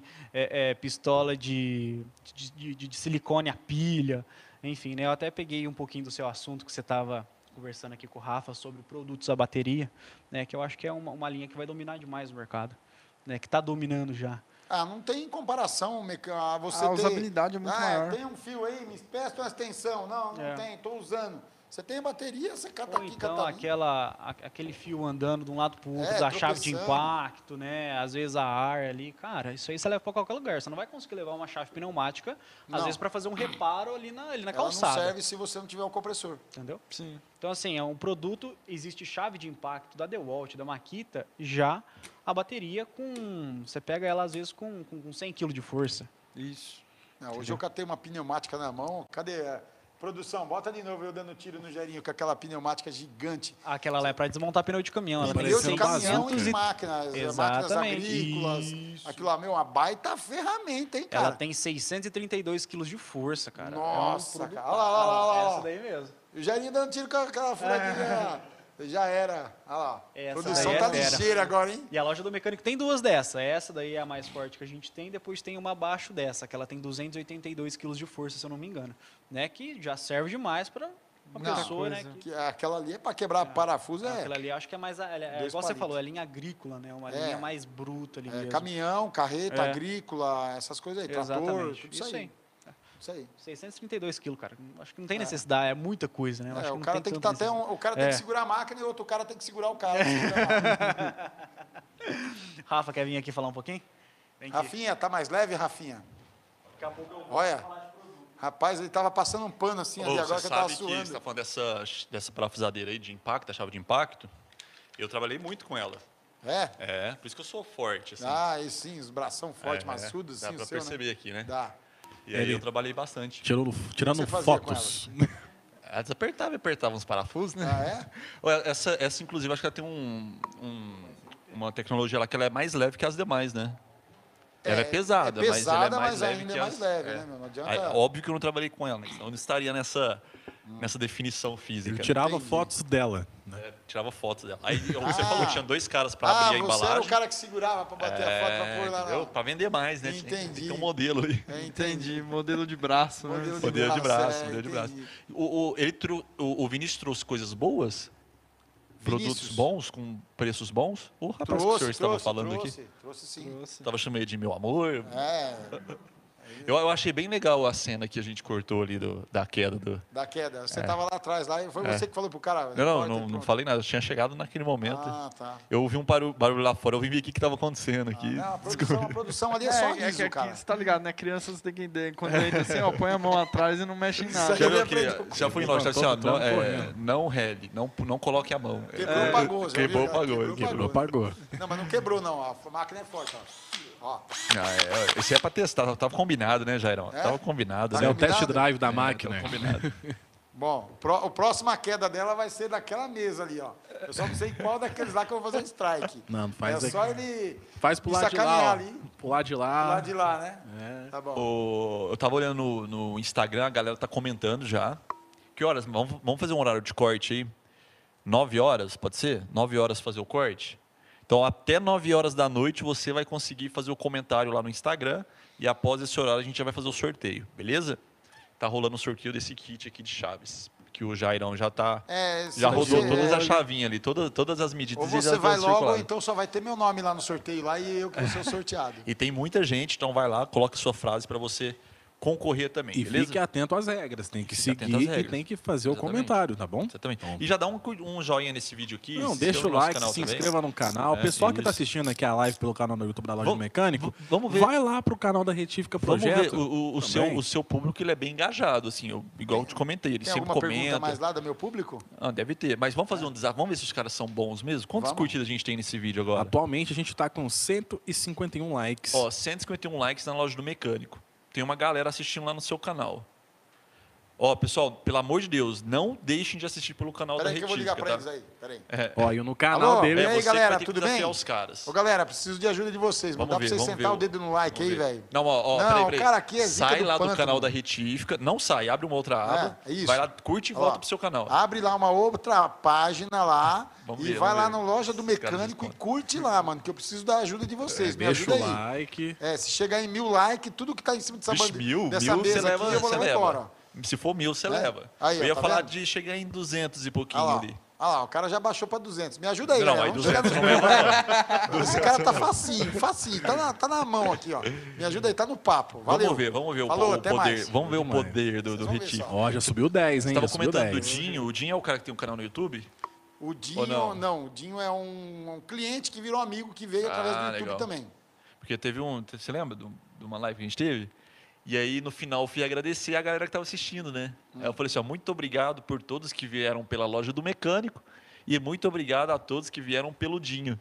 pistola de silicone a pilha, enfim, né? Eu até peguei um pouquinho do seu assunto que você estava conversando aqui com o Rafa sobre produtos a bateria, né? Que eu acho que é uma linha que vai dominar demais o mercado, né? Que está dominando já. Não tem comparação. A usabilidade é muito maior. Tem um fio aí, me presta uma extensão. Não tem, estou usando. Você tem a bateria, você cata aqui, então, cata ali. aquele fio andando de um lado para o outro, da chave de impacto, né? Às vezes a ar ali. Cara, isso aí você leva para qualquer lugar. Você não vai conseguir levar uma chave pneumática, às vezes, para fazer um reparo ali na calçada. Não serve se você não tiver o compressor. Entendeu? Sim. Então, assim, é um produto, existe chave de impacto da DeWalt, da Makita, já a bateria você pega ela às vezes com 100 kg de força. Isso. Hoje eu catei uma pneumática na mão, cadê? Produção, bota de novo eu dando tiro no Gerinho com aquela pneumática gigante. Aquela lá é para desmontar pneu de caminhão. Pneu de caminhão e máquinas Exatamente. agrícolas. Isso. Aquilo lá, uma baita ferramenta, hein, cara? Ela tem 632 kg de força, cara. Nossa, cara. Olha lá. Essa daí mesmo. O Gerinho dando tiro com aquela furadinha. Já era. Olha lá. A produção tá ligeira agora, hein? E a loja do mecânico tem duas dessa. Essa daí é a mais forte que a gente tem. Depois tem uma abaixo dessa, que ela tem 282 kg de força, se eu não me engano. Né? Que já serve demais para uma pessoa, né? Aquela ali é para quebrar parafuso. Aquela ali acho que é mais... igual você falou, é linha agrícola, né? Uma linha mais bruta ali mesmo. Caminhão, carreta agrícola, essas coisas aí. Trator, tudo isso aí. Isso aí. 632 quilos, cara. Acho que não tem necessidade, é muita coisa, né? Acho que o cara tem que estar o cara tem que segurar a máquina e o outro cara tem que segurar o cara. Rafa, quer vir aqui falar um pouquinho? Rafinha, tá mais leve, Rafinha? Daqui a pouco eu vou Olha, rapaz, ele tava passando um pano assim ali agora que eu tava suando. Você sabe que você tá falando dessa parafusadeira aí de impacto, a chave de impacto? Eu trabalhei muito com ela. Por isso que eu sou forte, assim. E sim, os bração forte, maçudos, assim. Dá pra perceber aqui, né? Dá. E aí eu trabalhei bastante. Tirando fotos. Apertava uns parafusos, né? Essa, inclusive, acho que ela tem uma tecnologia lá que ela é mais leve que as demais, né? Ela é pesada, mas ela é mais leve ainda que é mais leve, né, meu? Não adianta... Óbvio que eu não trabalhei com ela, então eu não estaria nessa definição física. Ele tirava fotos dela. Né? Tirava fotos dela. Aí, como você falou, tinha 2 caras para abrir a embalagem. Você era o cara que segurava para bater a foto, para pôr lá. Para vender mais, né? Entendi. Tem um modelo aí. Entendi. Modelo de braço. Modelo de braço. O Vinícius trouxe coisas boas? Produtos bons, com preços bons? O rapaz que o senhor estava falando aqui. Trouxe sim. Estava chamando ele de meu amor. Eu achei bem legal a cena que a gente cortou ali da queda. Da queda. Você estava lá atrás, lá, e foi você que falou pro cara. Não falei nada. Eu tinha chegado naquele momento. Tá. Eu ouvi um barulho lá fora. Eu vim ver o que estava acontecendo aqui. A produção ali é só isso, cara. Você tá ligado, né? Crianças têm que entender. Quando entra assim, ó, põe a mão atrás e não mexe em nada. Já fui em loja, assim, ó, não rele, não coloque a mão. Quebrou, pagou. Quebrou, pagou. Não, mas não quebrou, não. A máquina é forte, ó. Esse é pra testar, tava combinado, né, Jairão? Tava combinado. É o test drive da máquina. Combinado. Bom, a próxima queda dela vai ser daquela mesa ali, ó. Eu só não sei qual daqueles lá que eu vou fazer um strike. Não faz só ele faz pro lado de lá, ali. Pro lado de lá. Pro lado de lá, né? Tá bom. Eu tava olhando no Instagram, a galera tá comentando já. Que horas? Vamos fazer um horário de corte aí? 9 horas, pode ser? 9 horas fazer o corte? Então, até 9 horas da noite, você vai conseguir fazer o comentário lá no Instagram. E após esse horário, a gente já vai fazer o sorteio, beleza? Tá rolando o sorteio desse kit aqui de chaves. Que o Jairão já tá. Já rodou todas as chavinhas ali, todas as medidas. Ou você vai logo, ou então só vai ter meu nome lá no sorteio lá e eu que vou ser o sorteado. E tem muita gente, então vai lá, coloca sua frase para você concorrer também, e beleza? Fique atento às regras, tem que seguir e tem que fazer o comentário, tá bom? Exatamente. E já dá um joinha nesse vídeo aqui. Não, deixa o like, se inscreva no canal. O pessoal que está assistindo aqui a live pelo canal no YouTube da Loja do Mecânico, vai lá pro canal da Retífica Projeto. Vamos ver, o seu público ele é bem engajado, assim, igual eu te comentei, ele sempre comenta. Tem alguma pergunta mais lá do meu público? Deve ter, mas vamos fazer um desafio, vamos ver se os caras são bons mesmo. Quantas curtidas a gente tem nesse vídeo agora? Atualmente a gente está com 151 likes. 151 likes na Loja do Mecânico. Tem uma galera assistindo lá no seu canal. Pessoal, pelo amor de Deus, não deixem de assistir pelo canal da Retífica. Peraí que eu vou ligar para eles aí. Peraí. E no canal dele... E aí, galera, tudo bem? Os caras. Galera, preciso de ajuda de vocês. Não dá para vocês sentar o dedo no like aí, velho. Não, peraí. O cara aqui é zica sai lá do canal da Retífica. Não sai, abre uma outra aba. Vai lá, curte e volta pro seu canal. Abre lá uma outra página lá e vai lá na Loja do Mecânico e curte lá, mano, que eu preciso da ajuda de vocês. Me ajuda aí. Deixa o like. Se chegar em 1000 likes, tudo que tá em cima dessa mesa aqui, eu vou levar embora. Se for 1000, você leva. Aí, eu ia falar de chegar em 200 e pouquinho ali. Olha lá, o cara já baixou para 200. Me ajuda aí, Não, aí 200 não leva, não. Esse cara tá facinho. Tá na mão aqui, ó. Me ajuda aí, tá no papo. Valeu. Vamos ver o poder. Mais. Vamos ver o poder do Retífica. Já subiu 10, hein? Você tava comentando do Dinho. O Dinho é o cara que tem um canal no YouTube? O Dinho, não. O Dinho é um cliente que virou amigo, que veio através do YouTube também. Porque teve você lembra de uma live que a gente teve? E aí, no final, eu fui agradecer a galera que estava assistindo, né? Aí eu falei assim, muito obrigado por todos que vieram pela Loja do Mecânico e muito obrigado a todos que vieram pelo Dinho.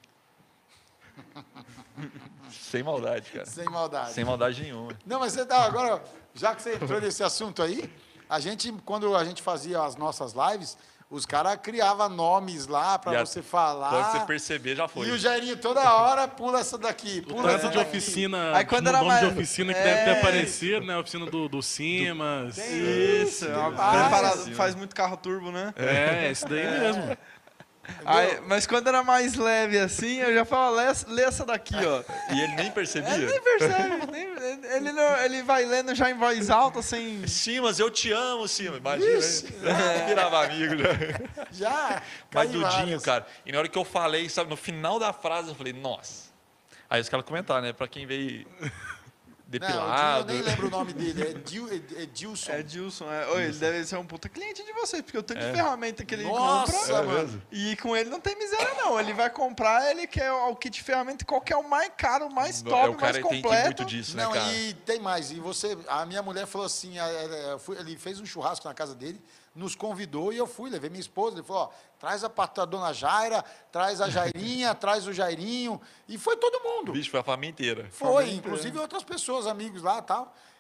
Sem maldade, cara. Sem maldade nenhuma. Não, mas agora, já que você entrou nesse assunto aí, quando a gente fazia as nossas lives, os caras criavam nomes lá para você falar. Quando você perceber, já foi. E o Jairinho toda hora pula essa daqui, pula essa de oficina. Aí quando era mais... de oficina que deve ter aparecido, né? A oficina do Simas. Isso. Preparado, faz muito carro turbo, né? Esse daí mesmo. Aí, mas quando era mais leve assim, eu já falava, lê essa daqui, ó. E ele nem percebia? Ele nem percebe. Ele vai lendo já em voz alta, sem... Simas, eu te amo, Simas. Imagina, virava amigo já. Mas do Dinho, cara. E na hora que eu falei, sabe, no final da frase, eu falei, nossa. Aí os caras comentaram, né? Pra quem veio... depilado. Não, eu nem lembro o nome dele, é Dilson. É Dilson, ele deve ser um puta cliente de vocês, porque o tanto de ferramenta que ele compra. Mano. E com ele não tem miséria, não. Ele vai comprar, ele quer o kit de ferramenta, qual que é o mais caro, o mais top, o mais completo. Tem muito disso, não, né, cara? E tem mais. E a minha mulher falou assim, ele fez um churrasco na casa dele, nos convidou e eu fui, levei minha esposa, ele falou, traz a dona Jaira, traz a Jairinha, traz o Jairinho, e foi todo mundo. Bicho, foi a família inteira. Foi, inclusive outras pessoas, amigos lá e tal.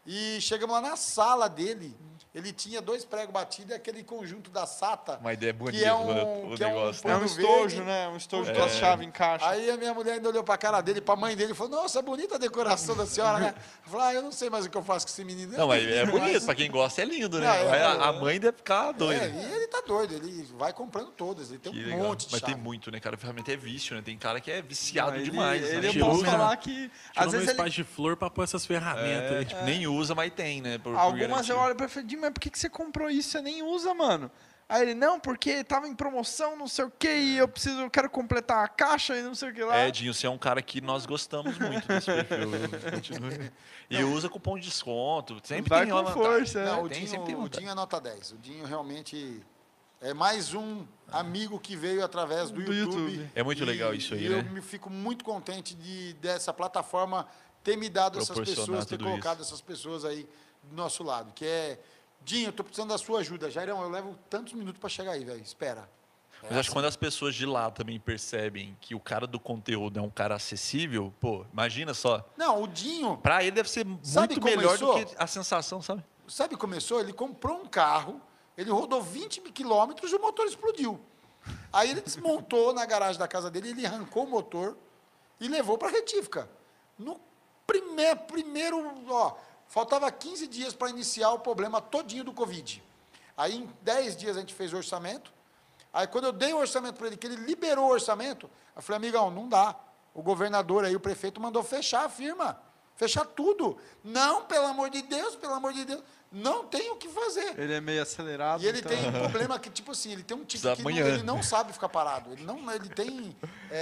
E chegamos lá na sala dele. Ele tinha 2 pregos batidos e aquele conjunto da SATA. Uma ideia bonita, que é o negócio. É um estojo, né? Um estojo que a chave encaixa. Aí a minha mulher ainda olhou pra cara dele, pra mãe dele e falou, nossa, é bonita a decoração da senhora, né? Eu falei, eu não sei mais o que eu faço com esse menino. Não, mas é bonito, pra quem gosta é lindo, né? A mãe deve ficar doida. E ele tá doido, ele vai comprando todas, ele tem um monte de Mas chave. tem muito, né, cara? A ferramenta é vício, né? Tem cara que é viciado demais. Eu posso falar que... Às vezes ele de flor pra pôr essas ferramentas aí. Tipo, nem usa, mas tem, né? Algumas eu olho pra ele, mas por que você comprou isso? Você nem usa, mano. Aí ele, não, porque tava em promoção, não sei o que, e eu quero completar a caixa e não sei o que lá. Dinho, você é um cara que nós gostamos muito desse perfil. E usa cupom de desconto. Sempre vai tem com força. Não, o Dinho é nota 10. O Dinho realmente é mais um amigo que veio através do YouTube. É muito legal isso aí, e né? eu me fico muito contente dessa plataforma ter me dado essas pessoas, ter colocado essas pessoas aí do nosso lado, que é... Dinho, eu tô precisando da sua ajuda. Jairão, eu levo tantos minutos para chegar aí, velho. Espera. Mas acho que quando as pessoas de lá também percebem que o cara do conteúdo é um cara acessível, pô, imagina só. Não, o Dinho... Pra ele deve ser muito melhor do que a sensação, sabe? Sabe como começou? Ele comprou um carro, ele rodou 20 quilômetros e o motor explodiu. Aí ele desmontou na garagem da casa dele, ele arrancou o motor e levou para a retífica. No primeiro, faltava 15 dias para iniciar o problema todinho do Covid. Aí, em 10 dias, a gente fez o orçamento. Aí, quando eu dei o orçamento para ele, que ele liberou o orçamento, eu falei, amigão, não dá. O governador aí, o prefeito, mandou fechar a firma. Fechar tudo. Não, pelo amor de Deus, não tem o que fazer. Ele é meio acelerado. E ele tem um problema que, tipo assim, ele tem um tique que ele não sabe ficar parado. Ele tem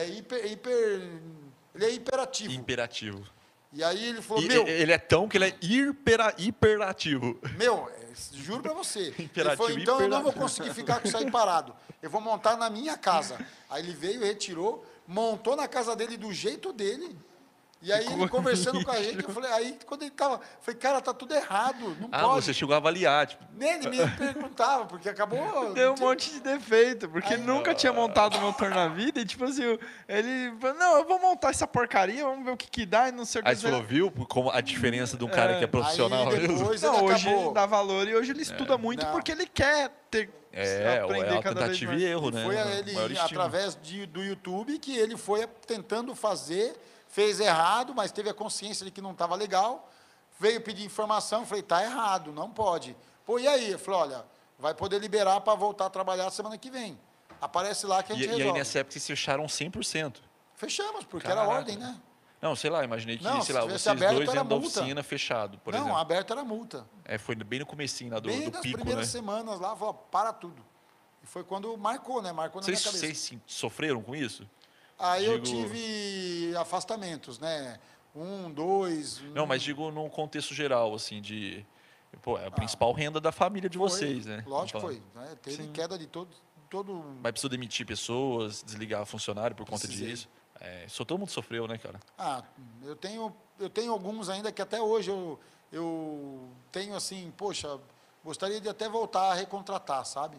ele é hiperativo. Imperativo. E aí ele falou, ele é tão que ele é hiperativo. Juro pra você. Imperativo, ele falou, então eu não vou conseguir ficar com isso aí parado. Eu vou montar na minha casa. Aí ele veio, retirou, montou na casa dele do jeito dele. E aí ele conversando com a gente, eu falei, aí quando ele tava, eu falei, cara, tá tudo errado, não pode. Você chegou a avaliar, tipo. Ele me perguntava, porque acabou... Tem um monte de defeito, porque ele nunca tinha montado um motor na vida, e tipo assim, ele falou, não, eu vou montar essa porcaria, vamos ver o que dá, e não sei o que. Aí você falou, viu como a diferença de um cara que é profissional? Aí depois hoje ele dá valor e hoje ele estuda muito porque ele quer aprender a cada vez tentativa mais. e erro, né? Foi ele, através do YouTube, que ele foi tentando fazer... Fez errado, mas teve a consciência de que não estava legal. Veio pedir informação, falei, tá errado, não pode. Pô, e aí? Eu falei, olha, vai poder liberar para voltar a trabalhar semana que vem. Aparece lá que a gente resolve. E aí nessa época vocês fecharam 100%. Fechamos, porque era ordem, né? Não, sei lá, imaginei que, não, sei lá, vocês dois dentro da oficina fechado, por exemplo. Não, aberto era multa. Foi bem no comecinho lá do bem pico, nas primeiras semanas lá, falou, para tudo. E foi quando marcou, né? Marcou na minha cabeça. Vocês sofreram com isso? Aí eu tive afastamentos, né? 1, 2... Não, mas digo num contexto geral, assim, de... Pô, é a principal renda da família de vocês, né? Lógico que foi. Né? Teve queda de todo... Mas precisou demitir pessoas, desligar funcionário por conta disso? Todo mundo sofreu, né, cara? Eu tenho alguns ainda que até hoje eu tenho assim, poxa, gostaria de até voltar a recontratar, sabe?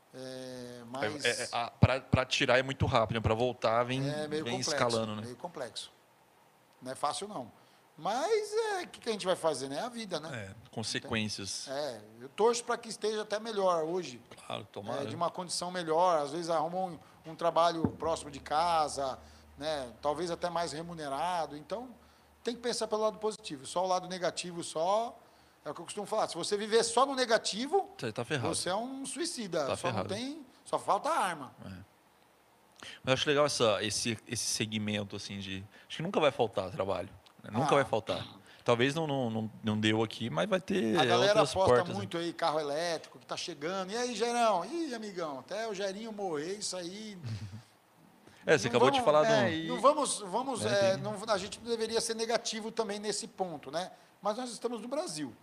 Mas para tirar é muito rápido, para voltar vem complexo, escalando, né? Meio complexo. Não é fácil não. Mas o que a gente vai fazer, né? É a vida, né? Consequências. Eu torço para que esteja até melhor hoje. Claro, tomara. De uma condição melhor, às vezes arruma um trabalho próximo de casa, né? Talvez até mais remunerado. Então, tem que pensar pelo lado positivo. Só o lado negativo só... É o que eu costumo falar. Se você viver só no negativo, você tá ferrado. Você é um suicida. Tá ferrado. Só falta a arma. Mas eu acho legal esse segmento assim de. Acho que nunca vai faltar trabalho. Né? Nunca vai faltar. Talvez não deu aqui, mas vai ter. A galera outras aposta portas, muito aí, carro elétrico que está chegando. E aí, Jairão? Ih, amigão, até o Jairinho morrer, isso aí. Você acabou de falar Não vamos. A gente não deveria ser negativo também nesse ponto, né? Mas nós estamos no Brasil.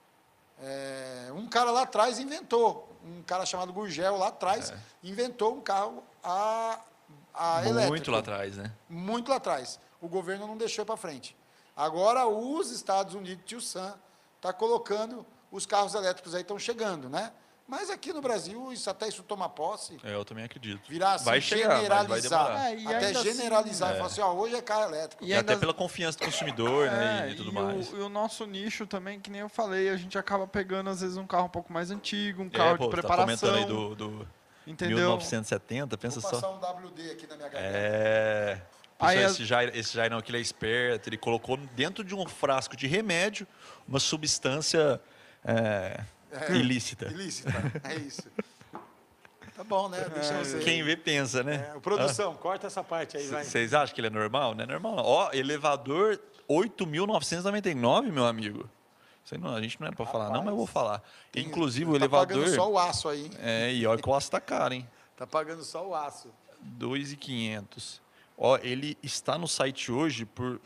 Um cara lá atrás inventou, um cara chamado Gurgel lá atrás, inventou um carro a elétrico. Muito lá atrás, né? Muito lá atrás. O governo não deixou para frente. Agora, os Estados Unidos, Tio Sam, está colocando, os carros elétricos aí estão chegando, né? Mas aqui no Brasil, até isso tomar posse. Eu também acredito. Virar assim, vai chegar, generalizar. vai até generalizar. Assim, falar assim, ó, hoje é carro elétrico. E até pela confiança do consumidor, né? E tudo mais. E o nosso nicho também, que nem eu falei, a gente acaba pegando, às vezes, um carro um pouco mais antigo, um carro de preparação. Tá comentando aí do entendeu? 1970, pensa só. Vou passar um WD aqui na minha garganta. Aí, esse Jairão aqui, ele é esperto, ele colocou dentro de um frasco de remédio uma substância ilícita. Ilícita, é isso. Tá bom, né? Deixa você. Quem vê, pensa, né? Produção, corta essa parte aí, vai. Vocês acham que ele é normal? Não é normal, não. Ó, elevador 8.999, meu amigo. A gente não era para falar, não, mas eu vou falar. Inclusive, o elevador... Tá pagando só o aço aí, hein? E olha que o aço tá caro, hein? Tá pagando só o aço. 2.500. Ó, ele está no site hoje por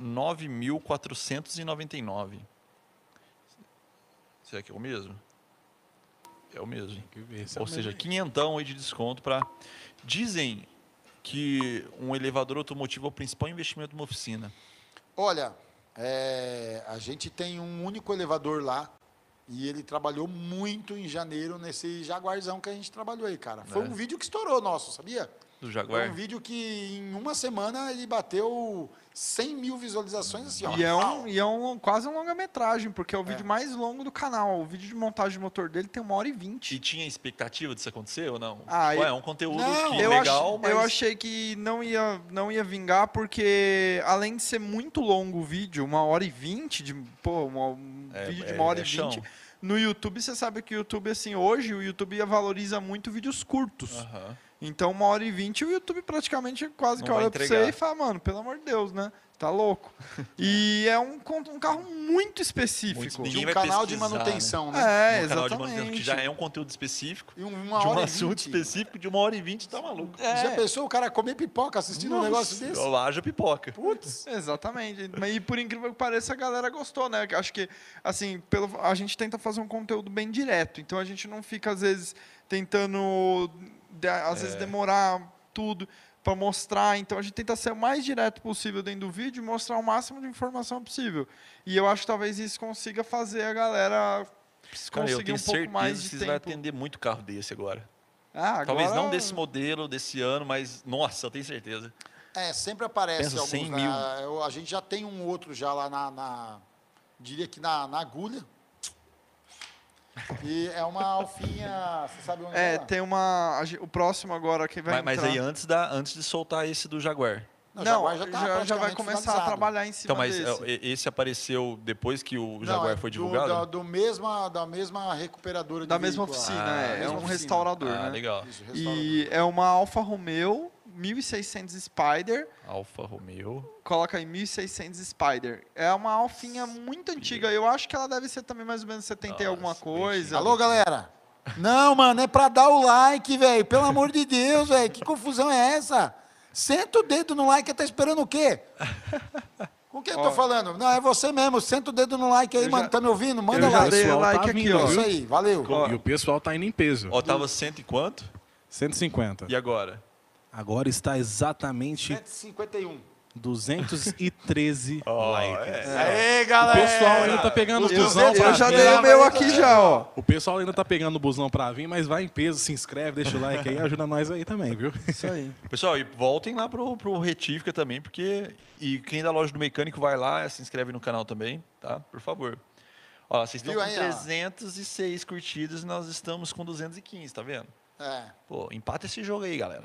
9.499. Será que é o mesmo? É o mesmo. Tem que ver, ou seja, quinhentão aí de desconto para... Dizem que um elevador automotivo é o principal investimento de uma oficina. Olha, a gente tem um único elevador lá e ele trabalhou muito em janeiro nesse Jaguarzão que a gente trabalhou aí, cara. Foi um vídeo que estourou nosso, sabia? Do Jaguar. Foi um vídeo que em uma semana ele bateu 100 mil visualizações assim, ó. E é quase um longa-metragem, porque é o vídeo mais longo do canal. O vídeo de montagem de motor dele tem 1h20. E tinha expectativa disso acontecer ou não? É um conteúdo legal, mas... Eu achei que não ia vingar, porque além de ser muito longo o vídeo, 1h20, vídeo de 1h20, no YouTube, você sabe que o YouTube, assim, hoje o YouTube valoriza muito vídeos curtos. Então, 1h20, o YouTube praticamente quase que olha pra você e fala, mano, pelo amor de Deus, né? Tá louco. E é um carro muito específico. De um canal de manutenção, né? Exatamente. Canal de manutenção, que já é um conteúdo específico. E de um assunto específico de 1h20, tá maluco. Já pensou o cara comer pipoca assistindo um negócio desse? Haja pipoca. Putz. Exatamente. E por incrível que pareça, a galera gostou, né? Acho que, assim, a gente tenta fazer um conteúdo bem direto. Então, a gente não fica, às vezes, tentando... Às vezes demorar tudo para mostrar, então a gente tenta ser o mais direto possível dentro do vídeo e mostrar o máximo de informação possível. E eu acho que talvez isso consiga fazer a galera conseguir um pouco mais de tempo. Vocês vão atender muito carro desse agora. Agora... Talvez não desse modelo, desse ano, mas, nossa, eu tenho certeza. Sempre aparece alguns. 100 mil. A gente já tem um outro já lá diria que na agulha. E é uma alfinha, você sabe onde é? Tem o próximo agora que vai Mas aí antes de soltar esse do Jaguar. Não, já vai começar a trabalhar em cima desse. Então, mas esse apareceu depois que o Jaguar foi divulgado? Da mesma recuperadora de da mesma oficina, é um restaurador, né? Legal. Isso, e é uma Alfa Romeo 1600 Spider. Alfa Romeo. Coloca aí 1600 Spider. É uma alfinha muito antiga. Eu acho que ela deve ser também mais ou menos 70 e alguma coisa. Alô, galera? Não, mano, é pra dar o like, velho. Pelo amor de Deus, velho. Que confusão é essa? Senta o dedo no like, tá esperando o quê? Com quem eu tô falando? Não, é você mesmo. Senta o dedo no like aí, mano. Tá me ouvindo? Manda like. Dei o like aqui, ó. Isso aí, valeu. E o pessoal tá indo em peso. Tava 100 e quanto? 150. E agora? Agora está exatamente 151. 213 likes. Aê, galera! O pessoal ainda tá pegando o busão pra Eu já dei o meu aqui já, ó. O pessoal ainda tá pegando o busão pra vir, mas vai em peso, se inscreve, deixa o like aí, ajuda nós aí também, viu? Isso aí. Pessoal, e voltem lá pro Retífica também, porque... E quem da loja do mecânico vai lá, se inscreve no canal também, tá? Por favor. Ó, vocês estão com 306 curtidas e nós estamos com 215, tá vendo? Pô, empata esse jogo aí, galera.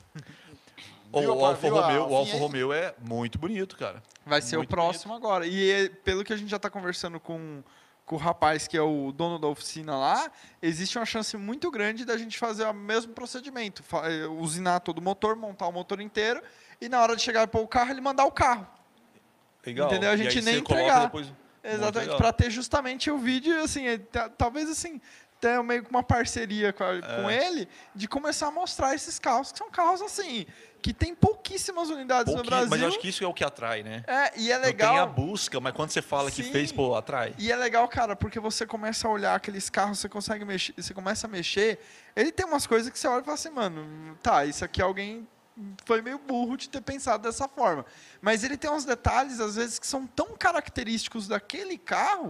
O Alfa Romeo é muito bonito, cara. Vai ser muito o próximo bonito. Agora. E pelo que a gente já está conversando com o rapaz que é o dono da oficina lá, existe uma chance muito grande da gente fazer o mesmo procedimento. Usinar todo o motor, montar o motor inteiro e na hora de chegar para o carro, ele mandar o carro. Legal. Entendeu? A gente nem entregar. Depois... Exatamente, para ter justamente o vídeo, assim, talvez assim... Ter meio que uma parceria com ele de começar a mostrar esses carros, que são carros assim, que tem pouquíssimas unidades no Brasil. Mas eu acho que isso é o que atrai, né? E é legal. Não tem a busca, mas quando você fala que fez, pô, atrai. E é legal, cara, porque você começa a olhar aqueles carros, você consegue mexer, você começa a mexer, ele tem umas coisas que você olha e fala assim, mano, tá, isso aqui alguém foi meio burro de ter pensado dessa forma. Mas ele tem uns detalhes, às vezes, que são tão característicos daquele carro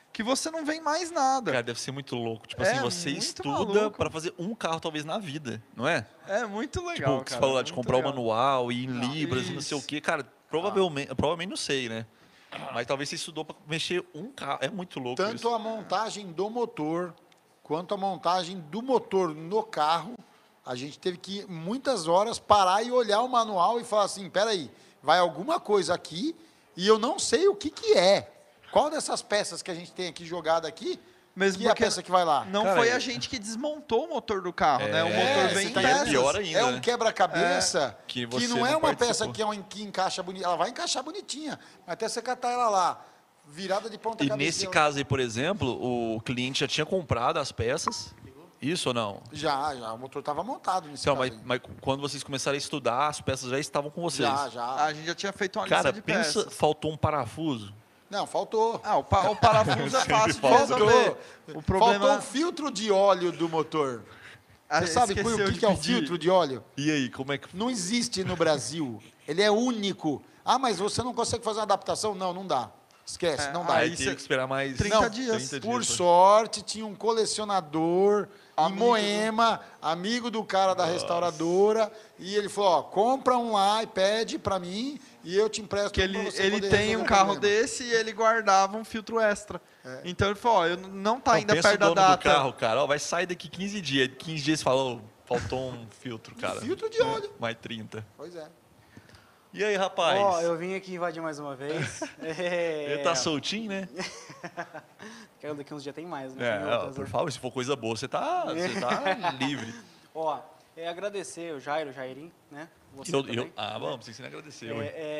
que você não vê mais nada. Cara, deve ser muito louco. Tipo assim, você estuda para fazer um carro talvez na vida, não é? É muito legal, tipo, que você falou lá de comprar o manual e em libras e não sei o quê. Cara, provavelmente não sei, né? Mas talvez você estudou para mexer um carro. É muito louco Tanto isso. a montagem do motor, quanto a montagem do motor no carro, a gente teve que, muitas horas, parar e olhar o manual e falar assim, peraí, vai alguma coisa aqui e eu não sei o que é. Qual dessas peças que a gente tem aqui jogada aqui, mesmo que é a peça que vai lá? Não foi a gente que desmontou o motor do carro, né? O motor vem em peças. Pior ainda, é um quebra-cabeça que não é uma peça que encaixa bonita. Ela vai encaixar bonitinha, mas até você catar ela lá, virada de ponta cabeça. E nesse caso aí, por exemplo, o cliente já tinha comprado as peças, isso ou não? Já, o motor estava montado nesse caso. Mas quando vocês começaram a estudar, as peças já estavam com vocês? Já. A gente já tinha feito uma lista de peças. Cara, pensa, faltou um parafuso. Não, faltou. O parafuso é fácil de resolver. O problema... Faltou o filtro de óleo do motor. Você sabe o que é o filtro de óleo? E aí, como é que... Não existe no Brasil. Ele é único. Ah, mas você não consegue fazer uma adaptação? Não dá. Esquece, não dá. Aí tem que esperar mais 30 dias. Por sorte, tinha um colecionador em Moema, amigo do cara da restauradora, e ele falou, ó, compra um lá e pede pra mim, e eu te empresto. Que ele tem um carro desse e ele guardava um filtro extra. Então ele falou, ó, não tá ainda perto da data. Do carro, cara, ó, vai sair daqui 15 dias. 15 dias falou, faltou um filtro, cara. Filtro de óleo. Mais 30. Pois é. E aí, rapaz? Ó, eu vim aqui invadir mais uma vez. Ele tá soltinho, né? Daqui uns dias tem mais, né? Por favor, se for coisa boa, você tá livre. Ó, agradecer o Jairinho, né? Você também. Vamos, precisa agradecer.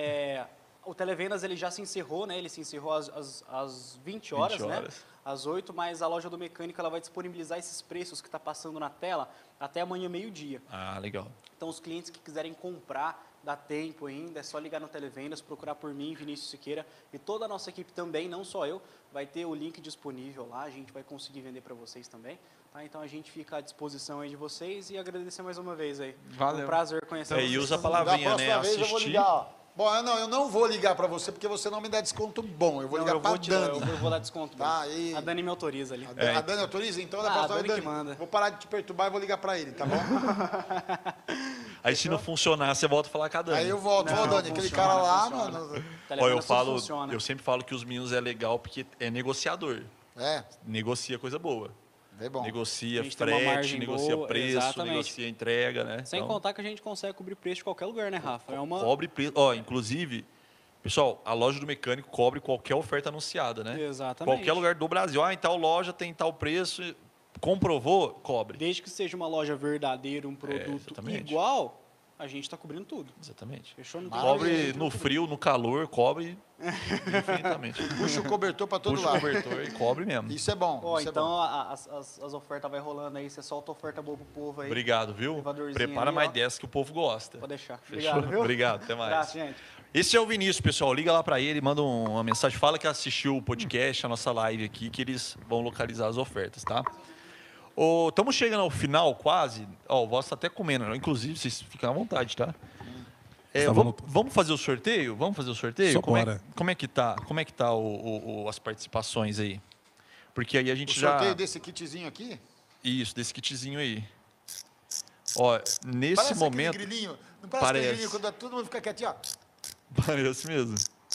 O Televendas ele já se encerrou, né? Ele se encerrou às 20 horas, né? Às 8, mas a loja do mecânico ela vai disponibilizar esses preços que está passando na tela até amanhã meio-dia. Legal. Então, os clientes que quiserem comprar, dá tempo ainda, é só ligar no Televendas, procurar por mim, Vinícius Siqueira, e toda a nossa equipe também, não só eu, vai ter o link disponível lá, a gente vai conseguir vender para vocês também. Tá? Então, a gente fica à disposição aí de vocês e agradecer mais uma vez aí. Valeu. Um prazer conhecer vocês. E usa a palavrinha, né? Vez eu vou ligar, ó. Bom, eu não vou ligar para você porque você não me dá desconto bom. Eu vou ligar para a Dani. Eu vou dar desconto bom. Tá, e... A Dani me autoriza ali. A Dani autoriza? Então, da próxima vez, Dani, vou parar de te perturbar e vou ligar para ele, tá bom? Aí se não funcionar, você volta a falar com a Dani. Aí eu volto, Dani, aquele cara lá... Eu sempre falo que os meninos é legal porque é negociador. Negocia coisa boa. É bom. Negocia frete, negocia preço, exatamente. Negocia entrega, né? Sem contar que a gente consegue cobrir preço de qualquer lugar, né, Rafa? Cobre preço. Ó, inclusive, pessoal, a loja do mecânico cobre qualquer oferta anunciada, né? Exatamente. Qualquer lugar do Brasil. Em tal loja tem tal preço, comprovou, cobre. Desde que seja uma loja verdadeira, um produto igual, a gente está cobrindo tudo. Exatamente. Fechou? Cobre no frio, no calor, cobre infinitamente. Puxa o cobertor para todo lado. Puxa o cobertor e cobre mesmo. Isso é bom. Então, as ofertas vai rolando aí, você solta oferta boa pro povo aí. Obrigado, viu? Prepara mais dessa que o povo gosta. Pode deixar. Fechou? Obrigado, viu? Obrigado, até mais. Abraço, gente. Esse é o Vinícius, pessoal. Liga lá para ele, manda uma mensagem, fala que assistiu o podcast, a nossa live aqui, que eles vão localizar as ofertas, tá? Estamos chegando ao final, quase. O vosso está até comendo, né? Inclusive, vocês ficam à vontade, tá? Vamos fazer o sorteio? Vamos fazer o sorteio? Como é que tá as participações aí? Porque aí a gente já... O sorteio desse kitzinho aqui? Isso, desse kitzinho aí. Ó, nesse parece momento... Grilinho. Não parece grilinho quando todo mundo fica quietinho, ó? Parece mesmo.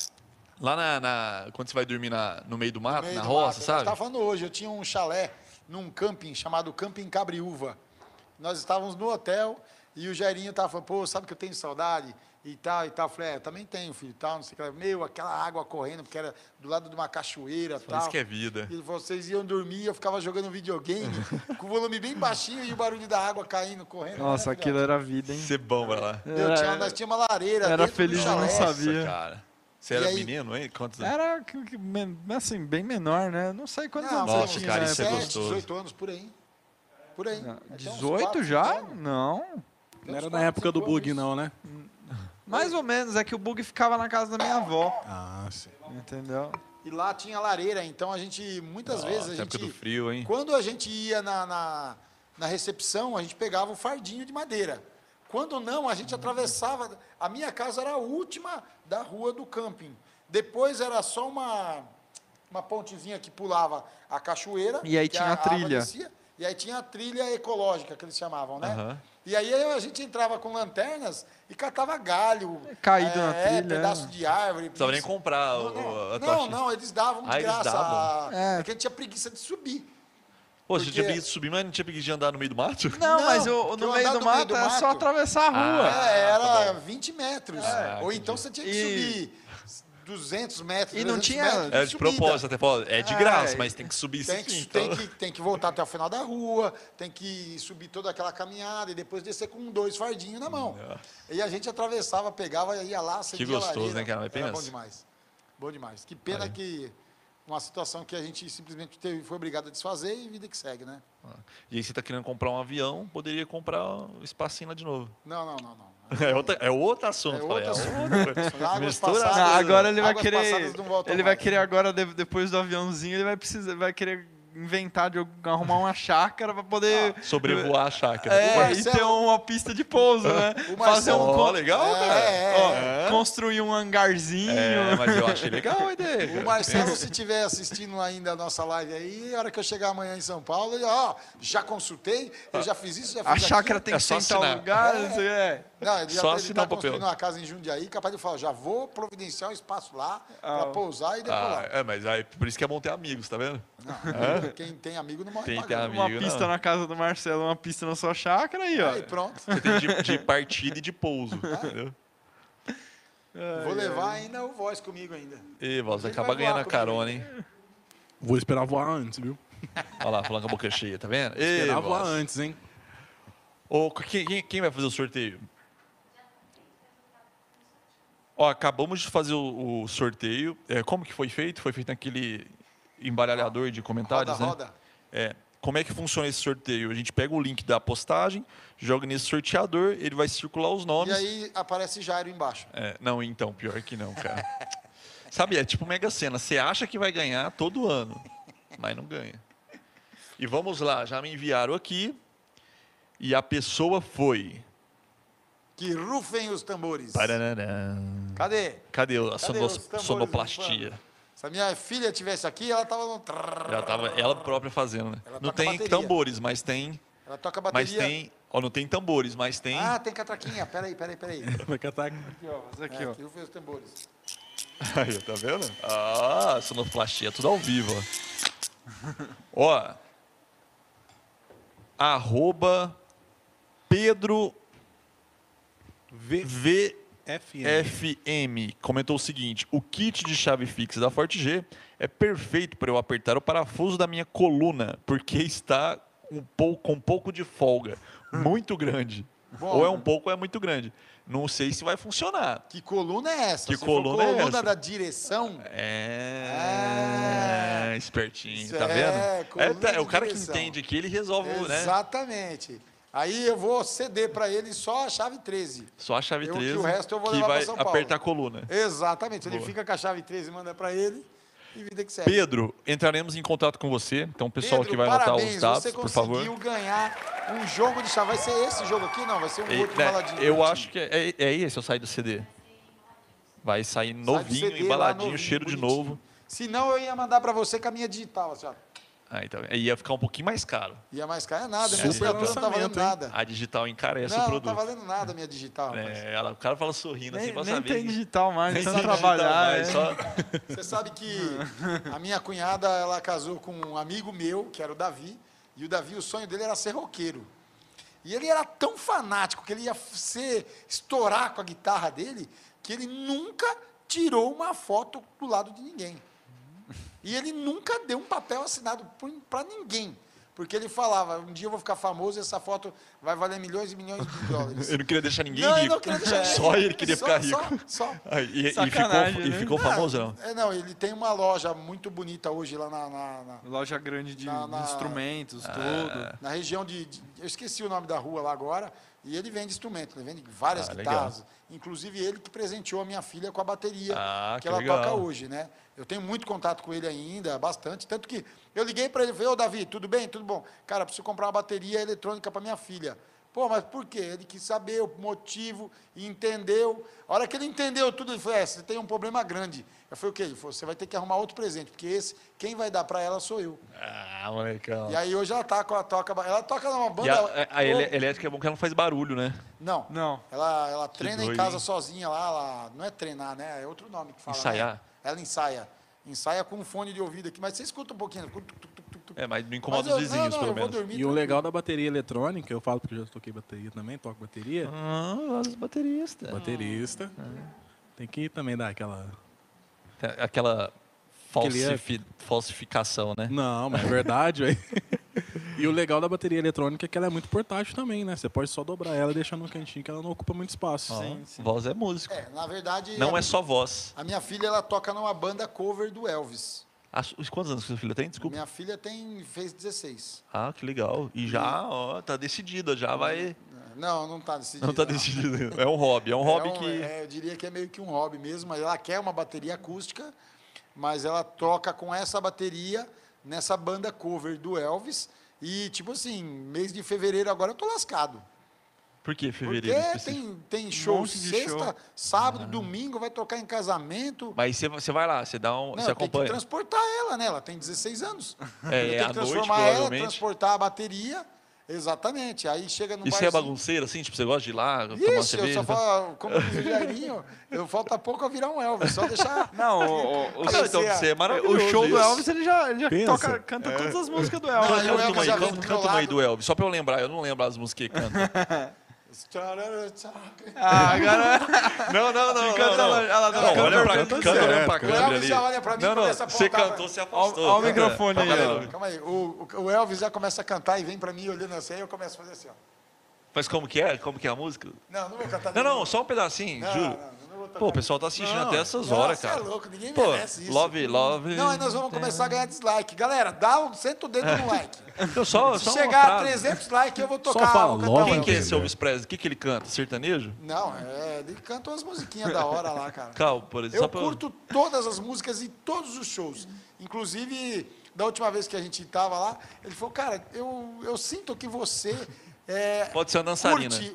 Lá quando você vai dormir no meio do mato, na roça, sabe? Eu estava falando hoje, eu tinha um chalé num camping chamado Camping Cabriúva. Nós estávamos no hotel e o Jairinho estava falando, pô, sabe que eu tenho saudade e tal, e tal. Eu falei, eu também tenho, filho, e tal, não sei o que. Meu, aquela água correndo, porque era do lado de uma cachoeira e tal. Isso que é vida. E vocês iam dormir, eu ficava jogando videogame, com o volume bem baixinho e o barulho da água caindo, correndo. Nossa, aquilo era vida, hein? Ser bom, vai lá. Nós tínhamos uma lareira. Era feliz, eu não sabia. Nossa, cara. Você era menino, hein? Quantos anos? Era, assim, bem menor, né? Não sei quantos anos você tinha. Cara, isso é gostoso. 18 anos, por aí. Por aí. 18 já? Não. Não era na época do bug, não, né? Mais ou menos, é que o bug ficava na casa da minha avó. Ah, sim. Entendeu? E lá tinha lareira, então a gente, muitas vezes, a gente... época do frio, hein? Quando a gente ia na recepção, a gente pegava o fardinho de madeira. Quando não, a gente atravessava... A minha casa era a última da rua do camping. Depois era só uma uma pontezinha que pulava a cachoeira. E aí tinha a trilha. Descia, e aí tinha a trilha ecológica, que eles chamavam, né? E aí a gente entrava com lanternas e catava galho. Caído na trilha. Pedaço de árvore. Não precisava nem comprar Não, eles davam de graça. Davam. É que a gente tinha preguiça de subir. Pô, você tinha preguiça de subir, mas não tinha preguiça de andar no meio do mato? Não, mas no meio do mato é só atravessar a rua. Era 20 metros. Ou então você tinha que subir 200 metros. E não tinha. É de propósito, até falou, é de graça, mas tem que subir tem que voltar até o final da rua, tem que subir toda aquela caminhada e depois descer com 2 fardinhos na mão. E a gente atravessava, pegava, ia lá, acendia que gostoso, lareira. né, cara? Era bom demais. Bom demais. Que pena que uma situação que a gente simplesmente foi obrigado a desfazer e vida que segue, né? E aí você está querendo comprar um avião, poderia comprar um espacinho lá de novo. Não. É outro assunto. Agora ele vai querer agora, depois do aviãozinho, ele vai querer inventar de arrumar uma chácara para poder sobrevoar a chácara. E ter uma pista de pouso, né? Fazer legal, cara. Construir um hangarzinho. Mas eu achei legal a ideia. O Marcelo, se estiver assistindo ainda a nossa live aí, a hora que eu chegar amanhã em São Paulo, ele, já consultei, eu já fiz isso, já fiz a chácara tem que ser em tal lugar. Não, ele já está construindo uma casa em Jundiaí, capaz de falar, já vou providenciar um espaço lá para pousar e decolar. Mas aí, por isso que é bom ter amigos, tá vendo? Não, quem tem amigo não morre pagando. Uma pista na casa do Marcelo, uma pista na sua chácara aí, ó. Aí, pronto. Você tem de partida e de pouso, entendeu? Vou levar ainda o Voz comigo ainda. E Voz vai acabar ganhando a carona, hein? Vou esperar voar antes, viu? Olha lá, falando com a boca cheia, tá vendo? Vou esperar voar antes, hein? Quem vai fazer o sorteio? Acabamos de fazer o sorteio. Como que foi feito? Foi feito naquele embaralhador de comentários, roda. Como é que funciona esse sorteio? A gente pega o link da postagem, joga nesse sorteador, ele vai circular os nomes. E aí aparece Jairo embaixo. Não, então, pior que não, cara. Sabe, é tipo Mega Sena. Você acha que vai ganhar todo ano, mas não ganha. E vamos lá, já me enviaram aqui. E a pessoa foi... Que rufem os tambores. Parararã. Cadê a sonoplastia? Se a minha filha estivesse aqui, ela estava no... Ela própria fazendo, né? Não tem tambores, mas tem... Ela toca a bateria. Não tem tambores, mas tem... tem catraquinha. Peraí. Vai catar aqui. Aqui, ó. Aqui rufem os tambores. Aí, tá vendo? Sonoplastia, tudo ao vivo, ó. @ Pedro VFM comentou o seguinte: o kit de chave fixa da Forte G é perfeito para eu apertar o parafuso da minha coluna, porque está com um pouco de folga, muito grande. Ou é um pouco ou é muito grande. Não sei se vai funcionar. Que coluna é essa? Que coluna é essa? Coluna da direção? Espertinho, tá vendo? É o cara que entende aqui, ele resolve, né? Exatamente. Aí eu vou ceder para ele só a chave 13. Só a chave 13, o resto eu vou que levar vai para São Paulo. apertar a coluna. Exatamente. Ele fica com a chave 13 e manda para ele e vida que segue. Pedro, entraremos em contato com você. Então, o pessoal que vai anotar os dados, por favor. Você conseguiu ganhar um jogo de chave. Vai ser esse jogo aqui? Não, vai ser um outro embaladinho. Eu acho que é esse, eu saio do CD. Vai sair novinho, CD, embaladinho, novinho, cheiro bonitinho. De novo. Se não, eu ia mandar para você com a minha digital, assim, ó. Então, ia ficar um pouquinho mais caro. Ia mais caro, é nada. Minha assinatura não tá valendo nada. A digital encarece o produto. Não tá valendo nada a minha digital. O cara fala sorrindo assim, pra saber. Nem tem digital mais, nem trabalhar. Você sabe que a minha cunhada, ela casou com um amigo meu, que era o Davi, e o Davi, o sonho dele era ser roqueiro. E ele era tão fanático que ele ia estourar com a guitarra dele, que ele nunca tirou uma foto do lado de ninguém. E ele nunca deu um papel assinado para ninguém. Porque ele falava, um dia eu vou ficar famoso e essa foto vai valer milhões e milhões de dólares. Ele não queria deixar ninguém rico. Não queria deixar ninguém. Só ele queria ficar rico. Só. E ficou famoso, não? Não, ele tem uma loja muito bonita hoje lá na loja grande de instrumentos, tudo. Na região eu esqueci o nome da rua lá agora. E ele vende instrumentos, ele vende várias guitarras. Legal. Inclusive ele que presenteou a minha filha com a bateria que ela toca hoje, né? Eu tenho muito contato com ele ainda, bastante. Tanto que eu liguei para ele e falei, Davi, tudo bem? Tudo bom? Cara, preciso comprar uma bateria eletrônica para minha filha. Pô, mas por quê? Ele quis saber o motivo e entendeu. A hora que ele entendeu tudo, ele falou, você tem um problema grande. Eu falei, o quê? Ele falou, você vai ter que arrumar outro presente, porque quem vai dar para ela sou eu. Ah, molecão. E aí hoje ela toca numa banda... E a elétrica é bom que ela não faz barulho, né? Não. Ela treina em casa sozinha lá, não é treinar, né? É outro nome que fala. Ensaiar? Né? Ela ensaia. Ensaia com um fone de ouvido aqui, mas você escuta um pouquinho. Mas não incomoda os vizinhos, pelo menos. E o legal da bateria eletrônica, eu falo porque eu já toquei bateria também, toco bateria. Os bateristas. Baterista. Tem que também dar Aquela falsificação, né? Não, mas é verdade, velho. E o legal da bateria eletrônica é que ela é muito portátil também, né? Você pode só dobrar ela e deixar no cantinho que ela não ocupa muito espaço. Sim. Voz é músico. Na verdade... Não é só voz. A minha filha, ela toca numa banda cover do Elvis. Quantos anos que sua filha tem? Desculpa. Minha filha fez 16. Ah, que legal. E já, tá decidida, já vai... Não tá decidido. Não tá decidido. É um hobby, que... eu diria que é meio que um hobby mesmo, mas ela quer uma bateria acústica, mas ela toca com essa bateria nessa banda cover do Elvis. E, tipo assim, mês de fevereiro agora eu tô lascado. Por que fevereiro? Porque tem show sexta, sábado, domingo, vai tocar em casamento. Mas você vai lá, você dá você acompanha. Tem que transportar ela, né? Ela tem 16 anos. Tem que transformar ela, transportar a bateria. Exatamente. Aí chega no barzinho. Você é bagunceiro, assim? Tipo, você gosta de ir lá, tomar uma cerveja? Eu só falo, como diz o Jairinho, falta pouco eu virar um Elvis, só deixar... Não, então você é maravilhoso. O show do Elvis, ele já canta todas as músicas do Elvis. Canta uma aí do Elvis, só pra eu lembrar. Eu não lembro as músicas que canta. Agora... Não. Canta olhando pra câmera ali. Já olha pra mim, você cantou, você afastou. Olha o microfone aí. Calma aí, o Elvis já começa a cantar e vem pra mim olhando assim, aí eu começo a fazer assim, ó. Mas como que é? Como que é a música? Não vou cantar. Não, só um pedacinho, juro. Pô, o pessoal tá assistindo até essas horas, cara. Você é louco, ninguém merece isso. Love. Não, aí nós vamos começar a ganhar dislike. Galera, senta o dedo no like. Se chegar a 300 likes, eu vou tocar. Quem que é esse Elvis Presley? O que ele canta? Sertanejo? Não, ele canta umas musiquinhas da hora lá, cara. Por exemplo. Eu curto todas as músicas e todos os shows. Inclusive, da última vez que a gente tava lá, ele falou, cara, eu sinto que você... pode ser uma dançarina. Curte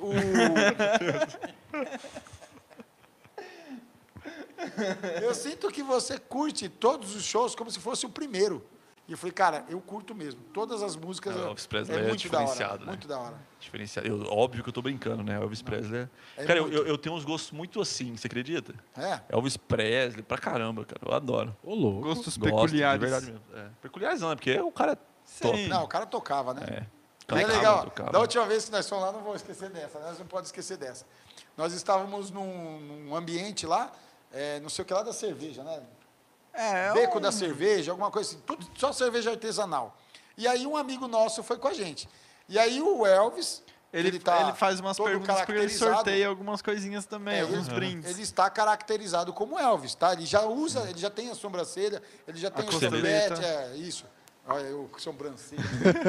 Eu sinto que você curte todos os shows como se fosse o primeiro. E eu falei, cara, eu curto mesmo. Todas as músicas Elvis Presley é muito diferenciado, da hora, muito da hora. Diferenciado. Óbvio que eu tô brincando, né? Elvis Presley. Cara, eu tenho uns gostos muito assim, você acredita? Elvis Presley, pra caramba, cara. Eu adoro. Ô, louco. Gostos peculiares. De verdade mesmo. Peculiares não, né? Porque o cara é top. Não, o cara tocava, né? E é legal. Da última vez que nós fomos lá, não vou esquecer dessa. Nós não podemos esquecer dessa. Nós estávamos num ambiente lá, não sei o que lá da cerveja, né? Beco da cerveja, alguma coisa assim. Tudo, só cerveja artesanal. E aí um amigo nosso foi com a gente. E aí o Elvis... Ele faz umas perguntas porque ele sorteia algumas coisinhas também, alguns brindes. Ele está caracterizado como Elvis, tá? Ele já usa, ele já tem a sobrancelha, ele já tem o sobrancelha, isso. Olha, eu com sobrancelha.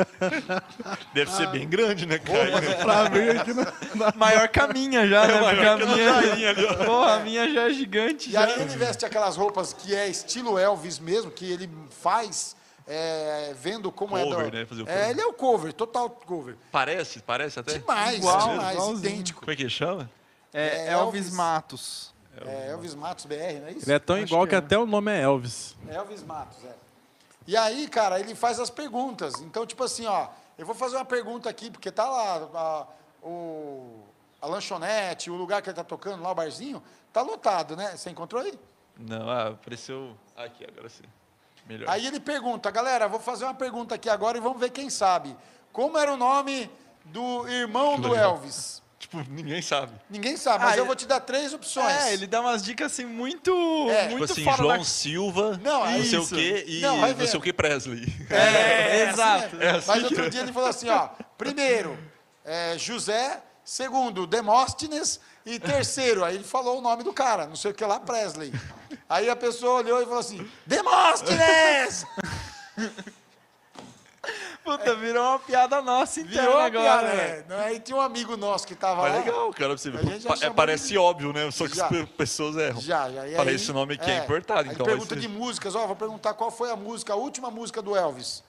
Deve ser bem grande, né, cara? Pra ver aqui maior que a minha já, né? A minha já é gigante. E aí ele veste aquelas roupas que é estilo Elvis mesmo, que ele faz vendo como cover, né? Fazer o cover. Ele é o cover, total cover. Parece até? Demais, idêntico. Como é que chama? Elvis Matos. Elvis Matos BR, não é isso? Ele é tão igual que até o nome é Elvis. Elvis Matos, E aí, cara, ele faz as perguntas. Então, tipo assim, ó, eu vou fazer uma pergunta aqui, porque tá lá a lanchonete, o lugar que ele tá tocando, lá o barzinho, tá lotado, né? Você encontrou aí? Não, apareceu aqui, agora sim. Melhor. Aí ele pergunta, galera, vou fazer uma pergunta aqui agora e vamos ver quem sabe. Como era o nome do irmão do Elvis? Tipo, ninguém sabe. Ninguém sabe, mas eu vou te dar 3 opções. Ele dá umas dicas assim muito tipo assim, fora João Silva, não sei o quê, e não sei o que Presley. Exato. Assim, mas outro dia ele falou assim, ó, primeiro, José, segundo, Demóstenes, e terceiro, aí ele falou o nome do cara, não sei o que lá, Presley. Aí a pessoa olhou e falou assim, Demóstenes! Puta, virou uma piada nossa interna agora, né? Aí tinha um amigo nosso que tava lá. Legal, cara, você parece óbvio, né? Só que as pessoas erram. Falei, esse nome aqui é importante. Então pergunta de músicas, vou perguntar qual foi a última música do Elvis.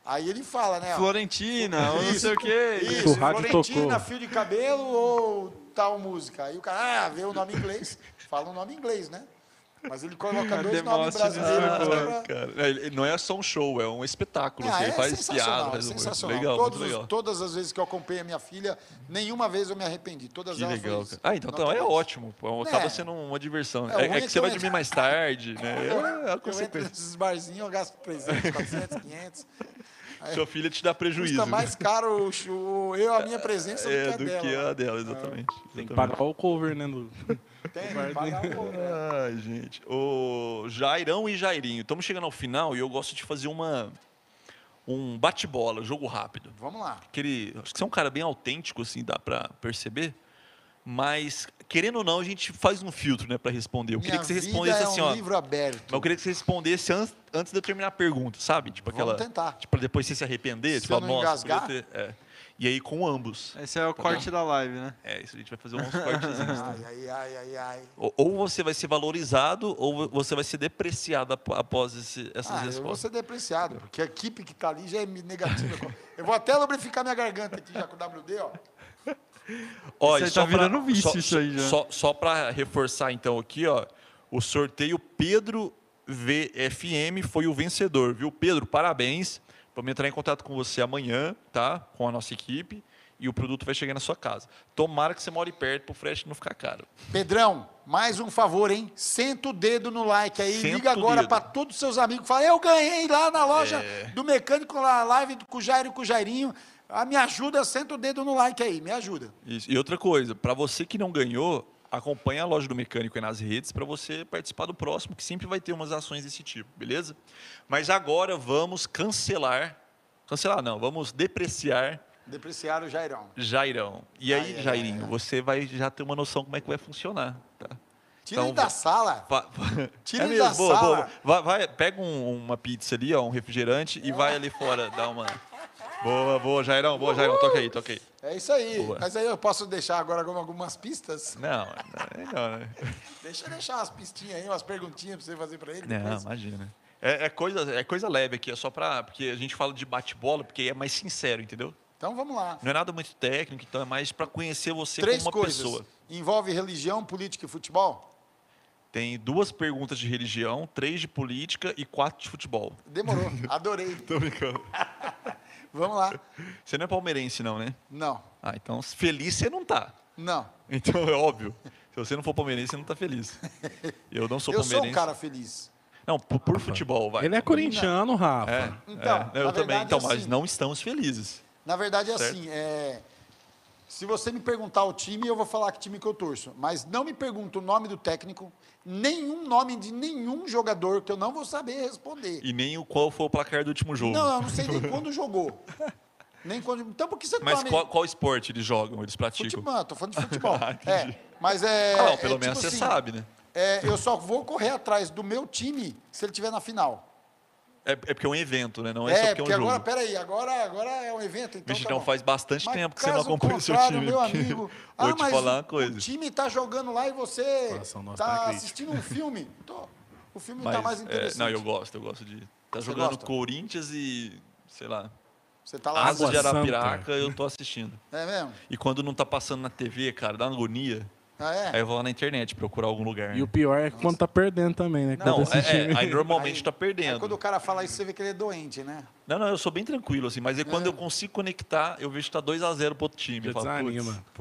Aí ele fala, né? Florentina, ou não sei o quê. Isso, O rádio Florentina, tocou. fio de cabelo ou tal música. Aí o cara, vê o nome em inglês, fala o nome em inglês, né? Mas ele coloca dois nomes brasileiros. Cara, ele não é só um show, é um espetáculo. Ele faz piada. Sensacional. Legal, muito legal. Todas as vezes que eu acompanhei a minha filha, nenhuma vez eu me arrependi. Todas elas legal, foi cara. Então é ótimo. Acaba sendo uma diversão. É que você vai dormir mais tarde, né? É a consequência. Eu entro nesses barzinhos, eu gasto 300, 400, 500. Sua filha te dá prejuízo. Custa mais caro a minha presença do que a dela, exatamente. Tem que pagar o cover, né? Tem que pagar o cover. Ai, gente. O Jairão e Jairinho. Estamos chegando ao final e eu gosto de fazer um bate-bola, jogo rápido. Vamos lá. Acho que você é um cara bem autêntico, assim, dá pra perceber. Mas, querendo ou não, a gente faz um filtro, né, para responder. Eu queria que você respondesse assim, ó. Livro aberto. Mas eu queria que você respondesse antes de eu terminar a pergunta, sabe? Tipo Vamos tentar. Tipo, depois você se arrepender, Se tipo, eu não engasgar? E aí com ambos. Esse é o corte da live, né? Isso a gente vai fazer uns cortezinhos. Ai. Ou você vai ser valorizado, ou você vai ser depreciado após essas respostas. Eu vou ser depreciado, porque a equipe que está ali já é negativa. Eu vou até lubrificar minha garganta aqui já com o WD, ó. Você tá virando vício isso aí já. Só para reforçar então aqui, ó, o sorteio Pedro VFM foi o vencedor, viu? Pedro, parabéns. Vamos entrar em contato com você amanhã, tá? Com a nossa equipe. E o produto vai chegar na sua casa. Tomara que você more perto para o frete não ficar caro. Pedrão, mais um favor, hein? Senta o dedo no like aí. Senta liga agora para todos os seus amigos. Fala, eu ganhei lá na loja do mecânico, na live com o Jairo e com o Jairinho. Me ajuda, senta o dedo no like aí, me ajuda. Isso. E outra coisa, para você que não ganhou, acompanha a loja do mecânico aí nas redes para você participar do próximo, que sempre vai ter umas ações desse tipo, beleza? Mas agora vamos vamos depreciar o Jairão. Jairão. E aí, Jairinho, você vai já ter uma noção como é que vai funcionar, tá? Tira ele da sala. Tira ele da boa, sala. Vai, pega uma pizza ali, ó, um refrigerante e vai ali fora, dá uma... Boa, Jairão, toca aí. É isso aí. Boa. Mas aí eu posso deixar agora algumas pistas? Não, né? Deixa eu deixar umas pistinhas aí, umas perguntinhas para você fazer para ele. Não, depois. imagina. É coisa leve aqui, é só porque a gente fala de bate-bola, porque é mais sincero, entendeu? Então vamos lá. Não é nada muito técnico, então é mais para conhecer você Três como uma coisas. pessoa. Envolve religião, política e futebol? Tem 2 perguntas de religião, 3 de política e 4 de futebol. Demorou, adorei. Tô brincando. Vamos lá. Você não é palmeirense, não, né? Não. Então feliz você não tá. Não. Então é óbvio. Se você não for palmeirense, você não tá feliz. Eu não sou palmeirense. Eu sou um cara feliz. Não, por futebol, vai. Ele é corintiano, Rafa. Então, eu também. Então, assim, mas não estamos felizes. Na verdade é certo? assim, se você me perguntar o time, eu vou falar que time que eu torço. Mas não me pergunta o nome do técnico, nenhum nome de nenhum jogador que eu não vou saber responder. E nem qual foi o placar do último jogo. Não, eu não sei nem quando jogou. Nem quando. Então por que você Mas qual esporte eles jogam, eles praticam? Futebol, tô falando de futebol. Entendi. Mas Não, pelo menos tipo você assim, sabe, né? Eu só vou correr atrás do meu time se ele estiver na final. É porque é um evento, né? Não é só porque é um jogo. Agora, peraí, agora é um evento, então. Vixe, então faz bastante tempo que você não caso acompanha o seu contrário, time. meu amigo. Vou te mas falar uma coisa. O time está jogando lá e você está assistindo um filme. O filme está mais interessante. Não, eu gosto de estar jogando gosta? Corinthians e, sei lá, Você está lá. Asas de Santa. Arapiraca, eu tô assistindo. É mesmo? E quando não tá passando na TV, cara, dá agonia. Ah, é? Aí eu vou lá na internet procurar algum lugar. E o pior é quando tá perdendo também, né? Não, Quando esse time- aí normalmente tá Aí perdendo. quando o cara fala isso, você vê que ele é doente, né? Não, eu sou bem tranquilo, assim, mas aí quando eu consigo conectar, eu vejo que tá 2-0 pro outro time. Já Eu falo, desanima. Pô.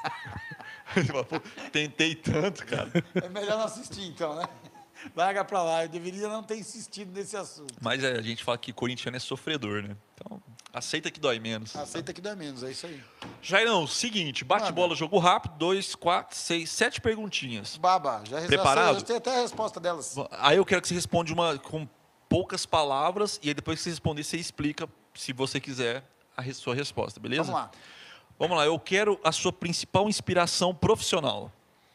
pô, tentei tanto, cara. É melhor não assistir, então, né? Larga pra lá. Eu deveria não ter insistido nesse assunto. Mas a gente fala que corintiano é sofredor, né? Então, aceita que dói menos. Aceita que dá menos, é isso aí. Jairão, seguinte, bate-bola, jogo rápido, 2, 4, 6, 7 perguntinhas. Baba, já Preparado? Eu tenho até a resposta delas. Aí eu quero que você responda com poucas palavras e aí depois que você responder, você explica, se você quiser, sua resposta, beleza? Vamos lá. Vamos lá, eu quero a sua principal inspiração profissional.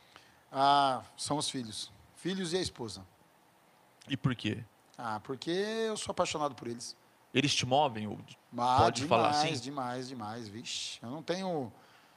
São os filhos. Filhos e a esposa. E por quê? Porque eu sou apaixonado por eles. Eles te movem? Pode demais, falar assim? demais. Vixe, eu não tenho...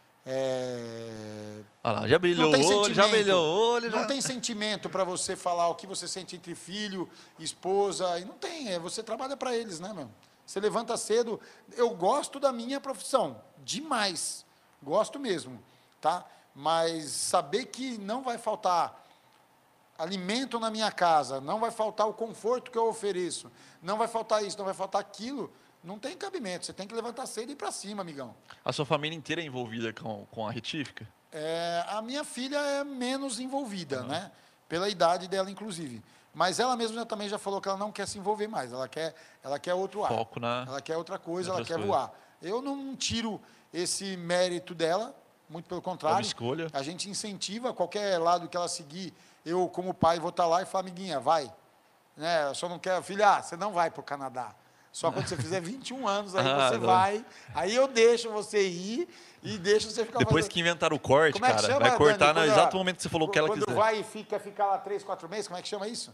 Olha lá, já brilhou Não tem o olho, já sentimento. brilhou o olho. Não já... tem sentimento para você falar o que você sente entre filho, esposa. E não tem. Você trabalha para eles, né, meu? Você levanta cedo. Eu gosto da minha profissão, demais. Gosto mesmo, tá? Mas saber que não vai faltar alimento na minha casa, não vai faltar o conforto que eu ofereço, não vai faltar isso, não vai faltar aquilo, não tem cabimento. Você tem que levantar cedo e ir para cima, amigão. A sua família inteira é envolvida com a retífica? A minha filha é menos envolvida, né? Pela idade dela, inclusive. Mas ela mesma também já falou que ela não quer se envolver mais, ela quer outro ar. Foco ela quer outra coisa, ela quer voar. Eu não tiro esse mérito dela, muito pelo contrário. É uma escolha. A gente incentiva qualquer lado que ela seguir. Eu, como pai, vou estar lá e falar, amiguinha, vai. Né? Eu só não quero, filha, você não vai para o Canadá. Só quando você fizer 21 anos, aí você vai. Aí eu deixo você ir e deixo você ficar... Depois que inventaram o corte, cara, chama, vai cortar no exato momento que você falou que ela quiser. Quando vai e fica lá 3, 4 meses, como é que chama isso?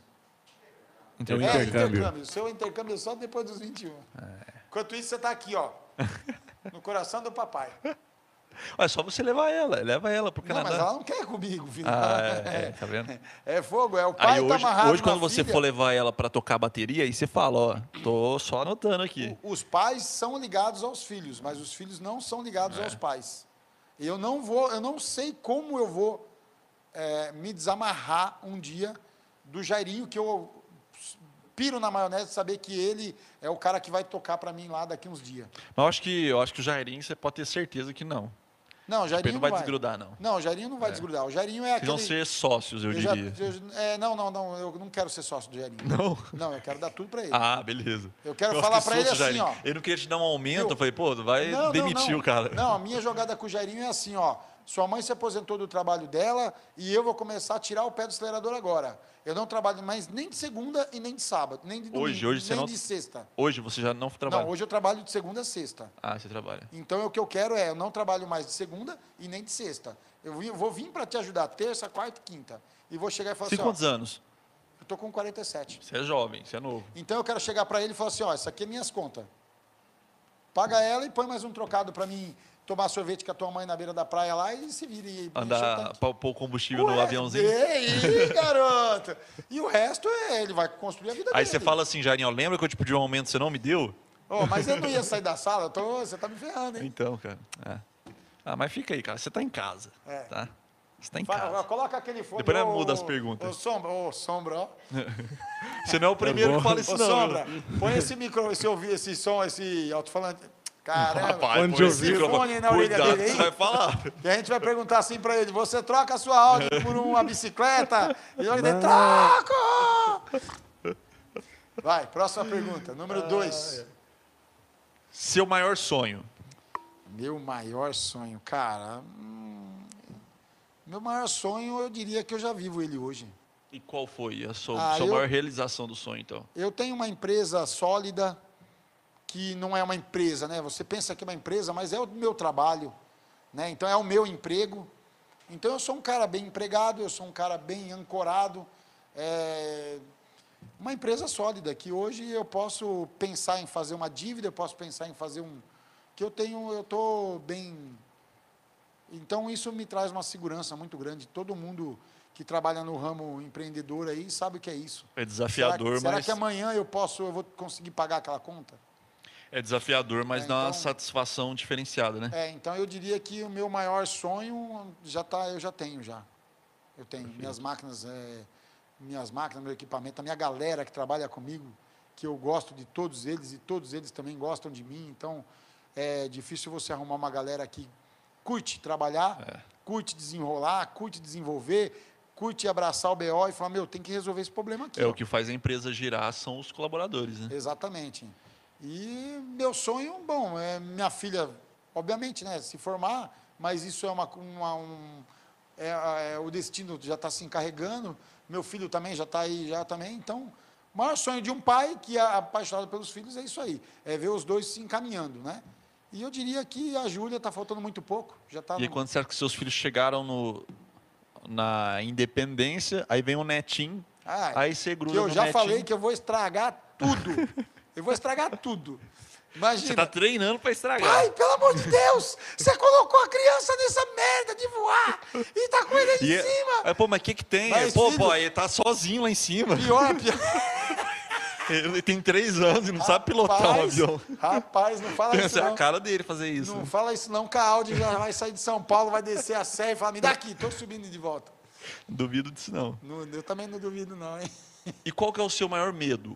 Intercâmbio. O seu intercâmbio é só depois dos 21. Enquanto isso, você está aqui, ó, no coração do papai. É só você levar ela, leva ela pro Canadá. Não, mas ela não quer comigo, filho. Tá vendo? É fogo, o pai tá amarrado. Hoje, quando você for levar ela para tocar a bateria, aí você fala, ó, tô só anotando aqui. Os pais são ligados aos filhos, mas os filhos não são ligados aos pais. Eu não sei como eu vou me desamarrar um dia do Jairinho, que eu piro na maionese de saber que ele é o cara que vai tocar para mim lá daqui uns dias. Mas eu acho que o Jairinho, você pode ter certeza que não. Não, o Jairinho não vai desgrudar, não. Não, o Jairinho não vai desgrudar. O Jairinho é aquele... Vocês vão ser sócios, eu diria. Não, eu não quero ser sócio do Jairinho. Não? Não, eu quero dar tudo para ele. Ah, beleza. Eu quero falar para ele assim, Jairinho. ó... Ele não queria te dar um aumento, eu falei, pô, vai demitir o cara. Não, a minha jogada com o Jairinho é assim, ó... Sua mãe se aposentou do trabalho dela e eu vou começar a tirar o pé do acelerador agora. Eu não trabalho mais nem de segunda e nem de sábado, nem de domingo, nem de sexta. Hoje você já não trabalha? Não, hoje eu trabalho de segunda a sexta. Ah, você trabalha. Então, o que eu quero eu não trabalho mais de segunda e nem de sexta. Eu vou vir para te ajudar terça, quarta e quinta. E vou chegar e falar assim, quantos anos? Eu estou com 47. Você é jovem, você é novo. Então, eu quero chegar para ele e falar assim, ó, isso aqui é minhas contas. Paga ela e põe mais um trocado para mim... Tomar sorvete com a tua mãe na beira da praia lá e se vira e andar para pôr combustível no aviãozinho. E aí, garoto? E o resto ele vai construir a vida dele. Aí você fala assim, Jairinho, lembra que eu te pedi um aumento e você não me deu? Mas eu não ia sair da sala, você tá me ferrando, hein? Então, cara. Mas fica aí, cara, você tá em casa, tá? Você tá em casa. Coloca aquele fone. Depois muda as perguntas. Sombra, ó. Você não é o primeiro que fala isso, não. Sombra, põe esse micro, esse som, esse alto-falante. Caramba, rapaz, esse fone na orelha dele aí. Vai falar. E a gente vai perguntar assim para ele: você troca a sua Audi por uma bicicleta? E ele vai dizer: troco! Vai, próxima pergunta, número 2. Seu maior sonho? Meu maior sonho, cara. Meu maior sonho, eu diria que eu já vivo ele hoje. E qual foi a sua maior realização do sonho, então? Eu tenho uma empresa sólida, que não é uma empresa, né? Você pensa que é uma empresa, mas é o meu trabalho, né? Então é o meu emprego. Então eu sou um cara bem empregado, eu sou um cara bem ancorado. Uma empresa sólida, que hoje eu posso pensar em fazer uma dívida, eu posso pensar em fazer que eu estou bem. Então isso me traz uma segurança muito grande. Todo mundo que trabalha no ramo empreendedor aí sabe o que é isso. É desafiador, mas... Será que amanhã eu vou conseguir pagar aquela conta? É desafiador, mas dá uma satisfação diferenciada, né? Então eu diria que o meu maior sonho eu já tenho já. Eu tenho minhas máquinas, meu equipamento, a minha galera que trabalha comigo, que eu gosto de todos eles e todos eles também gostam de mim. Então é difícil você arrumar uma galera que curte trabalhar, curte desenrolar, curte desenvolver, curte abraçar o BO e falar, tem que resolver esse problema aqui. O que faz a empresa girar são os colaboradores, né? Exatamente. E meu sonho, minha filha, obviamente, né, se formar, mas isso é o destino já está se encarregando, meu filho também já está aí, então, o maior sonho de um pai que é apaixonado pelos filhos é isso aí, é ver os dois se encaminhando, né? E eu diria que a Júlia está faltando muito pouco. E quando você acha que seus filhos chegaram na independência, aí vem um netinho, aí você gruda no netinho. Eu já falei que eu vou estragar tudo. Eu vou estragar tudo. Imagina. Você está treinando para estragar. Pai, pelo amor de Deus, você colocou a criança nessa merda de voar e está com ele aí em cima. Mas o que tem? Ele está sozinho lá em cima. Pior. Ele tem 3 anos e não sabe pilotar um avião. Rapaz, não fala isso Essa é não. a cara dele fazer isso. Não fala isso não, que a Audi já vai sair de São Paulo, vai descer a Sé e falar, me dá aqui, tô subindo de volta. Duvido disso, não. Eu também não duvido não, hein? E qual que é o seu maior medo?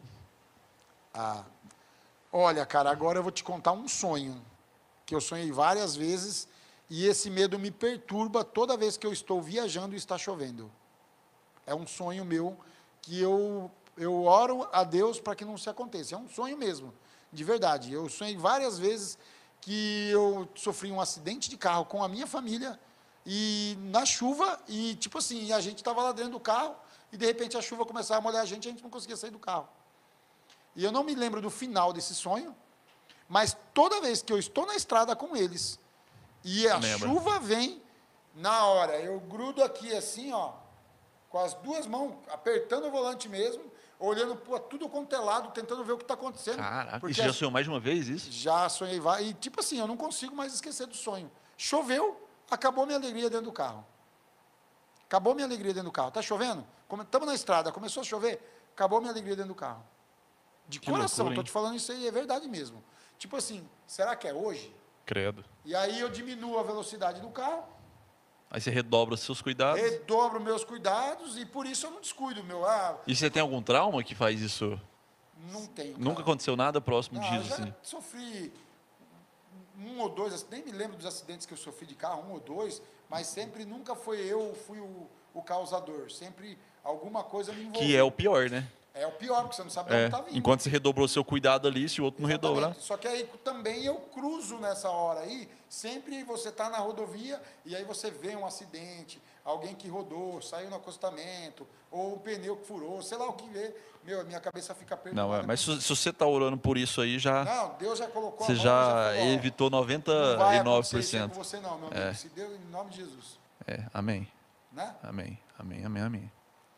Olha, cara, agora eu vou te contar um sonho, que eu sonhei várias vezes, e esse medo me perturba toda vez que eu estou viajando e está chovendo. É um sonho meu, que eu oro a Deus para que não se aconteça. É um sonho mesmo, de verdade. Eu sonhei várias vezes que eu sofri um acidente de carro com a minha família, e na chuva, e tipo assim, a gente estava lá dentro do carro, e de repente a chuva começava a molhar a gente não conseguia sair do carro. E eu não me lembro do final desse sonho, mas toda vez que eu estou na estrada com eles, e a chuva vem, na hora, eu grudo aqui assim, ó, com as 2 mãos, apertando o volante mesmo, olhando para tudo quanto é lado, tentando ver o que está acontecendo. Caraca, isso já sonhou mais de uma vez, isso? Já sonhei, e tipo assim, eu não consigo mais esquecer do sonho. Choveu, acabou minha alegria dentro do carro. Acabou minha alegria dentro do carro. Está chovendo? Estamos na estrada, começou a chover, acabou minha alegria dentro do carro. De que coração, estou te falando isso aí, é verdade mesmo. Tipo assim, será que é hoje? Credo. E aí eu diminuo a velocidade do carro. Aí você redobra os seus cuidados. Redobro meus cuidados e por isso eu não descuido meu. E você tem algum trauma que faz isso? Não tenho. Cara. Nunca aconteceu nada próximo não, disso? Eu já assim. sofri 1 ou 2, nem me lembro dos acidentes que eu sofri de carro, 1 ou 2, mas sempre, nunca fui o causador. Sempre alguma coisa me envolveu. Que é o pior, né? É o pior, porque você não sabe de onde está vindo. Enquanto você redobrou seu cuidado ali, se o outro não redobrar. Só que aí também eu cruzo nessa hora aí, sempre você está na rodovia e aí você vê um acidente, alguém que rodou, saiu no acostamento, ou um pneu que furou, sei lá o que vê. Minha cabeça fica perturbada. Não, mas se você está orando por isso aí, já. Não, Deus já colocou você a mão, já falou, evitou 99%. Não vai acontecer isso com você não, meu amigo. Se Deus, em nome de Jesus. Amém. Né? Amém. Amém, amém, amém.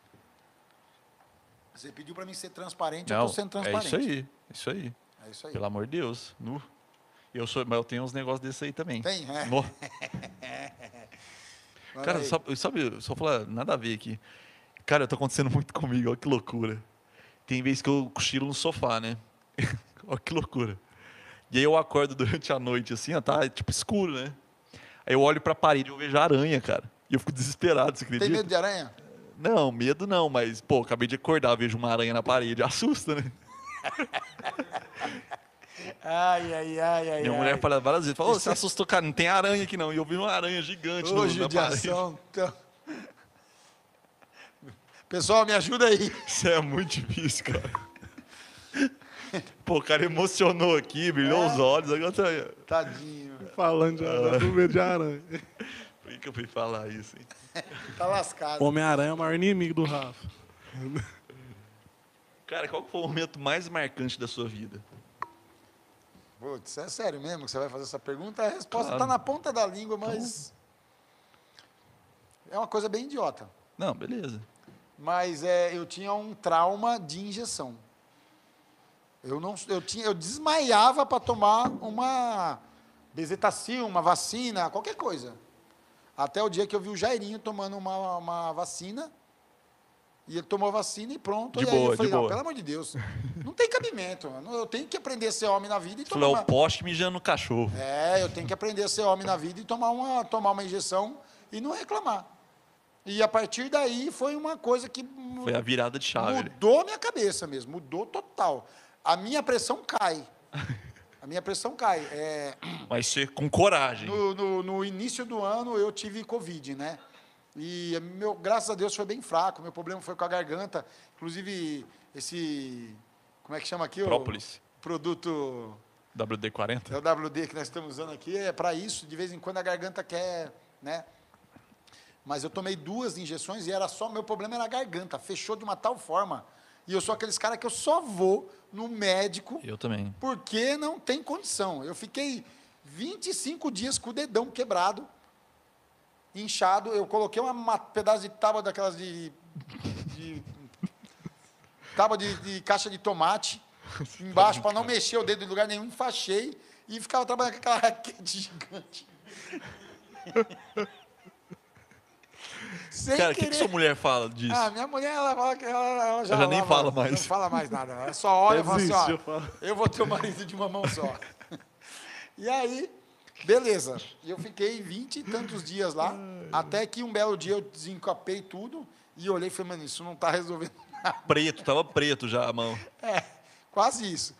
Você pediu para mim ser transparente, eu estou sendo transparente. É isso aí, isso aí. É isso aí. Pelo amor de Deus. Mas eu tenho uns negócios desses aí também. Tem, né? Cara, sabe, só falar, nada a ver aqui. Cara, tá acontecendo muito comigo, olha que loucura. Tem vezes que eu cochilo no sofá, né? Olha que loucura. E aí eu acordo durante a noite, assim, ó, tá tipo escuro, né? Aí eu olho pra parede e eu vejo aranha, cara. E eu fico desesperado, você acredita? Tem medo de aranha? Não, medo não, mas, pô, acabei de acordar, vejo uma aranha na parede, assusta, né? Ai. Minha mulher fala várias vezes, fala, você assustou, cara, não tem aranha aqui não. E eu vi uma aranha gigante na parede. Então... Pessoal, me ajuda aí. Isso é muito difícil, cara. Pô, o cara emocionou aqui, brilhou os olhos, agora tá... Tadinho. Falando de aranha, do medo de aranha. Por que eu fui falar isso, hein? Tá lascado. Homem-Aranha é o maior inimigo do Rafa. Cara, qual foi o momento mais marcante da sua vida? Putz, é sério mesmo que você vai fazer essa pergunta? A resposta está na ponta da língua, mas... É uma coisa bem idiota. Não, beleza. Mas eu tinha um trauma de injeção. Eu desmaiava para tomar uma bezetacil, uma vacina, qualquer coisa. Até o dia que eu vi o Jairinho tomando uma vacina, e ele tomou a vacina e pronto. De e aí boa, eu falei, de boa. Pelo amor de Deus, não tem cabimento. Eu tenho que aprender a ser homem na vida e tomar Falei, o poste mijando no cachorro. eu tenho que aprender a ser homem na vida e tomar uma injeção e não reclamar. E a partir daí foi uma coisa que... Foi a virada de chave. Mudou a minha cabeça mesmo, mudou total. A minha pressão cai. A minha pressão cai. Mas ser com coragem. No início do ano eu tive Covid, né? E graças a Deus foi bem fraco. Meu problema foi com a garganta. Inclusive, como é que chama aqui? Própolis. O produto... WD-40? É o WD que nós estamos usando aqui. É para isso, de vez em quando a garganta quer, né? Mas eu tomei 2 injeções e meu problema era a garganta. Fechou de uma tal forma. E eu sou aqueles caras que eu só vou no médico. Eu também. Porque não tem condição. Eu fiquei 25 dias com o dedão quebrado, inchado. Eu coloquei uma pedaço de tábua daquelas tábua de caixa de tomate embaixo para não mexer o dedo em lugar nenhum. Enfaixei e ficava trabalhando com aquela raquete gigante. Cara, o que sua mulher fala disso? Minha mulher, ela fala que ela já nem fala mais. Não fala mais nada. Ela só olha e fala assim, eu vou ter o marido de uma mão só. E aí, beleza. Eu fiquei 20 e tantos dias lá, até que um belo dia eu desencapei tudo e olhei e falei, mano, isso não está resolvendo nada. Tava preto já a mão. Quase isso.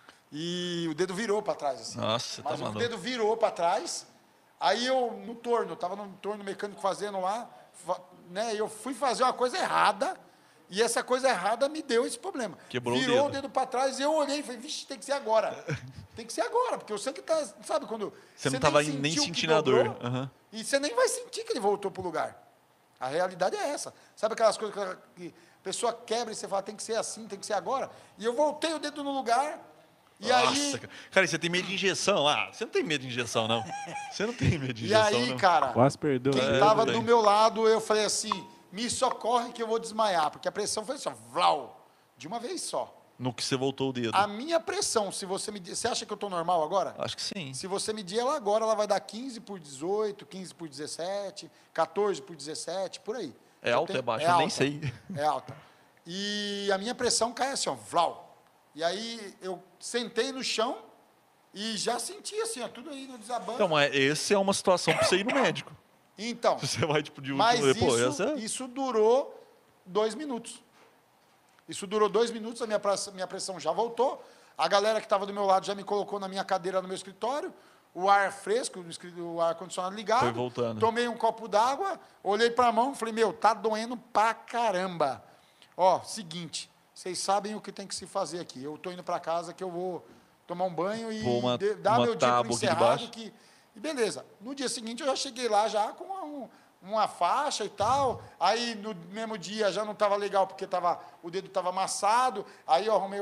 E o dedo virou para trás, assim. Nossa, mas o dedo virou para trás, aí eu, no torno, estava no torno mecânico fazendo lá, né, eu fui fazer uma coisa errada, e essa coisa errada me deu esse problema. Virou o dedo para trás e eu olhei e falei, vixe, tem que ser agora. Tem que ser agora, porque eu sei que tá, sabe quando... Você não estava nem sentindo a dor. E você nem vai sentir que ele voltou para o lugar. A realidade é essa. Sabe aquelas coisas que a pessoa quebra e você fala, tem que ser assim, tem que ser agora? E eu voltei o dedo no lugar, e aí... Cara, você tem medo de injeção? Você não tem medo de injeção, não. Você não tem medo de injeção, não. E aí, cara, quase perdeu. Quem estava do meu lado, eu falei assim, me socorre que eu vou desmaiar, porque a pressão foi assim, vlau, de uma vez só. No que você voltou o dedo. A minha pressão, se você medir... Você acha que eu estou normal agora? Acho que sim. Se você medir ela agora, ela vai dar 15 por 18, 15 por 17, 14 por 17, por aí. É alta ou é baixa? Eu nem sei. É alta. E a minha pressão cai assim, vlau. E aí eu sentei no chão e já senti assim, tudo aí no desabando. Então, mas essa é uma situação para você ir no médico. Então. Você vai tipo de último... Mas isso durou 2 minutos. Isso durou 2 minutos, a minha pressão já voltou. A galera que estava do meu lado já me colocou na minha cadeira no meu escritório. O ar fresco, o ar-condicionado ligado. Foi voltando. Tomei um copo d'água, olhei para a mão e falei, tá doendo pra caramba. Seguinte, vocês sabem o que tem que se fazer aqui. Eu estou indo para casa que eu vou tomar um banho e dar meu dia por encerrado. E beleza. No dia seguinte eu já cheguei lá já com uma faixa e tal, aí no mesmo dia já não estava legal porque o dedo estava amassado, aí eu arrumei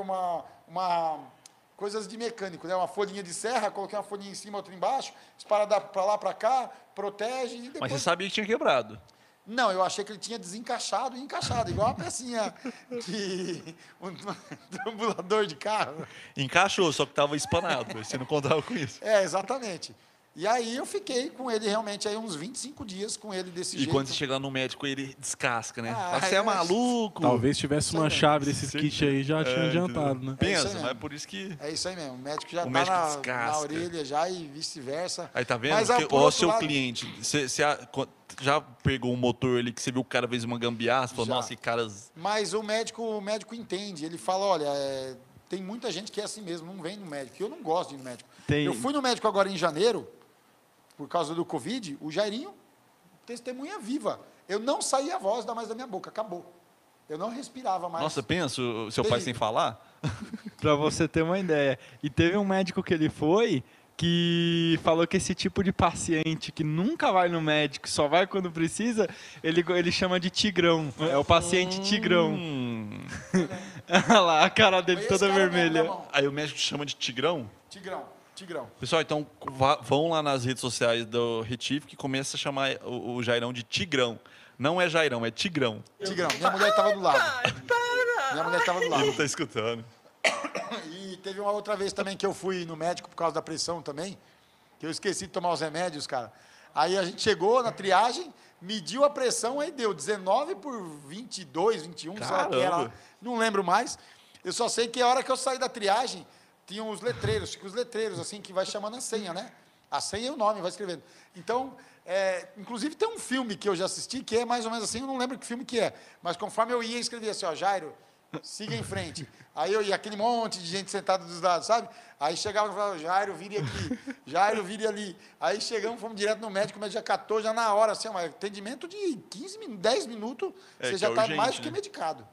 coisas de mecânico, né? Uma folhinha de serra, coloquei uma folhinha em cima, outra embaixo, espara para lá, para cá, protege e depois... Mas você sabia que tinha quebrado? Não, eu achei que ele tinha desencaixado e encaixado, igual a pecinha do ambulador de carro. Encaixou, só que estava espanado, você não contava com isso. Exatamente. E aí eu fiquei com ele realmente aí uns 25 dias com ele desse jeito. E quando você chega lá no médico, ele descasca, né? Você é maluco. Talvez tivesse uma chave desses kits aí, já tinha adiantado, né? Pensa, mas é por isso que... É isso aí mesmo, o médico já tá na orelha já e vice-versa. Aí tá vendo? Mas, o seu cliente, você já pegou um motor ali que você viu o cara fez uma gambiarra, você falou, nossa, que caras... Mas o médico entende, ele fala, olha, tem muita gente que é assim mesmo, não vem no médico. Eu não gosto de ir no médico. Eu fui no médico agora em janeiro, por causa do Covid, o Jairinho, testemunha viva. Eu não saía a voz mais da minha boca, acabou. Eu não respirava mais. Nossa, pensa, o seu pai sem falar? Para você ter uma ideia. E teve um médico que ele foi que falou que esse tipo de paciente que nunca vai no médico, só vai quando precisa, ele chama de tigrão. É o paciente tigrão. Olha lá, a cara dele toda vermelha. Aí o médico chama de tigrão? Tigrão. Pessoal, então vão lá nas redes sociais do Retific e começa a chamar o Jairão de Tigrão. Não é Jairão, é Tigrão. Tigrão. Minha mulher estava do lado. Minha mulher estava do lado. Ele não está escutando. E teve uma outra vez também que eu fui no médico por causa da pressão também, que eu esqueci de tomar os remédios, cara. Aí a gente chegou na triagem, mediu a pressão, aí deu 19 por 22, 21, sei lá que era. Não lembro mais. Eu só sei que a hora que eu saí da triagem, tinham os letreiros, assim, que vai chamando a senha, né? A senha e o nome, vai escrevendo. Então, inclusive tem um filme que eu já assisti, que é mais ou menos assim, eu não lembro que filme que é, mas conforme eu ia, escrevia assim, Jairo, siga em frente. Aí eu ia, aquele monte de gente sentada dos lados, sabe? Aí chegava e falava, Jairo, vire aqui, Jairo, vire ali. Aí chegamos, fomos direto no médico, o médico já catou, já na hora, assim, um atendimento de 15 minutos, 10 minutos, você já está mais do que medicado.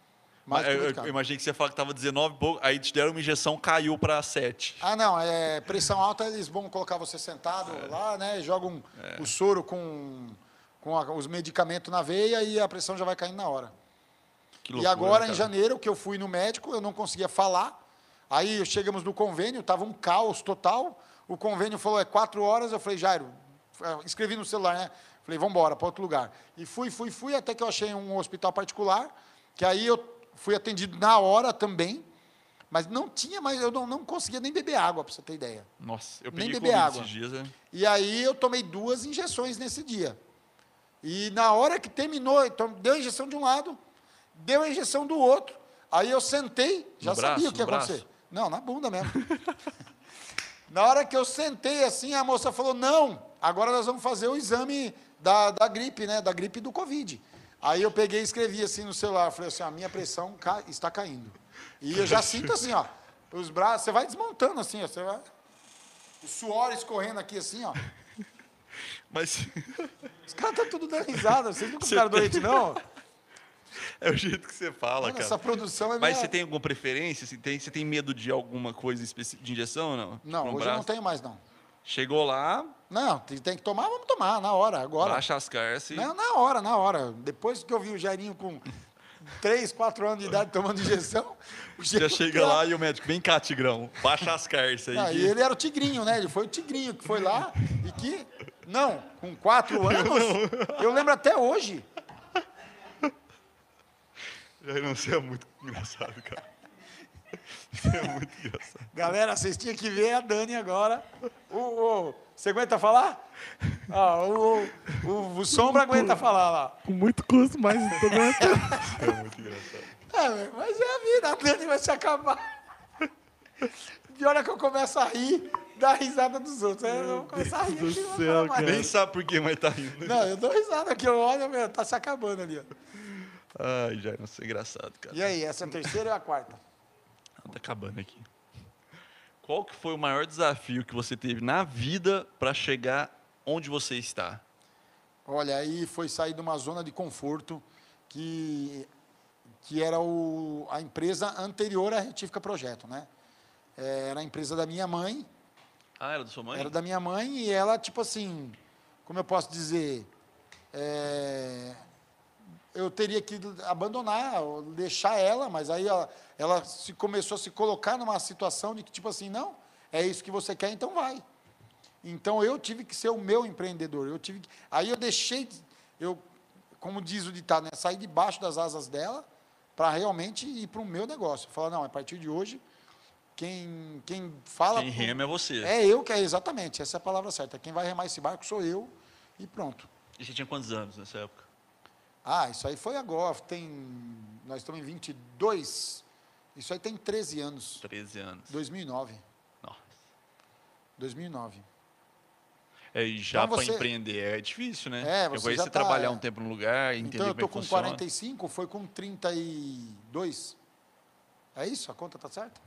Eu imaginei que você falou que estava 19 e pouco, aí te deram uma injeção, caiu para 7. Não, pressão alta, eles vão colocar você sentado lá, né? Jogam o soro com os medicamentos na veia e a pressão já vai caindo na hora. Que loucura, e agora, cara. Em janeiro, que eu fui no médico, eu não conseguia falar. Aí chegamos no convênio, estava um caos total. O convênio falou, 4 horas. Eu falei, Jairo, escrevi no celular, né? Falei, vamos embora para outro lugar. E fui, até que eu achei um hospital particular, que aí eu fui atendido na hora também, mas não tinha mais, eu não conseguia nem beber água, para você ter ideia. Nossa, eu peguei nem beber água. Esses dias, né? E aí eu tomei 2 injeções nesse dia. E na hora que terminou, então deu a injeção de um lado, deu a injeção do outro. Aí eu sentei, já sabia o que ia acontecer. Não, na bunda mesmo. Na hora que eu sentei assim, a moça falou, não, agora nós vamos fazer o exame da gripe, né? Da gripe do Covid. Aí eu peguei e escrevi assim no celular, falei assim, a minha pressão está caindo. E eu já sinto assim, ó, os braços, você vai desmontando assim, ó, você vai... O suor escorrendo aqui assim, ó. Mas... Os caras estão tudo dando risada, vocês nunca ficaram doentes, não? É o jeito que você fala, Mano, cara. Essa produção é Mas você tem alguma preferência? Você tem medo de alguma coisa específica de injeção ou não? Não, hoje eu não tenho mais, não. Chegou lá... Não, tem que tomar, vamos tomar, na hora, agora. Baixa as carças. Não, na hora. Depois que eu vi o Jairinho com 3, 4 anos de idade tomando injeção... Já chega lá e o médico, vem cá, Tigrão, baixa as carças aí. E ele era o Tigrinho, né? Ele foi o Tigrinho que foi lá e que... Não, com 4 anos, eu lembro até hoje. Você é muito engraçado, cara. Você é muito engraçado. Galera, vocês tinham que ver a Dani agora. Você aguenta falar? O Sombra aguenta falar lá. Com muito custo, mas tô aguentando. Você é muito engraçado. Mas é a vida, a Dani vai se acabar. Pior é que eu começo a rir da risada dos outros. Eu vou começar a rir aqui, não vou falar mais. Nem sabe por que, mas tá rindo. Não, eu dou risada aqui, eu olho, meu, tá se acabando ali, ó. Ai, já não sei, engraçado, cara. E aí, essa é a terceira ou a quarta? Tá acabando aqui. Qual que foi o maior desafio que você teve na vida para chegar onde você está? Olha, aí foi sair de uma zona de conforto que era a empresa anterior à Retífica Projeto, né? Era a empresa da minha mãe. Ah, era da sua mãe? Era da minha mãe e ela, tipo assim, como eu posso dizer, eu teria que abandonar, deixar ela, mas aí ela começou a se colocar numa situação de que, tipo assim, não, é isso que você quer, então vai. Então, eu tive que ser o meu empreendedor. Aí eu deixei, como diz o ditado, né, sair debaixo das asas dela para realmente ir para o meu negócio. Falar, não, a partir de hoje, quem fala... Quem rema é você. Exatamente, essa é a palavra certa. Quem vai remar esse barco sou eu e pronto. E você tinha quantos anos nessa época? Isso aí foi agora, nós estamos em 22, isso aí tem 13 anos. 13 anos. 2009. Nossa. 2009. E já então para empreender é difícil, né? Você já trabalhar um tempo no lugar, entender então eu estou com 45, foi com 32. É isso? A conta está certa?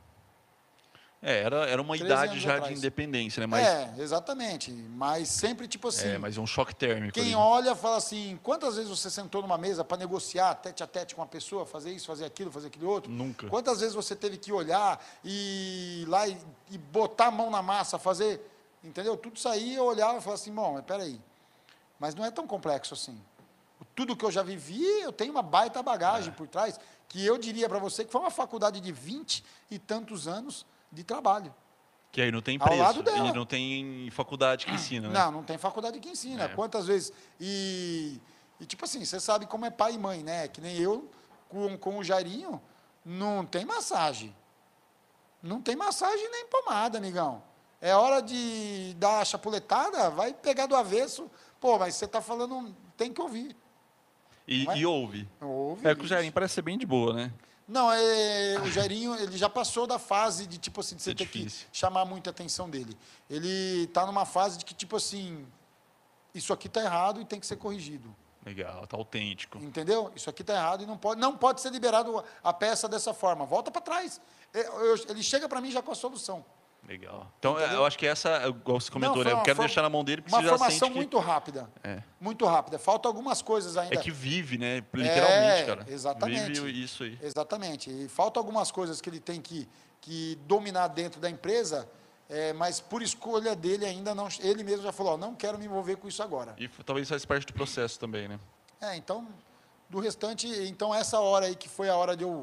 Era uma idade já atrás de independência, né? Mas, exatamente. Mas sempre tipo assim... mas um choque térmico. Quem olha fala assim, quantas vezes você sentou numa mesa para negociar tete a tete com uma pessoa, fazer isso, fazer aquilo outro? Nunca. Quantas vezes você teve que olhar e ir lá e botar a mão na massa, fazer... Entendeu? Tudo isso aí eu olhava e falava assim, bom, mas peraí. Mas não é tão complexo assim. Tudo que eu já vivi, eu tenho uma baita bagagem por trás, que eu diria para você que foi uma faculdade de 20 e tantos anos de trabalho. Que aí não tem preço. Ao lado dela. E não tem faculdade que ensina, né? Não tem faculdade que ensina. Quantas vezes... E tipo assim, você sabe como é pai e mãe, né? Que nem eu, com o Jairinho, não tem massagem. Não tem massagem nem pomada, amigão. É hora de dar a chapuletada, vai pegar do avesso. Pô, mas você está falando, tem que ouvir. E ouve. Ouve. Que o Jairinho parece ser bem de boa, né? Não, o Jairinho, ele já passou da fase de, tipo assim, de você ter que chamar muita atenção dele. Ele está numa fase de que, tipo assim, isso aqui está errado e tem que ser corrigido. Legal, está autêntico. Entendeu? Isso aqui está errado e não pode ser liberado a peça dessa forma. Volta para trás. Ele chega para mim já com a solução. Legal. Então, entendeu? Eu acho que essa, igual você comentou, né? Eu quero deixar na mão dele, porque você já sente uma formação muito rápida. Muito rápida. Falta algumas coisas ainda. É que vive, né? Literalmente, cara. Exatamente. Vive isso aí. Exatamente. E falta algumas coisas que ele tem que dominar dentro da empresa, mas por escolha dele ainda não... Ele mesmo já falou, não quero me envolver com isso agora. E talvez faz parte do processo também, né? Então, do restante... Então, essa hora aí, que foi a hora de eu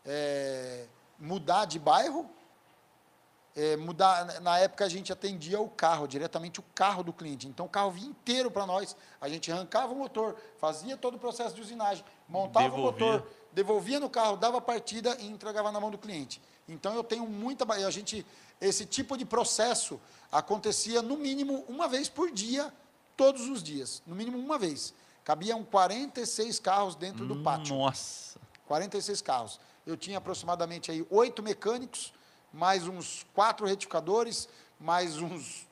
mudar de bairro, na época a gente atendia o carro, diretamente o carro do cliente. Então o carro vinha inteiro para nós, a gente arrancava o motor, fazia todo o processo de usinagem, montava o motor, devolvia no carro, dava partida e entregava na mão do cliente. Então eu tenho esse tipo de processo acontecia no mínimo uma vez por dia, todos os dias, no mínimo uma vez. cabiam 46 carros dentro do pátio. Nossa! 46 carros. Eu tinha aproximadamente aí 8 mecânicos, mais uns 4 retificadores, mais uns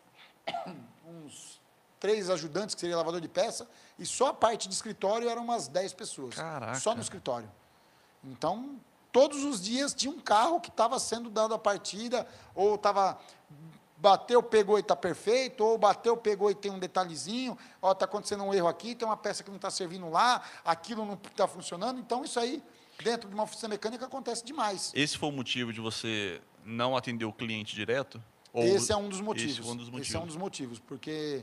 3 ajudantes, que seria lavador de peça, e só a parte de escritório eram umas 10 pessoas. Caraca. Só no escritório. Então, todos os dias tinha um carro que estava sendo dado a partida, ou estava... Bateu, pegou e está perfeito, ou bateu, pegou e tem um detalhezinho, ó, está acontecendo um erro aqui, tem uma peça que não está servindo lá, aquilo não está funcionando. Então, isso aí, dentro de uma oficina mecânica, acontece demais. Esse foi o motivo de você não atender o cliente direto? Esse é um dos motivos. Esse é um dos motivos. Porque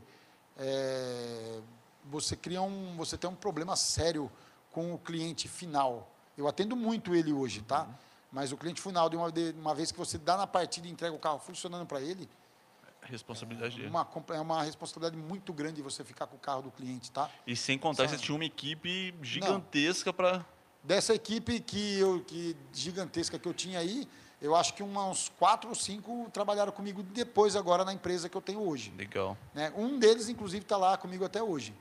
você tem um problema sério com o cliente final. Eu atendo muito ele hoje, tá? Mas o cliente final, de uma vez que você dá na partida e entrega o carro funcionando para ele, responsabilidade é uma responsabilidade muito grande você ficar com o carro do cliente, tá? E sem contar que você tinha uma equipe gigantesca para... Dessa equipe gigantesca que eu tinha aí, eu acho que uns 4 ou 5 trabalharam comigo depois agora na empresa que eu tenho hoje. Legal. Né? Um deles, inclusive, está lá comigo até hoje.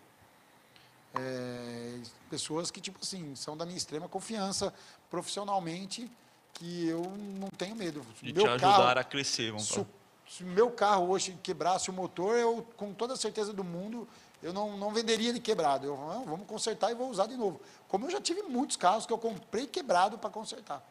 Pessoas que, tipo assim, são da minha extrema confiança profissionalmente, que eu não tenho medo. E te ajudaram a crescer, vamos falar. Se o meu carro hoje quebrasse o motor, eu, com toda a certeza do mundo, eu não venderia ele quebrado. Vamos consertar e vou usar de novo. Como eu já tive muitos carros que eu comprei quebrado para consertar.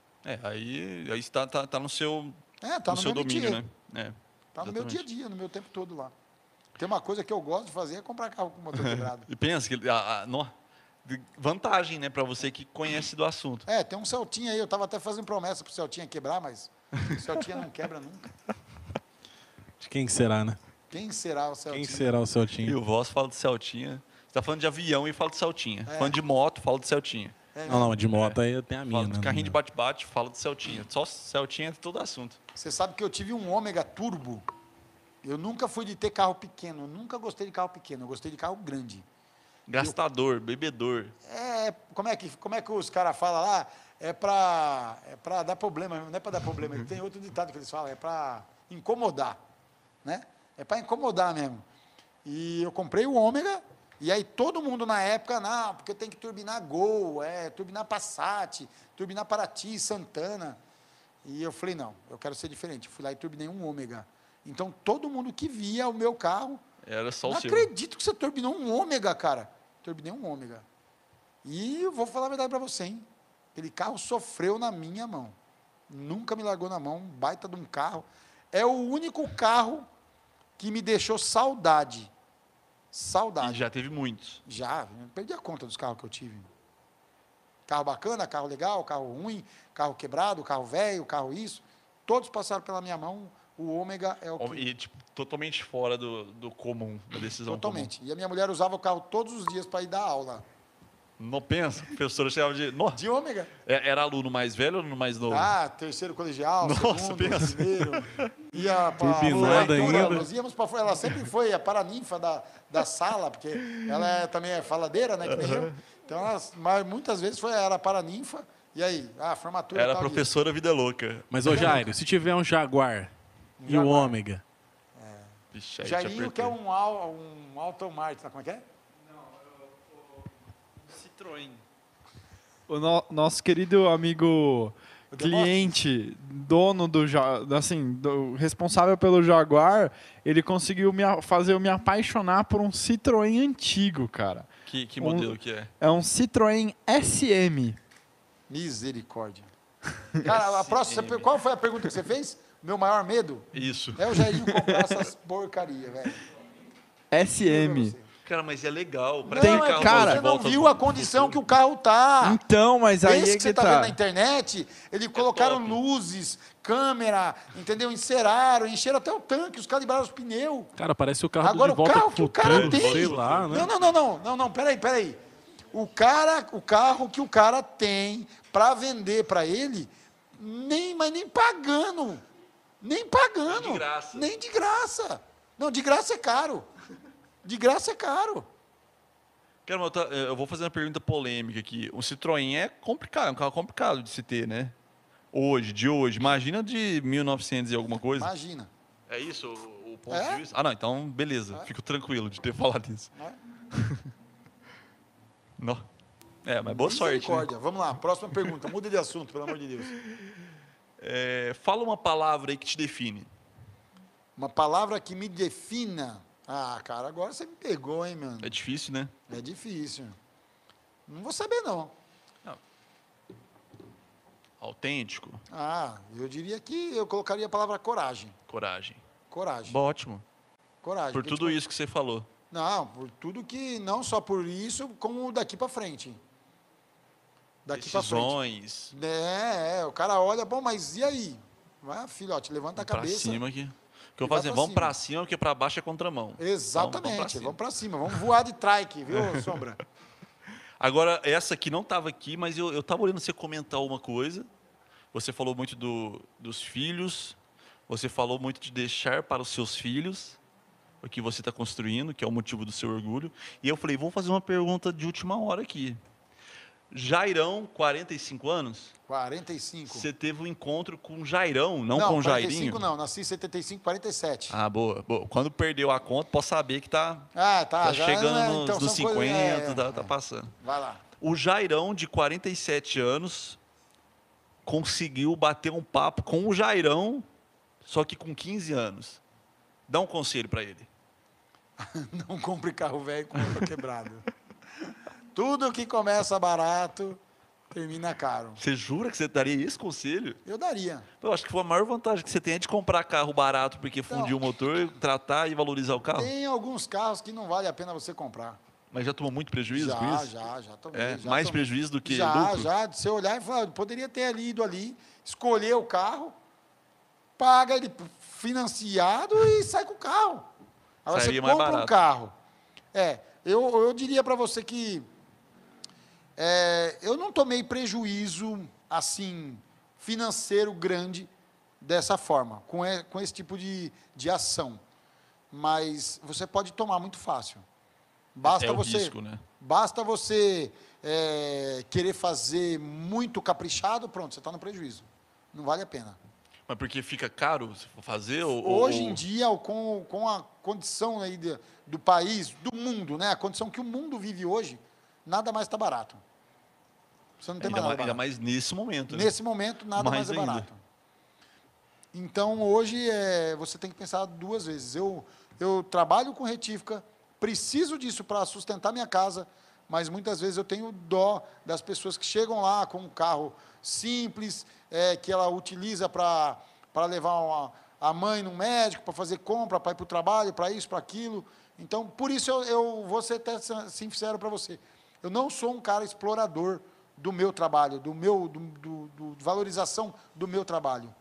Aí está no seu, tá no seu meu domínio, dia. né? Está no meu dia a dia, no meu tempo todo lá. Tem uma coisa que eu gosto de fazer, é comprar carro com motor quebrado. E pensa que vantagem, né, para você que conhece do assunto. Tem um Celtinha aí, eu estava até fazendo promessa para o Celtinha quebrar, mas o Celtinha não quebra nunca. De quem será, né? Quem será o Celtinha? Quem será o Celtinha? E o Voz fala de Celtinha. Você está falando de avião e fala de Celtinha. Falando de moto, fala de Celtinha. Não, de moto aí eu tenho a minha. Fala de carrinho de bate-bate, fala de Celtinha. Só Celtinha é todo assunto. Você sabe que eu tive um Ômega Turbo. Eu nunca fui de ter carro pequeno. Eu nunca gostei de carro pequeno. Eu gostei de carro grande. Gastador, bebedor. Como é que os caras falam lá? É para dar problema, não é para dar problema. Tem outro ditado que eles falam, é para incomodar. Né? É para incomodar mesmo. E eu comprei o Ômega, e aí todo mundo na época, não, porque tem que turbinar Gol, turbinar Passat, turbinar Paraty, Santana. E eu falei, não, eu quero ser diferente. Eu fui lá e turbinei um Ômega. Então, todo mundo que via o meu carro... Era só o seu. Não acredito que você turbinou um Ômega, cara. Turbinei um Ômega. E eu vou falar a verdade para você, hein? Aquele carro sofreu na minha mão. Nunca me largou na mão, um baita de um carro. É o único carro que me deixou saudade. Saudade. E já teve muitos. Já, eu perdi a conta dos carros que eu tive. Carro bacana, carro legal, carro ruim, carro quebrado, carro velho, carro isso. Todos passaram pela minha mão. O Ômega é o que... E tipo, totalmente fora do comum, da decisão totalmente. comum. E a minha mulher usava o carro todos os dias para ir dar aula. Não pensa, a professora chamava de... De Ômega. Era aluno mais velho ou aluno mais novo? Terceiro colegial, Nossa, segundo, pensa. primeiro. Ia para... Nós íamos para... Ela sempre foi a paraninfa da sala, porque ela também é faladeira, né, que nem eu. Então, mas muitas vezes era a paraninfa. E aí? Formatura... Era a professora dia. Vida louca. Mas, ô Jairo, se tiver um Jaguar... E o Ômega? Vixe, Jairinho, que é um Aston Martin, como é que é? Não, Citroën. O nosso querido amigo cliente, dono do responsável pelo Jaguar, ele conseguiu fazer eu me apaixonar por um Citroën antigo, cara. Que modelo que é? É um Citroën SM. Misericórdia. Cara, a próxima, qual foi a pergunta que você fez? Meu maior medo? Isso. É o Jairinho comprar essas porcarias, velho. SM. Cara, mas é legal. Cara, você não viu a condição que o carro tá. Então, mas aí esse que você tá vendo na internet, eles colocaram luzes, câmera, entendeu? Enceraram, encheram até o tanque, os caras liberaram os pneus. Cara, parece o carro Agora, do De Volta o carro que o cara tem. Sei lá, né? Não, peraí. O carro que o cara tem para vender para ele, mas nem pagando. Nem pagando. De graça. Nem de graça. Não, de graça é caro. De graça é caro. Cara, eu vou fazer uma pergunta polêmica aqui. O Citroën é complicado, é um carro complicado de se ter, né? De hoje. Imagina de 1900 e alguma coisa. Imagina. É isso o ponto de vista? Não, então beleza. Fico tranquilo de ter falado isso. Não. Mas boa sorte. Né? Vamos lá, próxima pergunta. Muda de assunto, pelo amor de Deus. Fala uma palavra aí que te define. Uma palavra que me defina. Ah, cara, agora você me pegou, hein, mano? É difícil, né? É difícil. Não vou saber, não. Autêntico. Eu diria que eu colocaria a palavra coragem. Coragem. Ótimo. Coragem. Por tudo isso que você falou. Não, por tudo que, não só por isso, como daqui para frente. Decisões. O cara olha, bom, mas e aí? Vai, filhote, levanta a cabeça. Pra cima aqui. O que eu vou fazer? Vamos pra cima, porque pra baixo é contramão. Exatamente, vamos pra cima. Vamos voar de trike, viu, Sombra? Agora, essa aqui não estava aqui, mas eu estava olhando você comentar uma coisa. Você falou muito dos filhos, você falou muito de deixar para os seus filhos o que você está construindo, que é o motivo do seu orgulho. E eu falei, vou fazer uma pergunta de última hora aqui. Jairão, 45 anos? 45. Você teve um encontro com Jairão, não com Jairinho? 45 não, nasci em 75, 47. Boa. Quando perdeu a conta, posso saber que tá chegando nos 50, tá passando. Vai lá. O Jairão, de 47 anos, conseguiu bater um papo com o Jairão, só que com 15 anos. Dá um conselho para ele. Não compre carro velho com motor quebrado. Tudo que começa barato, termina caro. Você jura que você daria esse conselho? Eu daria. Eu acho que foi a maior vantagem que você tem é de comprar carro barato porque fundiu o motor, tratar e valorizar o carro. Tem alguns carros que não vale a pena você comprar. Mas já tomou muito prejuízo com isso? Já tomei. Mais prejuízo do que lucro? Já. Você olhar e falar, poderia ter ido ali, escolher o carro, paga ele financiado e sai com o carro. Agora você compra um carro. Eu diria para você que eu não tomei prejuízo assim financeiro grande dessa forma, com esse tipo de ação. Mas você pode tomar muito fácil. Basta risco, né? Basta você querer fazer muito caprichado, pronto, você está no prejuízo. Não vale a pena. Mas porque fica caro se for fazer? Hoje em dia, com a condição aí do país, do mundo, né? A condição que o mundo vive hoje, nada mais está barato. Você não tem mais nada barato. Ainda mais nesse momento. Né? Nesse momento, nada mais é barato. Então, hoje, você tem que pensar duas vezes. Eu trabalho com retífica, preciso disso para sustentar minha casa, mas muitas vezes eu tenho dó das pessoas que chegam lá com um carro simples, que ela utiliza para levar a mãe no médico, para fazer compra, para ir para o trabalho, para isso, para aquilo. Então, por isso eu vou ser até sincero para você. Eu não sou um cara explorador do meu trabalho, do valorização do meu trabalho.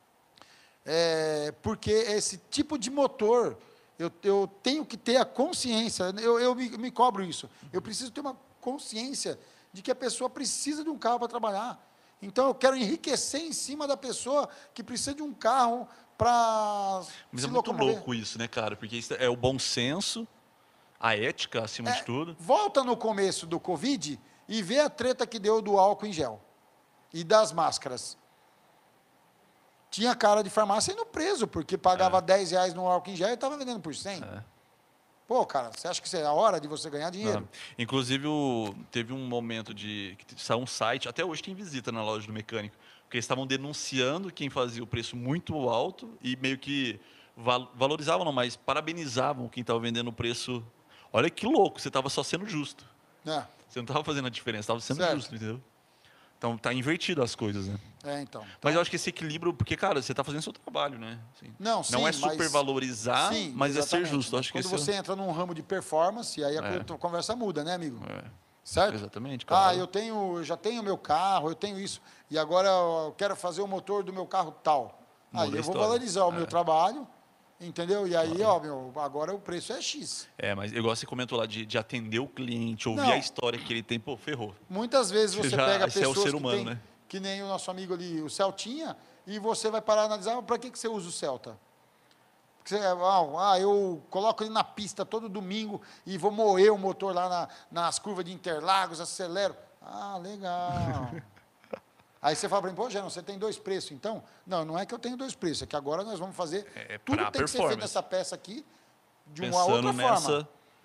Porque esse tipo de motor, eu tenho que ter a consciência, eu me cobro isso. Eu preciso ter uma consciência de que a pessoa precisa de um carro para trabalhar. Então, eu quero enriquecer em cima da pessoa que precisa de um carro para Mas é muito louco isso, né, cara? Porque isso é o bom senso, a ética, acima de tudo. Volta no começo do Covid e vê a treta que deu do álcool em gel e das máscaras. Tinha cara de farmácia indo preso, porque pagava R$10 no álcool em gel e estava vendendo por 100. Pô, cara, você acha que isso é a hora de você ganhar dinheiro? Inclusive, teve um momento que saiu um site, até hoje tem visita na loja do mecânico, porque eles estavam denunciando quem fazia o preço muito alto e meio que valorizavam, não, mas parabenizavam quem estava vendendo o preço. Olha que louco, você estava só sendo justo. Você não estava fazendo a diferença, estava sendo justo, entendeu? Então, tá invertido as coisas, né? Então. Mas eu acho que esse equilíbrio, porque, cara, você está fazendo seu trabalho, né? Assim, não é supervalorizar, mas exatamente. É ser justo. Acho que quando você entra num ramo de performance, aí a conversa muda, né, amigo? Certo? Exatamente. Claro. Eu já tenho meu carro, eu tenho isso, e agora eu quero fazer o motor do meu carro tal. Aí eu vou valorizar o meu trabalho, entendeu? E aí, agora o preço é X. Mas igual você comentou lá, de atender o cliente, ouvir a história que ele tem, pô, ferrou. Muitas vezes você pega pessoas é o ser humano, né? Que nem o nosso amigo ali, o Celtinha, e você vai parar a analisar, para que você usa o Celta? Porque eu coloco ele na pista todo domingo e vou moer o motor lá nas curvas de Interlagos, acelero. Legal. Aí você fala para mim, Gerão, você tem 2 preços, então? Não é que eu tenho 2 preços, é que agora nós vamos fazer tudo tem que ser feito nessa peça aqui de uma outra forma.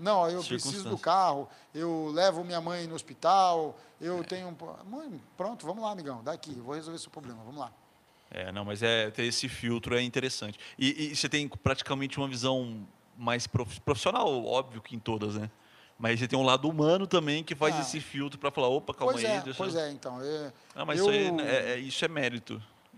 Não, eu preciso do carro, eu levo minha mãe no hospital, eu tenho... Mãe, pronto, vamos lá, amigão, daqui, eu vou resolver seu problema, vamos lá. Não, mas ter esse filtro é interessante. E você tem praticamente uma visão mais profissional, óbvio que em todas, né? Mas você tem um lado humano também que faz esse filtro para falar, opa, calma aí. Pois é, então. Mas isso é mérito.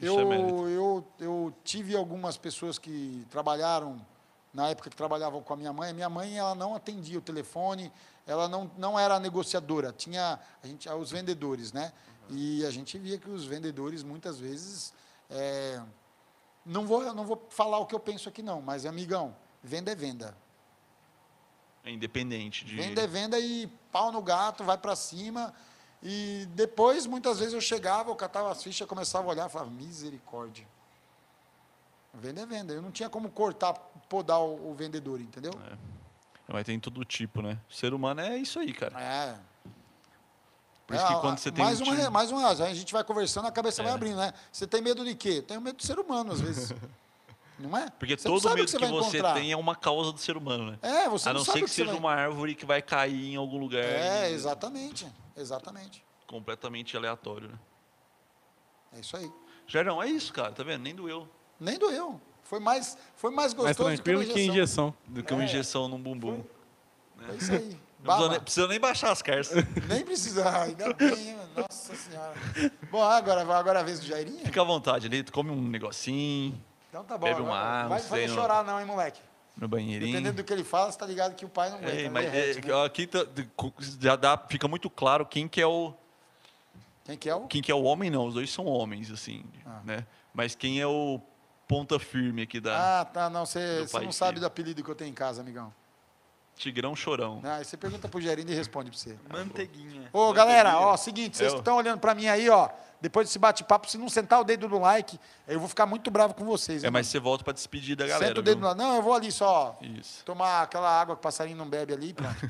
Eu tive algumas pessoas que trabalharam, na época que trabalhavam com a minha mãe. Minha mãe, ela não atendia o telefone, ela não era negociadora, tinha os vendedores, né? E a gente via que os vendedores, muitas vezes, não vou falar o que eu penso aqui não, mas, amigão, venda é venda. É independente de... Venda é venda e pau no gato, vai para cima. E depois, muitas vezes, eu chegava, eu catava as fichas, começava a olhar e falava, misericórdia. Venda é venda. Eu não tinha como podar o vendedor, entendeu? Mas tem todo tipo, né? O ser humano é isso aí, cara. Por isso que quando você tem mais uma, a gente vai conversando, a cabeça vai abrindo, né? Você tem medo de quê? Tenho medo do ser humano, às vezes. Não é? Porque todo medo que você tem é uma causa do ser humano, né? Você a não ser que seja uma árvore que vai cair em algum lugar. Exatamente. Completamente aleatório, né? É isso aí. Gerão, é isso, cara, tá vendo? Nem doeu. Nem doeu. Foi mais gostoso mais tranquilo que injeção. Do que uma injeção num bumbum. É isso aí. Não precisa nem baixar as carças. Nem precisa, ainda bem, nossa senhora. Bom, agora é a vez do Jairinho? Fica à vontade, ele come um negocinho. Então tá bom. Bebe uma água. Não vai fazer chorar não, hein, moleque? No banheirinho. Dependendo do que ele fala, você tá ligado que o pai não aguenta. Mas derrete, né? aqui fica muito claro quem que é o... Quem que é o homem, não. Os dois são homens, assim, né? Mas quem é o ponta firme aqui da... tá, não. Você não sabe do apelido que eu tenho em casa, amigão. Tigrão Chorão. Aí você pergunta pro Gerino e responde pra você. Manteiguinha. Ô, galera, seguinte, vocês que estão olhando pra mim aí, depois desse bate-papo, se não sentar o dedo no like, eu vou ficar muito bravo com vocês. Mas você volta pra despedir da galera. Senta o dedo no like. Não, eu vou ali só Isso. tomar aquela água que o passarinho não bebe ali e pronto.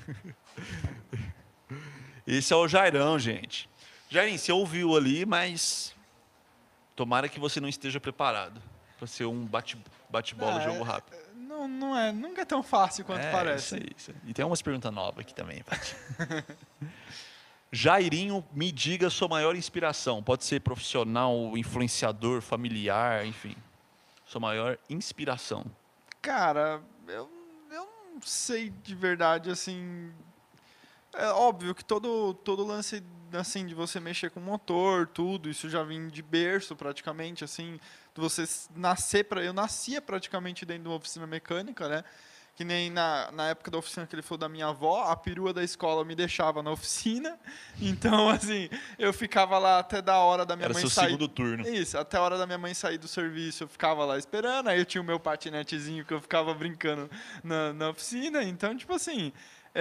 Esse é o Jairão, gente. Jairinho, você ouviu ali, mas tomara que você não esteja preparado para ser um bate-bola, jogo rápido. Nunca é tão fácil quanto parece. Isso aí. E tem umas perguntas novas aqui também, Paty. Jairinho, me diga a sua maior inspiração. Pode ser profissional, influenciador, familiar, enfim. Sua maior inspiração. Cara, eu não sei de verdade, assim... É óbvio que todo lance assim, de você mexer com motor, tudo, isso já vem de berço praticamente, assim, de você nascer... Eu nascia praticamente dentro de uma oficina mecânica, né? Que nem na época da oficina que ele falou da minha avó, a perua da escola me deixava na oficina. Então, assim, eu ficava lá até da hora da minha mãe sair. Era seu segundo turno. Isso, até a hora da minha mãe sair do serviço, eu ficava lá esperando. Aí eu tinha o meu patinetezinho que eu ficava brincando na oficina. Então, tipo assim,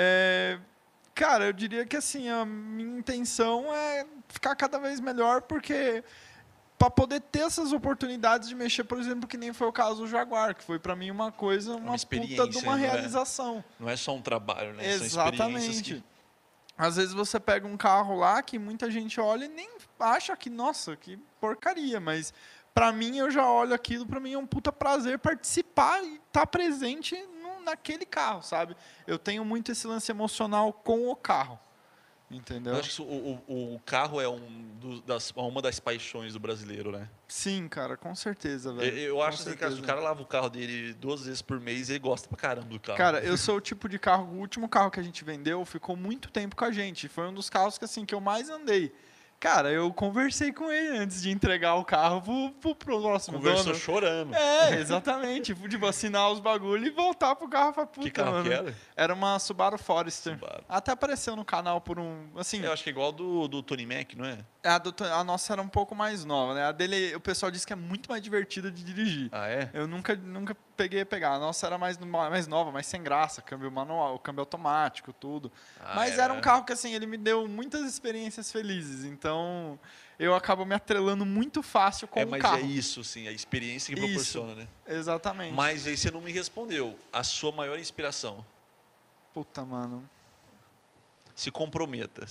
cara, eu diria que assim, a minha intenção é ficar cada vez melhor, porque... para poder ter essas oportunidades de mexer, por exemplo, que nem foi o caso do Jaguar, que foi para mim uma coisa, uma puta de uma realização. Não é só um trabalho, né? Exatamente. Às vezes você pega um carro lá que muita gente olha e nem acha que, nossa, que porcaria, mas para mim, eu já olho aquilo, para mim é um puta prazer participar e estar presente naquele carro, sabe? Eu tenho muito esse lance emocional com o carro. Entendeu? Eu acho que o carro é uma das paixões do brasileiro, né? Sim, cara, com certeza, velho. Eu acho assim, cara, se o cara lava o carro dele 2 vezes por mês, ele gosta pra caramba do carro. Cara, eu sou o tipo de carro, o último carro que a gente vendeu ficou muito tempo com a gente. Foi um dos carros que, assim, que eu mais andei. Cara, eu conversei com ele antes de entregar o carro pro próximo dono. Conversou chorando. Exatamente. Tipo, assinar os bagulho e voltar pro carro. Pra puta, que carro mano. Que era? Era uma Subaru Forester. Até apareceu no canal por um... Assim, eu acho que é igual do Tony Mac, não é? A nossa era um pouco mais nova, né? A dele, o pessoal disse que é muito mais divertida de dirigir. Ah, é? Eu nunca peguei a pegar. A nossa era mais nova, mais sem graça. Câmbio manual, câmbio automático, tudo. Mas era um carro que, assim, ele me deu muitas experiências felizes. Então, eu acabo me atrelando muito fácil com o carro. Mas é isso, sim. A experiência que proporciona, né? Exatamente. Mas aí você não me respondeu. A sua maior inspiração? Puta, mano. Se comprometa.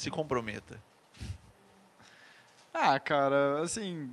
Ah, cara, assim...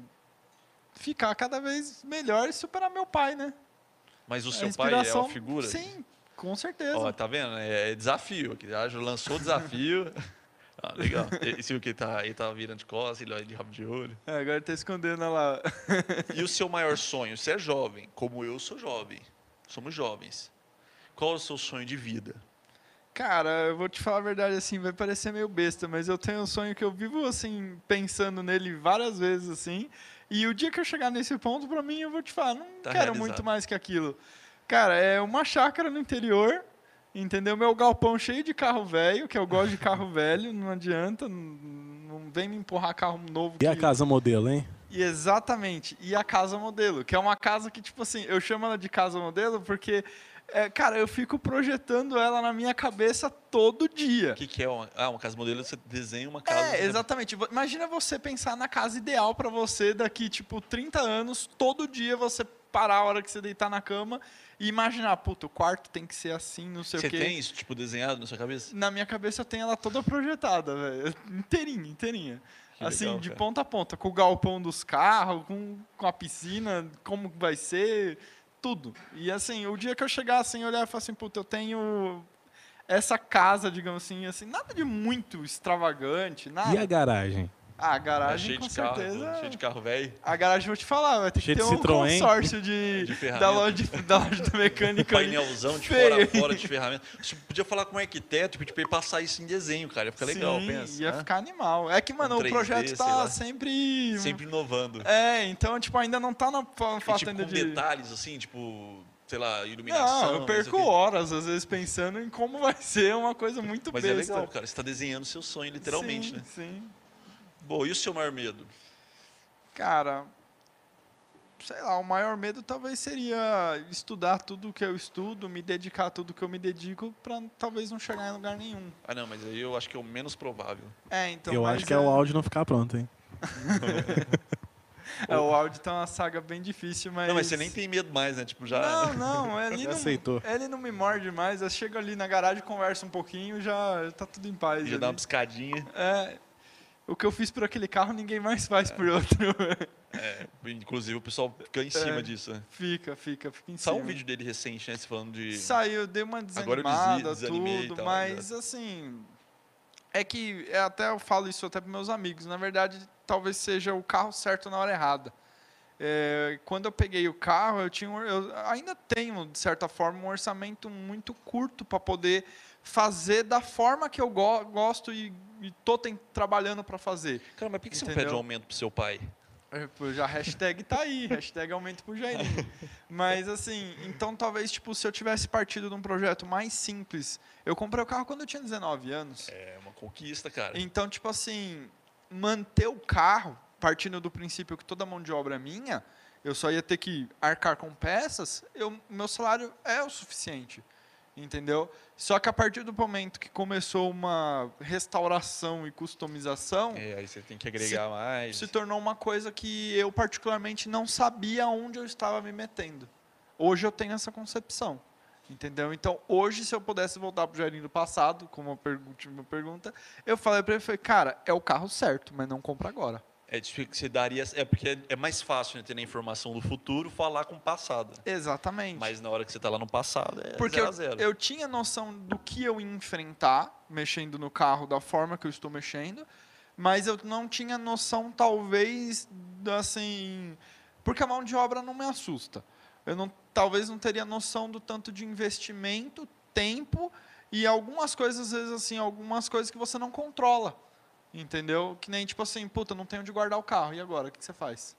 Ficar cada vez melhor e superar meu pai, né? Mas o seu pai é uma figura? Sim. Com certeza. Ó, tá vendo? É desafio. Já lançou o desafio. Legal. Esse o que ele tá virando de costas, ele olha de rabo de olho. Agora ele tá escondendo lá. E o seu maior sonho? Você é jovem, como eu sou jovem. Somos jovens. Qual é o seu sonho de vida? Cara, eu vou te falar a verdade, assim, vai parecer meio besta, mas eu tenho um sonho que eu vivo, assim, pensando nele várias vezes, assim, e o dia que eu chegar nesse ponto, pra mim, eu vou te falar, não quero realizado. muito mais que aquilo. Cara, é uma chácara no interior, entendeu? Meu galpão cheio de carro velho, que eu gosto de carro velho, não adianta, não vem me empurrar carro novo. E a casa modelo, hein? E exatamente, e a casa modelo, que é uma casa que, tipo assim, eu chamo ela de casa modelo porque... cara, eu fico projetando ela na minha cabeça todo dia. O que é uma casa modelo? Você desenha uma casa... Exatamente. Imagina você pensar na casa ideal para você daqui, tipo, 30 anos, todo dia você parar a hora que você deitar na cama e imaginar, puta, o quarto tem que ser assim, não sei o quê. Você tem isso, tipo, desenhado na sua cabeça? Na minha cabeça eu tenho ela toda projetada, velho. Inteirinha. Que assim, legal, de ponta a ponta. Com o galpão dos carros, com a piscina, como vai ser... Tudo. E assim, o dia que eu chegar assim, olhar e falar assim, puta, eu tenho essa casa, digamos assim, nada de muito extravagante, nada. E a garagem? A garagem, cheio com de carro, certeza. cheio de carro velho. A garagem, vou te falar, vai ter que ter um Citroën, consórcio da loja do mecânico. Painelzão de fora a fora de ferramenta. Você podia falar com um arquiteto, tipo, ele passar isso em desenho, cara. Ia ficar legal, pensa. Ia ficar animal. É que, mano, o projeto tá sempre... Sempre inovando. Então, tipo, ainda não tá na fase tipo, ainda com de... detalhes, assim, tipo... sei lá, iluminação. Não, eu perco horas, às vezes, pensando em como vai ser uma coisa muito besta. Mas é legal, cara. Você está desenhando seu sonho, literalmente, né? Sim. Bom, e o seu maior medo? Cara, sei lá, o maior medo talvez seria estudar tudo que eu estudo, me dedicar a tudo que eu me dedico, para talvez não chegar em lugar nenhum. Ah, não, mas aí eu acho que é o menos provável. Então... Eu acho que é o áudio não ficar pronto, hein? O áudio tá uma saga bem difícil, mas... Não, mas você nem tem medo mais, né? Tipo, já... Não, ele não aceitou. Ele não me morde mais, eu chego ali na garagem, converso um pouquinho, já tá tudo em paz. Já dá uma piscadinha. O que eu fiz por aquele carro, ninguém mais faz por outro. Inclusive o pessoal fica em cima disso, né? Fica em cima. Saiu um vídeo dele recente, né? Você falando de... Saiu, dei uma desanimada, tudo, mas assim... É que, até eu falo isso até para meus amigos, na verdade, talvez seja o carro certo na hora errada. Quando eu peguei o carro, eu ainda tenho, de certa forma, um orçamento muito curto para poder fazer da forma que eu gosto e estou trabalhando para fazer. Cara, mas por que você não pede um aumento pro seu pai? Já a hashtag tá aí, hashtag aumento pro Jairinho. Mas assim, então talvez tipo, se eu tivesse partido de um projeto mais simples, eu comprei o carro quando eu tinha 19 anos. É uma conquista, cara. Então, tipo assim, manter o carro, partindo do princípio que toda mão de obra é minha, eu só ia ter que arcar com peças, meu salário é o suficiente. Entendeu? Só que a partir do momento que começou uma restauração e customização... aí você tem que agregar mais. Se tornou uma coisa que eu particularmente não sabia onde eu estava me metendo. Hoje eu tenho essa concepção. Entendeu? Então, hoje, se eu pudesse voltar para o Jairinho do passado, como a última pergunta, eu falei para ele, cara, é o carro certo, mas não compra agora. Você daria, porque é mais fácil, né, ter a informação do futuro falar com o passado. Exatamente. Mas na hora que você está lá no passado, é porque 0 a 0. Eu tinha noção do que eu ia enfrentar, mexendo no carro da forma que eu estou mexendo, mas eu não tinha noção, talvez, assim... Porque a mão de obra não me assusta. Talvez não teria noção do tanto de investimento, tempo e algumas coisas, às vezes, assim, algumas coisas que você não controla. Entendeu? Que nem, tipo assim, puta, não tenho onde guardar o carro. E agora? O que você faz?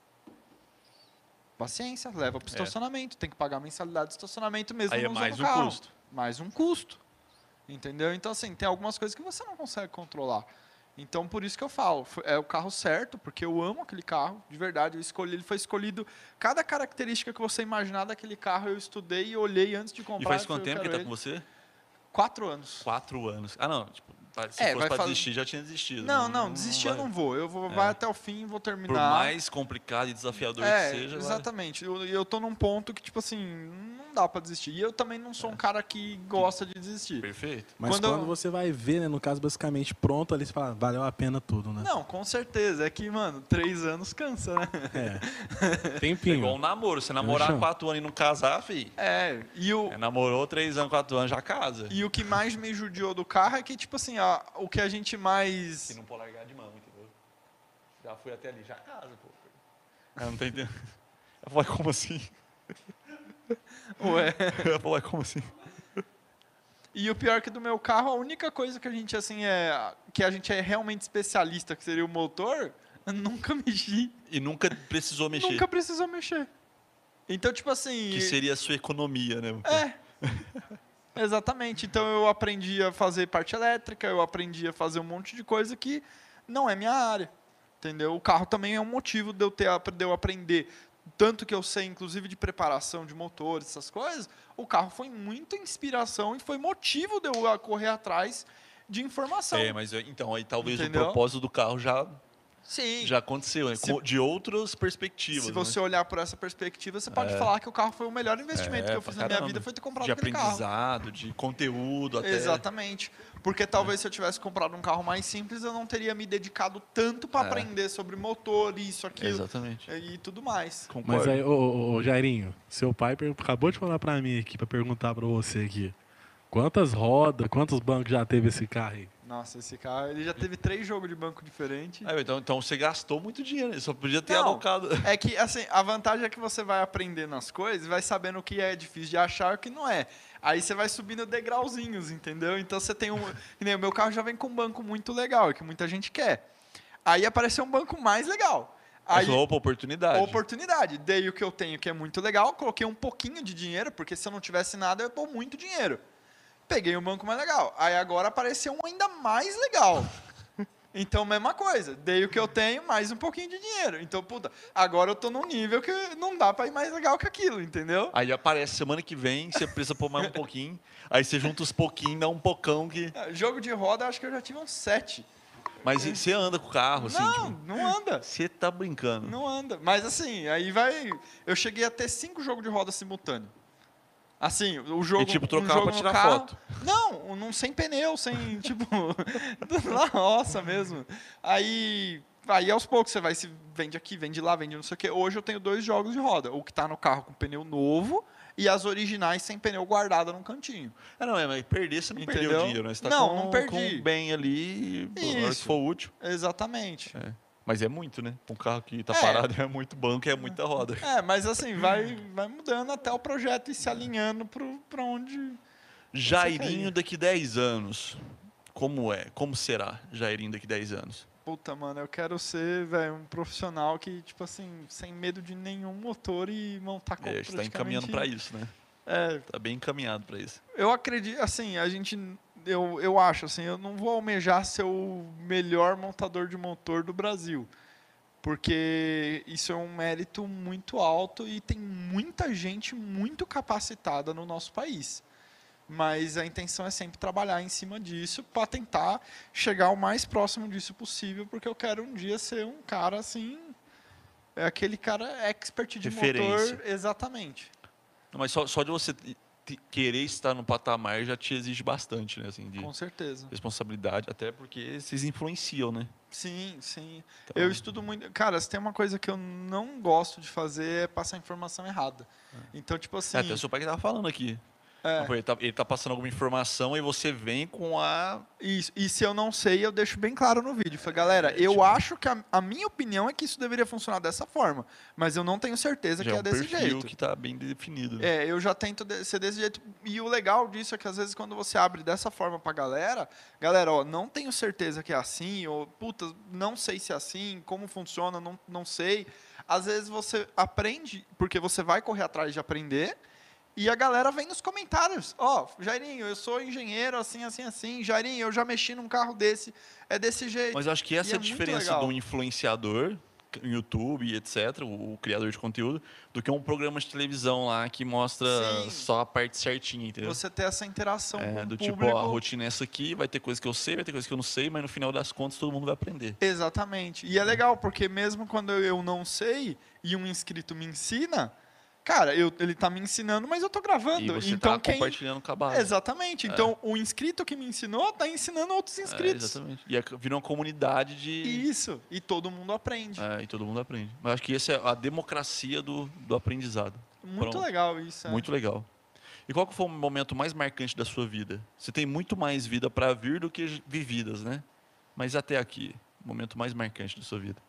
Paciência, leva para o estacionamento. Tem que pagar a mensalidade de estacionamento mesmo aí não usando mais o carro. Custo. Mais um custo. Entendeu? Então, assim, tem algumas coisas que você não consegue controlar. Então, por isso que eu falo, é o carro certo, porque eu amo aquele carro, de verdade. Ele foi escolhido, cada característica que você imaginar daquele carro, eu estudei e olhei antes de comprar. E faz quanto tempo que ele está com você? 4 anos. 4 anos. Ah, não, tipo... Se fosse para desistir, já tinha desistido. Não, desistir eu não vou. Eu vou vai até o fim e vou terminar. Por mais complicado e desafiador que seja. Exatamente. Eu tô num ponto que, tipo assim, não dá para desistir. E eu também não sou um cara que gosta de desistir. Perfeito. Mas quando você vai ver, né, no caso, basicamente, pronto ali, você fala, valeu a pena tudo, né? Não, com certeza. É que, mano, 3 anos cansa, né? Tempinho. É igual um namoro. Você namorar 4 anos e não casar, filho. Namorou 3 anos, 4 anos, já casa. E o que mais me judiou do carro é que, tipo assim, o que a gente mais... Se não pode largar de mão, entendeu? Já fui até ali, já casa, pô. Eu não tô entendendo. Eu falei, como assim? Ué. Eu falei, como assim? E o pior é que do meu carro, a única coisa que a gente, assim, que a gente é realmente especialista, que seria o motor, eu nunca mexi. E nunca precisou mexer. Nunca precisou mexer. Então, tipo assim... Que seria a sua economia, né? Exatamente. Então, eu aprendi a fazer parte elétrica, eu aprendi a fazer um monte de coisa que não é minha área. Entendeu? O carro também é um motivo de eu aprender. Tanto que eu sei, inclusive, de preparação de motores, essas coisas, o carro foi muita inspiração e foi motivo de eu correr atrás de informação. Mas então, aí talvez Entendeu? o propósito do carro já Sim. Já aconteceu, né? De outras perspectivas. Se você olhar por essa perspectiva, você pode falar que o carro foi o melhor investimento que eu fiz na minha vida, foi ter comprado aquele carro. De aprendizado, de conteúdo até. Exatamente. Porque talvez se eu tivesse comprado um carro mais simples, eu não teria me dedicado tanto para aprender sobre motor, isso, aquilo. Exatamente. E tudo mais. Concordo. Mas aí, ô, Jairinho, seu pai acabou de falar para mim aqui, para perguntar para você aqui. Quantas rodas, quantos bancos já teve esse carro aí? Nossa, esse carro, ele já teve 3 jogos de banco diferentes. Então você gastou muito dinheiro, né? Só podia ter alocado. É que, assim, a vantagem é que você vai aprendendo as coisas, vai sabendo o que é difícil de achar e o que não é. Aí você vai subindo degrauzinhos, entendeu? Então você tem o meu carro já vem com um banco muito legal, que muita gente quer. Aí apareceu um banco mais legal. Aí, oportunidade. Oportunidade. Dei o que eu tenho, que é muito legal, coloquei um pouquinho de dinheiro, porque se eu não tivesse nada, eu ia pôr muito dinheiro. Peguei um banco mais legal. Aí agora apareceu um ainda mais legal. Então, mesma coisa. Dei o que eu tenho, mais um pouquinho de dinheiro. Então, puta, agora eu tô num nível que não dá pra ir mais legal que aquilo, entendeu? Aí aparece semana que vem, você precisa pôr mais um pouquinho. Aí você junta os pouquinhos, dá um pocão que... Jogo de roda, acho que eu já tive uns 7. Mas você anda com o carro, assim? Não, não anda. Você tá brincando. Não anda. Mas assim, aí vai... Eu cheguei a ter 5 jogos de roda simultâneo. Assim, o jogo... E tipo, trocava pra tirar foto? Não, sem pneu, sem, tipo... na roça mesmo. Aí aos poucos você vai, se vende aqui, vende lá, vende não sei o quê. Hoje eu tenho 2 jogos de roda. O que tá no carro com pneu novo e as originais sem pneu guardada num cantinho. Mas perder você não perdeu o dinheiro, né? Você tá não perdi. Com bem ali, na hora que for útil. Exatamente. Mas é muito, né? Um carro que tá parado é muito banco, é muita roda. Mas assim, vai mudando até o projeto e se alinhando para onde... Jairinho daqui 10 anos. Como é? Como será Jairinho daqui 10 anos? Puta, mano, eu quero ser, velho, um profissional que, tipo assim, sem medo de nenhum motor e montar com você tá encaminhando para isso, né? Tá bem encaminhado para isso. Eu acredito, assim, eu acho, assim, eu não vou almejar ser o melhor montador de motor do Brasil, porque isso é um mérito muito alto e tem muita gente muito capacitada no nosso país. Mas a intenção é sempre trabalhar em cima disso para tentar chegar o mais próximo disso possível, porque eu quero um dia ser um cara assim, aquele cara expert de motor, exatamente. Mas só de você querer estar no patamar já te exige bastante, né? Assim, de com certeza. Responsabilidade, até porque vocês influenciam, né? Sim. Então... Eu estudo muito. Cara, se tem uma coisa que eu não gosto de fazer é passar informação errada. Então, tipo assim... Até o seu pai que estava falando aqui. Ele tá passando alguma informação e você vem com a... Isso. E se eu não sei, eu deixo bem claro no vídeo. Falei, galera, eu acho que a minha opinião é que isso deveria funcionar dessa forma. Mas eu não tenho certeza que é desse jeito. É um perfil que tá bem definido. Né? Eu já tento ser desse jeito. E o legal disso é que às vezes quando você abre dessa forma pra galera, ó, não tenho certeza que é assim, ou, puta, não sei se é assim, como funciona, não sei. Às vezes você aprende, porque você vai correr atrás de aprender, e a galera vem nos comentários. Jairinho, eu sou engenheiro, assim. Jairinho, eu já mexi num carro desse, é desse jeito. Mas eu acho que essa é a diferença do influenciador, YouTube, etc., o criador de conteúdo, do que um programa de televisão lá que mostra só a parte certinha, entendeu? Você ter essa interação com o do público. Tipo, a rotina é essa aqui, vai ter coisa que eu sei, vai ter coisa que eu não sei, mas no final das contas todo mundo vai aprender. Exatamente. E é legal, porque mesmo quando eu não sei e um inscrito me ensina, Cara, ele tá me ensinando, mas eu tô gravando. E você então, tá compartilhando com a base. Exatamente. Então, o inscrito que me ensinou tá ensinando outros inscritos. Exatamente. E vira uma comunidade de... Isso. E todo mundo aprende. E todo mundo aprende. Mas acho que essa é a democracia do aprendizado. Muito legal isso. Muito legal. E qual que foi o momento mais marcante da sua vida? Você tem muito mais vida para vir do que vividas, né? Mas até aqui, o momento mais marcante da sua vida.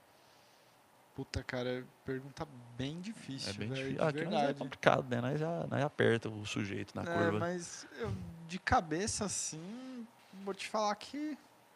Puta, cara, pergunta bem difícil. É bem véio, difícil. Aqui nós é complicado, né? Nós aperta o sujeito na curva. Mas de cabeça, assim, vou te falar que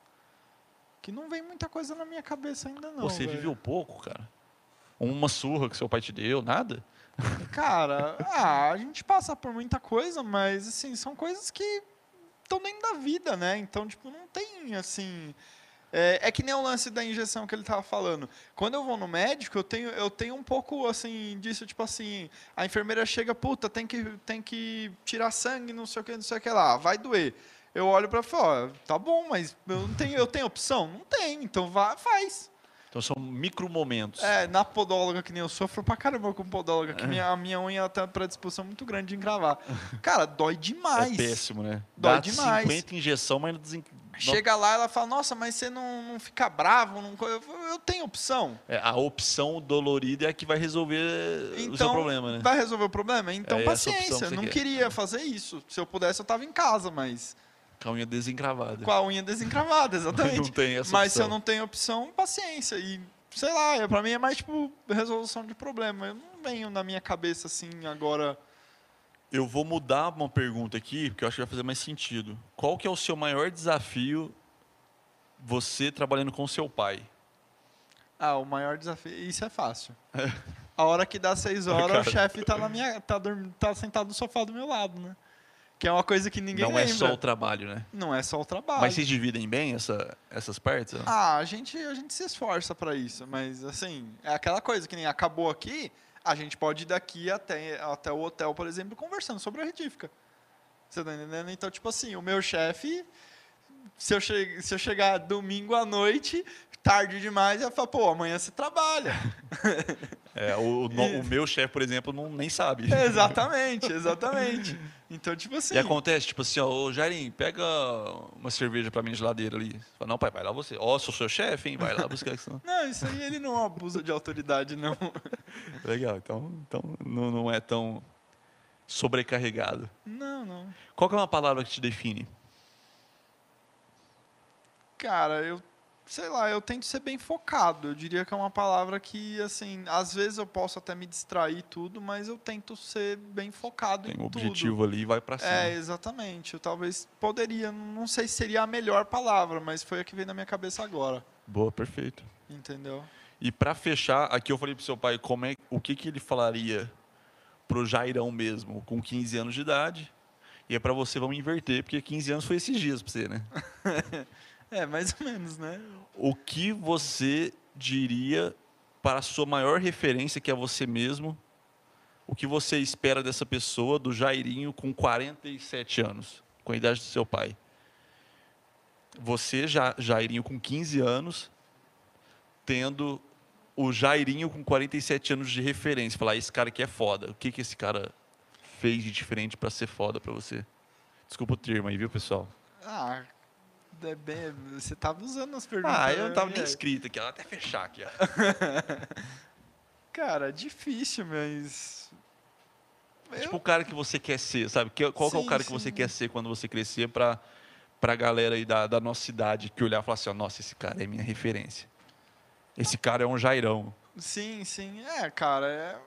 não vem muita coisa na minha cabeça ainda não. Você viveu pouco, cara? Uma surra que seu pai te deu, nada? Cara, a gente passa por muita coisa, mas, assim, são coisas que estão dentro da vida, né? Então, tipo, não tem, assim... É que nem o lance da injeção que ele estava falando. Quando eu vou no médico, eu tenho um pouco, assim, disso, tipo assim, a enfermeira chega, puta, tem que tirar sangue, não sei o que lá, vai doer. Eu olho para fora, tá bom, mas eu tenho opção? Não tenho, então faz. Então são micromomentos. Na podóloga, que nem eu sofro pra caramba com podóloga, que a minha unha tem uma predisposição muito grande de encravar. Cara, dói demais. É péssimo, né? Dói demais. 50 injeção, mas não Chega lá, ela fala, nossa, mas você não fica bravo? Eu tenho opção. A opção dolorida é a que vai resolver o seu problema, né? Vai resolver o problema? Então, paciência. Eu não quer. queria fazer isso. Se eu pudesse, eu estava em casa, mas... Com a unha desencravada. Com a unha desencravada, exatamente. Não tem essa mas opção. Se eu não tenho opção, paciência. E, sei lá, pra mim é mais, tipo, resolução de problema. Eu não venho na minha cabeça, assim, agora... Eu vou mudar uma pergunta aqui, porque eu acho que vai fazer mais sentido. Qual que é o seu maior desafio, você trabalhando com seu pai? O maior desafio... Isso é fácil. A hora que dá 6 horas, o chefe tá sentado no sofá do meu lado, né? Que é uma coisa que ninguém lembra. Não é só o trabalho, né? Não é só o trabalho. Mas vocês dividem bem essas partes? Né? A gente se esforça para isso, mas assim, é aquela coisa que nem acabou aqui, a gente pode ir daqui até o hotel, por exemplo, conversando sobre a retífica. Você tá entendendo? Então, tipo assim, o meu chefe, se eu chegar domingo à noite, tarde demais, ele fala, pô, amanhã você trabalha. O meu chefe, por exemplo, nem sabe. Exatamente. Então, tipo assim... E acontece, tipo assim, ô Jairinho, pega uma cerveja pra mim na geladeira ali. Você fala, não, pai, vai lá você. Sou seu chefe, hein? Vai lá buscar isso. Não, isso aí ele não abusa de autoridade, não. Legal, então não é tão sobrecarregado. Não. Qual que é uma palavra que te define? Cara, sei lá, eu tento ser bem focado. Eu diria que é uma palavra que, assim, às vezes eu posso até me distrair tudo, mas eu tento ser bem focado em tudo. Tem um objetivo ali e vai pra cima. Exatamente. Eu talvez poderia, não sei se seria a melhor palavra, mas foi a que veio na minha cabeça agora. Boa, perfeito. Entendeu? E pra fechar, aqui eu falei pro seu pai o que ele falaria pro Jairão mesmo, com 15 anos de idade. E é pra você, vamos inverter, porque 15 anos foi esses dias pra você, né? Mais ou menos, né? O que você diria para a sua maior referência, que é você mesmo? O que você espera dessa pessoa, do Jairinho, com 47 anos, com a idade do seu pai? Você, Jairinho, com 15 anos, tendo o Jairinho com 47 anos de referência. Falar, esse cara aqui é foda. O que esse cara fez de diferente para ser foda para você? Desculpa o termo aí, viu, pessoal? Você estava usando as perguntas. Eu não estava nem escrito aqui, até fechar aqui. Ó. Cara, difícil, mas... Tipo o cara que você quer ser, sabe? Qual que é o cara que você quer ser quando você crescer pra galera aí da nossa cidade que olhar e falar assim, nossa, esse cara é minha referência. Esse cara é um Jairão. Sim. Cara,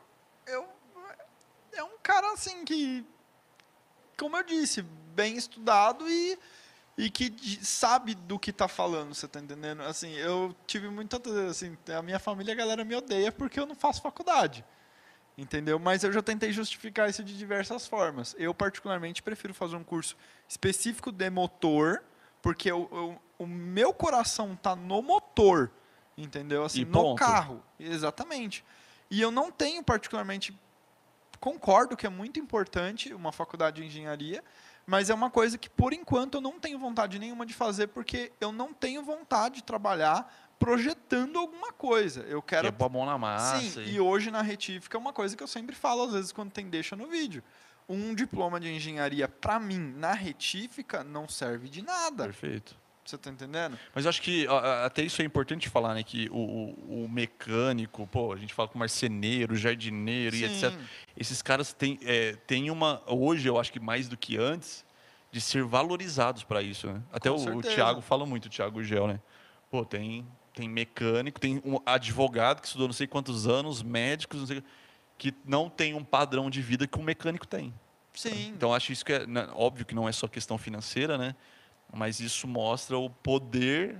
é um cara assim que, como eu disse, bem estudado e que sabe do que tá falando, você tá entendendo? Assim, eu tive muita... Assim, a minha família, a galera me odeia porque eu não faço faculdade, entendeu? Mas eu já tentei justificar isso de diversas formas. Eu, particularmente, prefiro fazer um curso específico de motor, porque o meu coração tá no motor, entendeu? Assim, no carro. Exatamente. E eu não tenho, particularmente, concordo que é muito importante uma faculdade de engenharia, mas é uma coisa que, por enquanto, eu não tenho vontade nenhuma de fazer, porque eu não tenho vontade de trabalhar projetando alguma coisa. Eu quero... Que é pôr a mão na massa. Sim, e hoje na retífica é uma coisa que eu sempre falo, às vezes, quando tem deixa no vídeo. Um diploma de engenharia, para mim, na retífica, não serve de nada. Perfeito. Você está entendendo? Mas eu acho que até isso é importante falar, né? Que o mecânico, pô, a gente fala com marceneiro, jardineiro e etc. Esses caras têm uma... Hoje, eu acho que mais do que antes, de ser valorizados para isso, né? Até o Thiago fala muito, o Thiago Gel, né? Pô, tem mecânico, tem um advogado que estudou não sei quantos anos, médicos, não sei, que não tem um padrão de vida que um mecânico tem. Sim. Então, acho isso que é... Óbvio que não é só questão financeira, né? Mas isso mostra o poder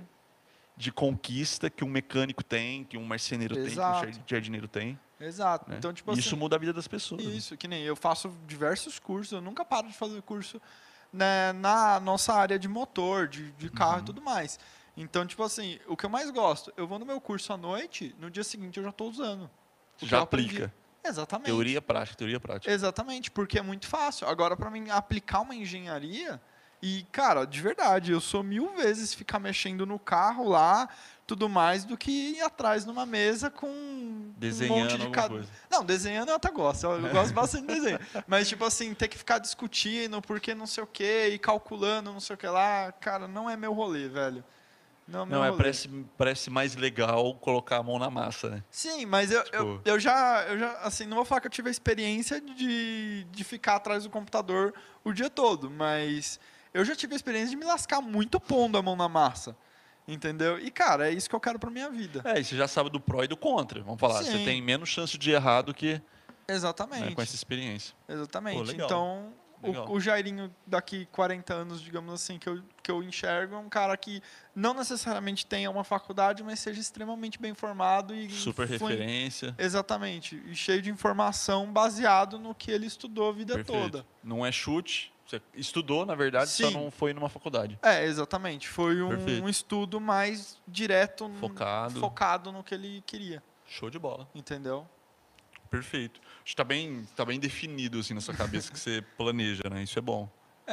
de conquista que um mecânico tem, que um marceneiro tem, que um jardineiro tem. Exato. Né? Então, tipo isso muda a vida das pessoas. Isso, que nem eu faço diversos cursos, eu nunca paro de fazer curso, né, na nossa área de motor, de carro e tudo mais. Então, tipo assim, o que eu mais gosto, eu vou no meu curso à noite, no dia seguinte eu já estou usando. Já aplica. Exatamente. Teoria prática. Exatamente, porque é muito fácil. Agora, para mim aplicar uma engenharia... E, cara, de verdade, eu sou 1000 vezes ficar mexendo no carro lá, tudo mais, do que ir atrás numa mesa com desenhando um monte de cada... coisa. Não, desenhando eu até gosto, eu gosto bastante de desenho. Mas, tipo assim, ter que ficar discutindo porque não sei o quê, e calculando não sei o que lá, cara, não é meu rolê, velho. Não, parece mais legal colocar a mão na massa, né? Sim, mas eu já, assim, não vou falar que eu tive a experiência de ficar atrás do computador o dia todo, mas... Eu já tive a experiência de me lascar muito pondo a mão na massa. Entendeu? E, cara, é isso que eu quero pra minha vida. E você já sabe do pró e do contra. Vamos falar. Sim. Você tem menos chance de errar do que... Exatamente. Né, com essa experiência. Exatamente. Pô, legal. Então, Legal. O Jairinho daqui 40 anos, digamos assim, que eu enxergo, é um cara que não necessariamente tenha uma faculdade, mas seja extremamente bem formado e... Super referência. Exatamente. E cheio de informação baseado no que ele estudou a vida toda. Não é chute... Você estudou, na verdade, Sim. só não foi numa faculdade. Exatamente. Foi um estudo mais direto, focado no que ele queria. Show de bola. Entendeu? Perfeito. Acho que tá bem definido assim, na sua cabeça que você planeja, né? Isso é bom.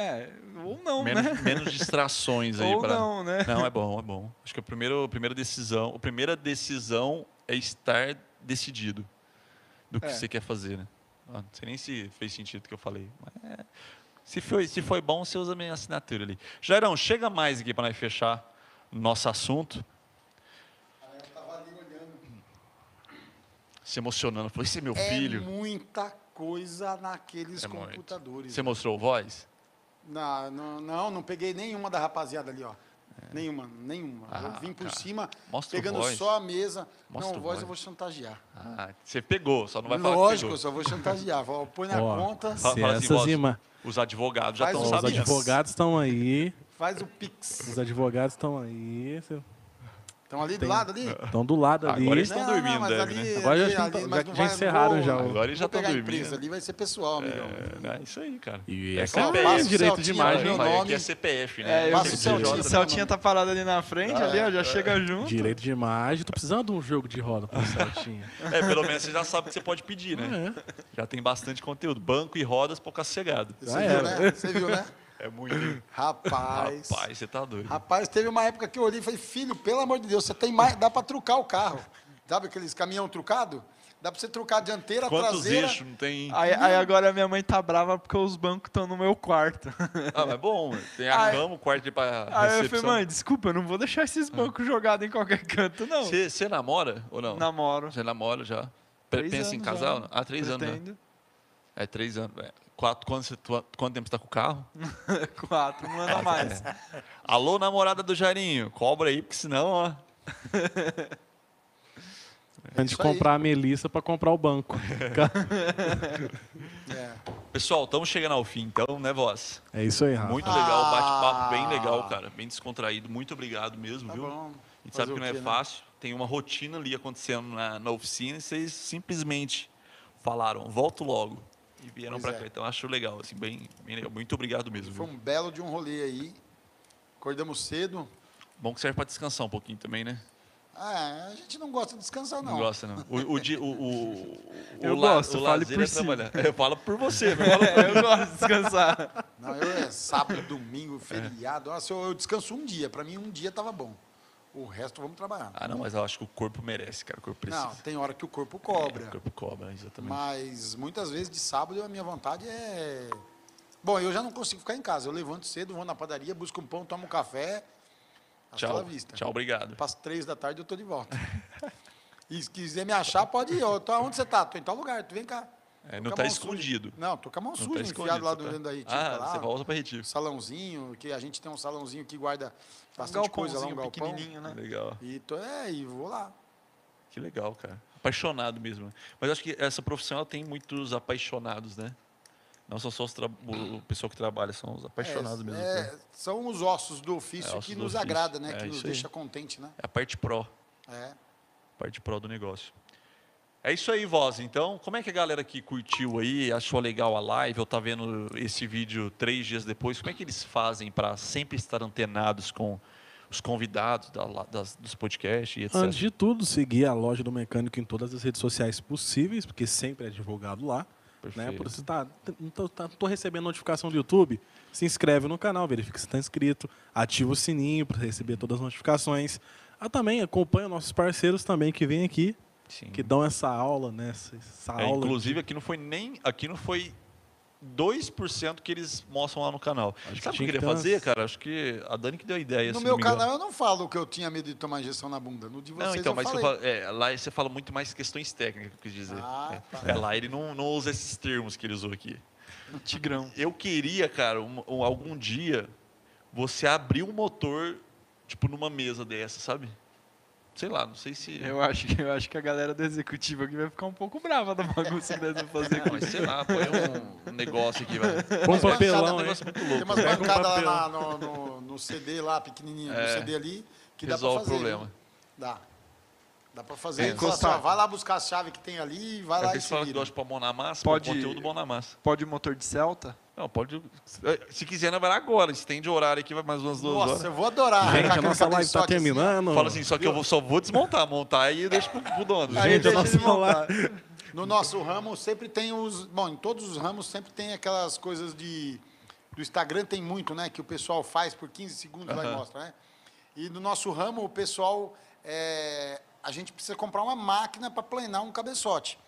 Ou não, menos distrações aí. Ou não, né? Não, é bom. Acho que a primeira decisão é estar decidido do que você quer fazer, né? Não sei nem se fez sentido o que eu falei. Mas se foi bom, você usa a minha assinatura ali. Jairão, chega mais aqui para nós fechar nosso assunto. Eu estava ali olhando. Se emocionando. Falei, esse é meu filho. É muita coisa naqueles computadores. Você mostrou o voz? Não peguei nenhuma da rapaziada ali, ó. Nenhuma. Eu vim por cima, pegando só a mesa. Não, voz eu vou chantagear. Você pegou, só não vai falar que Lógico, eu só vou chantagear. Põe na conta. Os advogados já estão sabendo. Os advogados estão aí. Faz o Pix. Os advogados estão aí. Estão ali do lado ali? Estão do lado ali. Agora eles estão dormindo, deve, né? Agora já encerraram já. Agora eles já estão dormindo. Empresa, ali vai ser pessoal, amigão. É isso aí, cara. E é CPF, direito de imagem. Aqui é CPF, né? O Celtinha tá parado ali na frente, ali, ó, já chega junto. Direito de imagem. Tô precisando de um jogo de roda pro Celtinha. Pelo menos você já sabe que você pode pedir, né? Já tem bastante conteúdo. Banco e rodas, pouca sossegada. Você viu, né? É muito. Rapaz, você tá doido. Rapaz, teve uma época que eu olhei e falei, filho, pelo amor de Deus, você tem mais, dá para trucar o carro. Sabe aqueles caminhão trucado? Dá para você trucar a dianteira, a traseira. Quantos eixos não tem? Aí agora minha mãe tá brava porque os bancos estão no meu quarto. Mas é bom, tem a cama, o quarto para recepção. Aí eu falei, mãe, desculpa, eu não vou deixar esses bancos jogados em qualquer canto, não. Você namora ou não? Namoro. Você namora já? Pensa em casal? Já. 3 anos, né? 3 anos. 4, quanto tempo você tá com o carro? 4, não anda mais. Alô, namorada do Jairinho, cobra aí, porque senão, ó... Antes de comprar a Melissa para comprar o banco. Pessoal, estamos chegando ao fim, então, né, Voz? É isso aí, Rafa. Muito legal, bate-papo bem legal, cara. Bem descontraído. Muito obrigado mesmo, viu? Bom. A gente sabe que não é fácil. Tem uma rotina ali acontecendo na oficina e vocês simplesmente falaram, volto logo. E vieram para cá. Então, acho legal, assim, bem legal. Muito obrigado mesmo. Foi um belo de um rolê aí. Acordamos cedo. Bom que serve para descansar um pouquinho também, né? A gente não gosta de descansar, não. Não gosta, não. Eu gosto, fale por si. Eu falo por você. Eu gosto de descansar. Não, eu sábado, domingo, feriado. Nossa, eu descanso um dia. Para mim, um dia tava bom. O resto, vamos trabalhar. Não, mas eu acho que o corpo merece, cara. O corpo precisa. Não, tem hora que o corpo cobra. O corpo cobra, exatamente. Mas muitas vezes de sábado a minha vontade é... Bom, eu já não consigo ficar em casa. Eu levanto cedo, vou na padaria, busco um pão, tomo um café. Tchau, vista. Tchau, obrigado. Às 3 da tarde eu tô de volta. E se quiser me achar, pode ir. Onde você tá? Tô em tal lugar, tu vem cá. Não tá escondido. Não, tô com a mão suja, enfiado lá dentro da retífica. Você volta pra retífica. Salãozinho, que a gente tem um salãozinho que guarda bastante coisa lá, um galpão. Pequenininho, né? Legal. E vou lá. Que legal, cara. Apaixonado mesmo. Mas eu acho que essa profissão ela tem muitos apaixonados, né? Não são só o pessoal que trabalha, são os apaixonados mesmo. São os ossos do ofício que nos agrada, né? Que nos deixa contente, né? É a parte pró. A parte pró do negócio. É isso aí, Voz. Então, como é que a galera que curtiu aí, achou legal a live, ou tá vendo esse vídeo 3 dias depois, como é que eles fazem para sempre estar antenados com os convidados dos podcasts e etc? Antes de tudo, seguir a Loja do Mecânico em todas as redes sociais possíveis, porque sempre é divulgado lá. Né? Por você não tô recebendo notificação do YouTube, se inscreve no canal, verifica se está inscrito, ativa o sininho para receber todas as notificações. Também acompanha nossos parceiros também que vêm aqui, que dão essa aula, né? Essa aula inclusive, aqui não foi 2% que eles mostram lá no canal. Sabe o que eu queria fazer, cara? Acho que a Dani que deu a ideia. No meu canal eu não falo que eu tinha medo de tomar injeção na bunda. No de vocês então, eu falei. Lá você fala muito mais questões técnicas, que eu quis dizer. Lá ele não usa esses termos que ele usou aqui. Tigrão. Eu queria, cara, algum dia, você abrir um motor, tipo, numa mesa dessa, sabe? Sei lá, não sei se... Eu acho que a galera do executivo aqui vai ficar um pouco brava da bagunça que nós vamos fazer. Mas sei lá, põe um negócio aqui, vai. Com um papelão, negócio muito louco. Tem umas bancadas lá no CD lá, pequenininho, no CD ali, que resolve dá pra fazer. O problema. Dá pra fazer. Vai lá buscar a chave que tem ali e vai lá e se fala vira. que gosta de pôr a mão na massa, conteúdo bom na massa. Pode motor de Celta? Não, pode... Se quiser, não vai lá agora. Estende o horário aqui, vai mais umas 2 horas. Nossa, eu vou adorar. Gente, a nossa live tá terminando. Fala assim, só que eu só vou desmontar. Montar e deixa pro dono. Gente, a nossa live... No nosso ramo sempre tem os... Bom, em todos os ramos sempre tem aquelas coisas de... Do Instagram tem muito, né? Que o pessoal faz por 15 segundos lá e mostra, né? E no nosso ramo, o pessoal... A gente precisa comprar uma máquina para planar um cabeçote.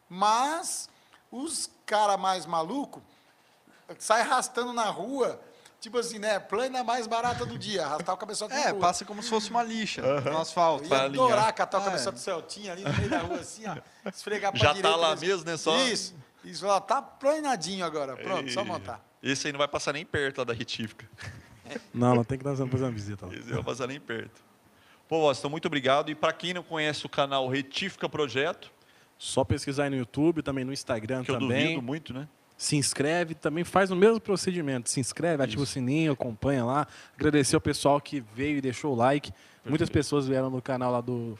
Mas os caras mais malucos saem arrastando na rua, tipo assim, né? Plana mais barata do dia, arrastar o cabeçote na rua. Passa como se fosse uma lixa no asfalto. Eu ia adorar catar o cabeçote do Celtinha ali no meio da rua, assim, ó. Esfregar pra direita. Já tá lá mesmo, né? Só... Isso, ó, tá planadinho agora. Pronto, só montar. Esse aí não vai passar nem perto lá da retífica. Não tem que fazer uma visita lá. Esse não vai passar nem perto. Pô, Washington, muito obrigado. E para quem não conhece o canal Retífica Projeto... Só pesquisar aí no YouTube, também no Instagram que também. Eu duvido muito, né? Se inscreve, também faz o mesmo procedimento. Se inscreve, ativa o sininho, acompanha lá. Agradecer ao pessoal que veio e deixou o like. Perfeito. Muitas pessoas vieram no canal lá do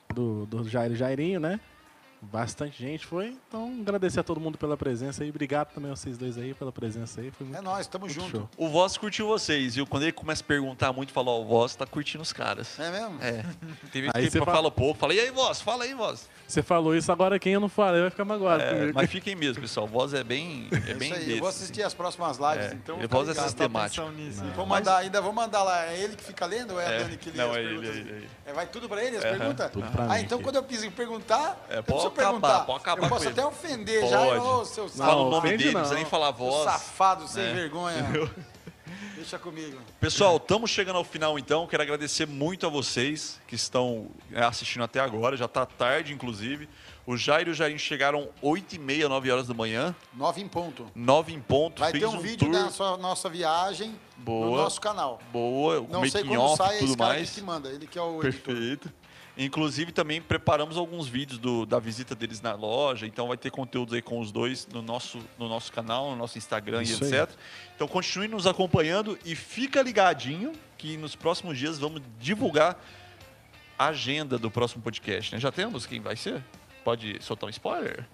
Jairinho, né? Bastante gente foi. Então, agradecer a todo mundo pela presença aí. Obrigado também a vocês dois aí pela presença aí. Foi muito, nóis, tamo junto. Show. O Voz curtiu vocês, viu? Quando ele começa a perguntar muito, fala, ó, o Voz tá curtindo os caras. É mesmo? Teve aí que fala pouco. Fala, e aí, Voz? Fala aí, Voz. Você falou isso, agora quem eu não falei vai ficar magoado comigo. Mas fiquem mesmo, pessoal. O Voz é bem desse. Eu vou assistir as próximas lives, então. O Voz é sistemático. Ainda vou mandar lá. É ele que fica lendo ou é a Dani que lê as perguntas? Não, é ele. Vai tudo pra ele, as perguntas? Tudo pra mim. Então quando eu quiser perguntar, eu preciso pode acabar eu posso até ofender pode. já. Seu fala o nome dele, não precisa nem falar a voz. Safado, sem vergonha. Deixa comigo. Pessoal, estamos chegando ao final então. Quero agradecer muito a vocês que estão assistindo até agora. Já está tarde, inclusive. O Jair e o Jairinho chegaram 8h30, 9 horas da manhã. 9 em ponto. 9 em ponto. Vai ter um vídeo da nossa viagem no nosso canal. Boa. Não sei como sai, esse cara que manda. Ele que é o editor. Perfeito. Inclusive, também preparamos alguns vídeos da visita deles na loja. Então, vai ter conteúdos aí com os dois no nosso canal, no nosso Instagram e etc. Aí. Então, continue nos acompanhando e fica ligadinho que nos próximos dias vamos divulgar a agenda do próximo podcast. Né? Já temos quem vai ser? Pode soltar um spoiler?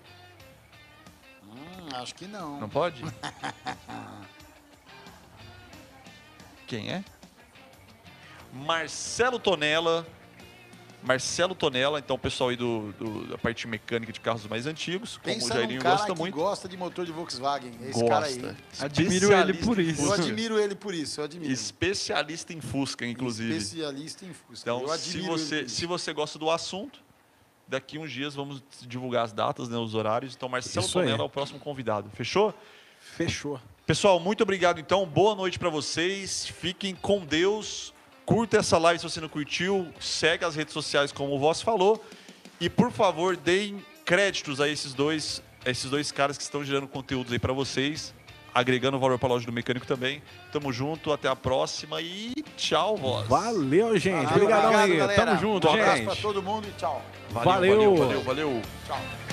Acho que não. Não pode? Quem é? Marcelo Tonella. Marcelo Tonella, então o pessoal aí da parte mecânica de carros mais antigos, como o Jairinho gosta muito. Gosta de motor de Volkswagen, esse gosta. cara aí. Admiro ele por isso. Eu admiro ele por isso, eu admiro. Especialista em Fusca, inclusive. Especialista em Fusca. Então, se você gosta do assunto, daqui uns dias vamos divulgar as datas, né, os horários. Então, Marcelo Tonella é o próximo convidado. Fechou? Fechou. Pessoal, muito obrigado então. Boa noite para vocês. Fiquem com Deus. Curta essa live se você não curtiu. Segue as redes sociais como o Voz falou. E, por favor, deem créditos a esses dois caras que estão gerando conteúdos aí para vocês. Agregando valor para a loja do mecânico também. Tamo junto, até a próxima e tchau, Voz. Valeu, gente. Obrigadão aí. Galera. Tamo junto, Um gente. abraço para todo mundo e tchau. Valeu. Tchau.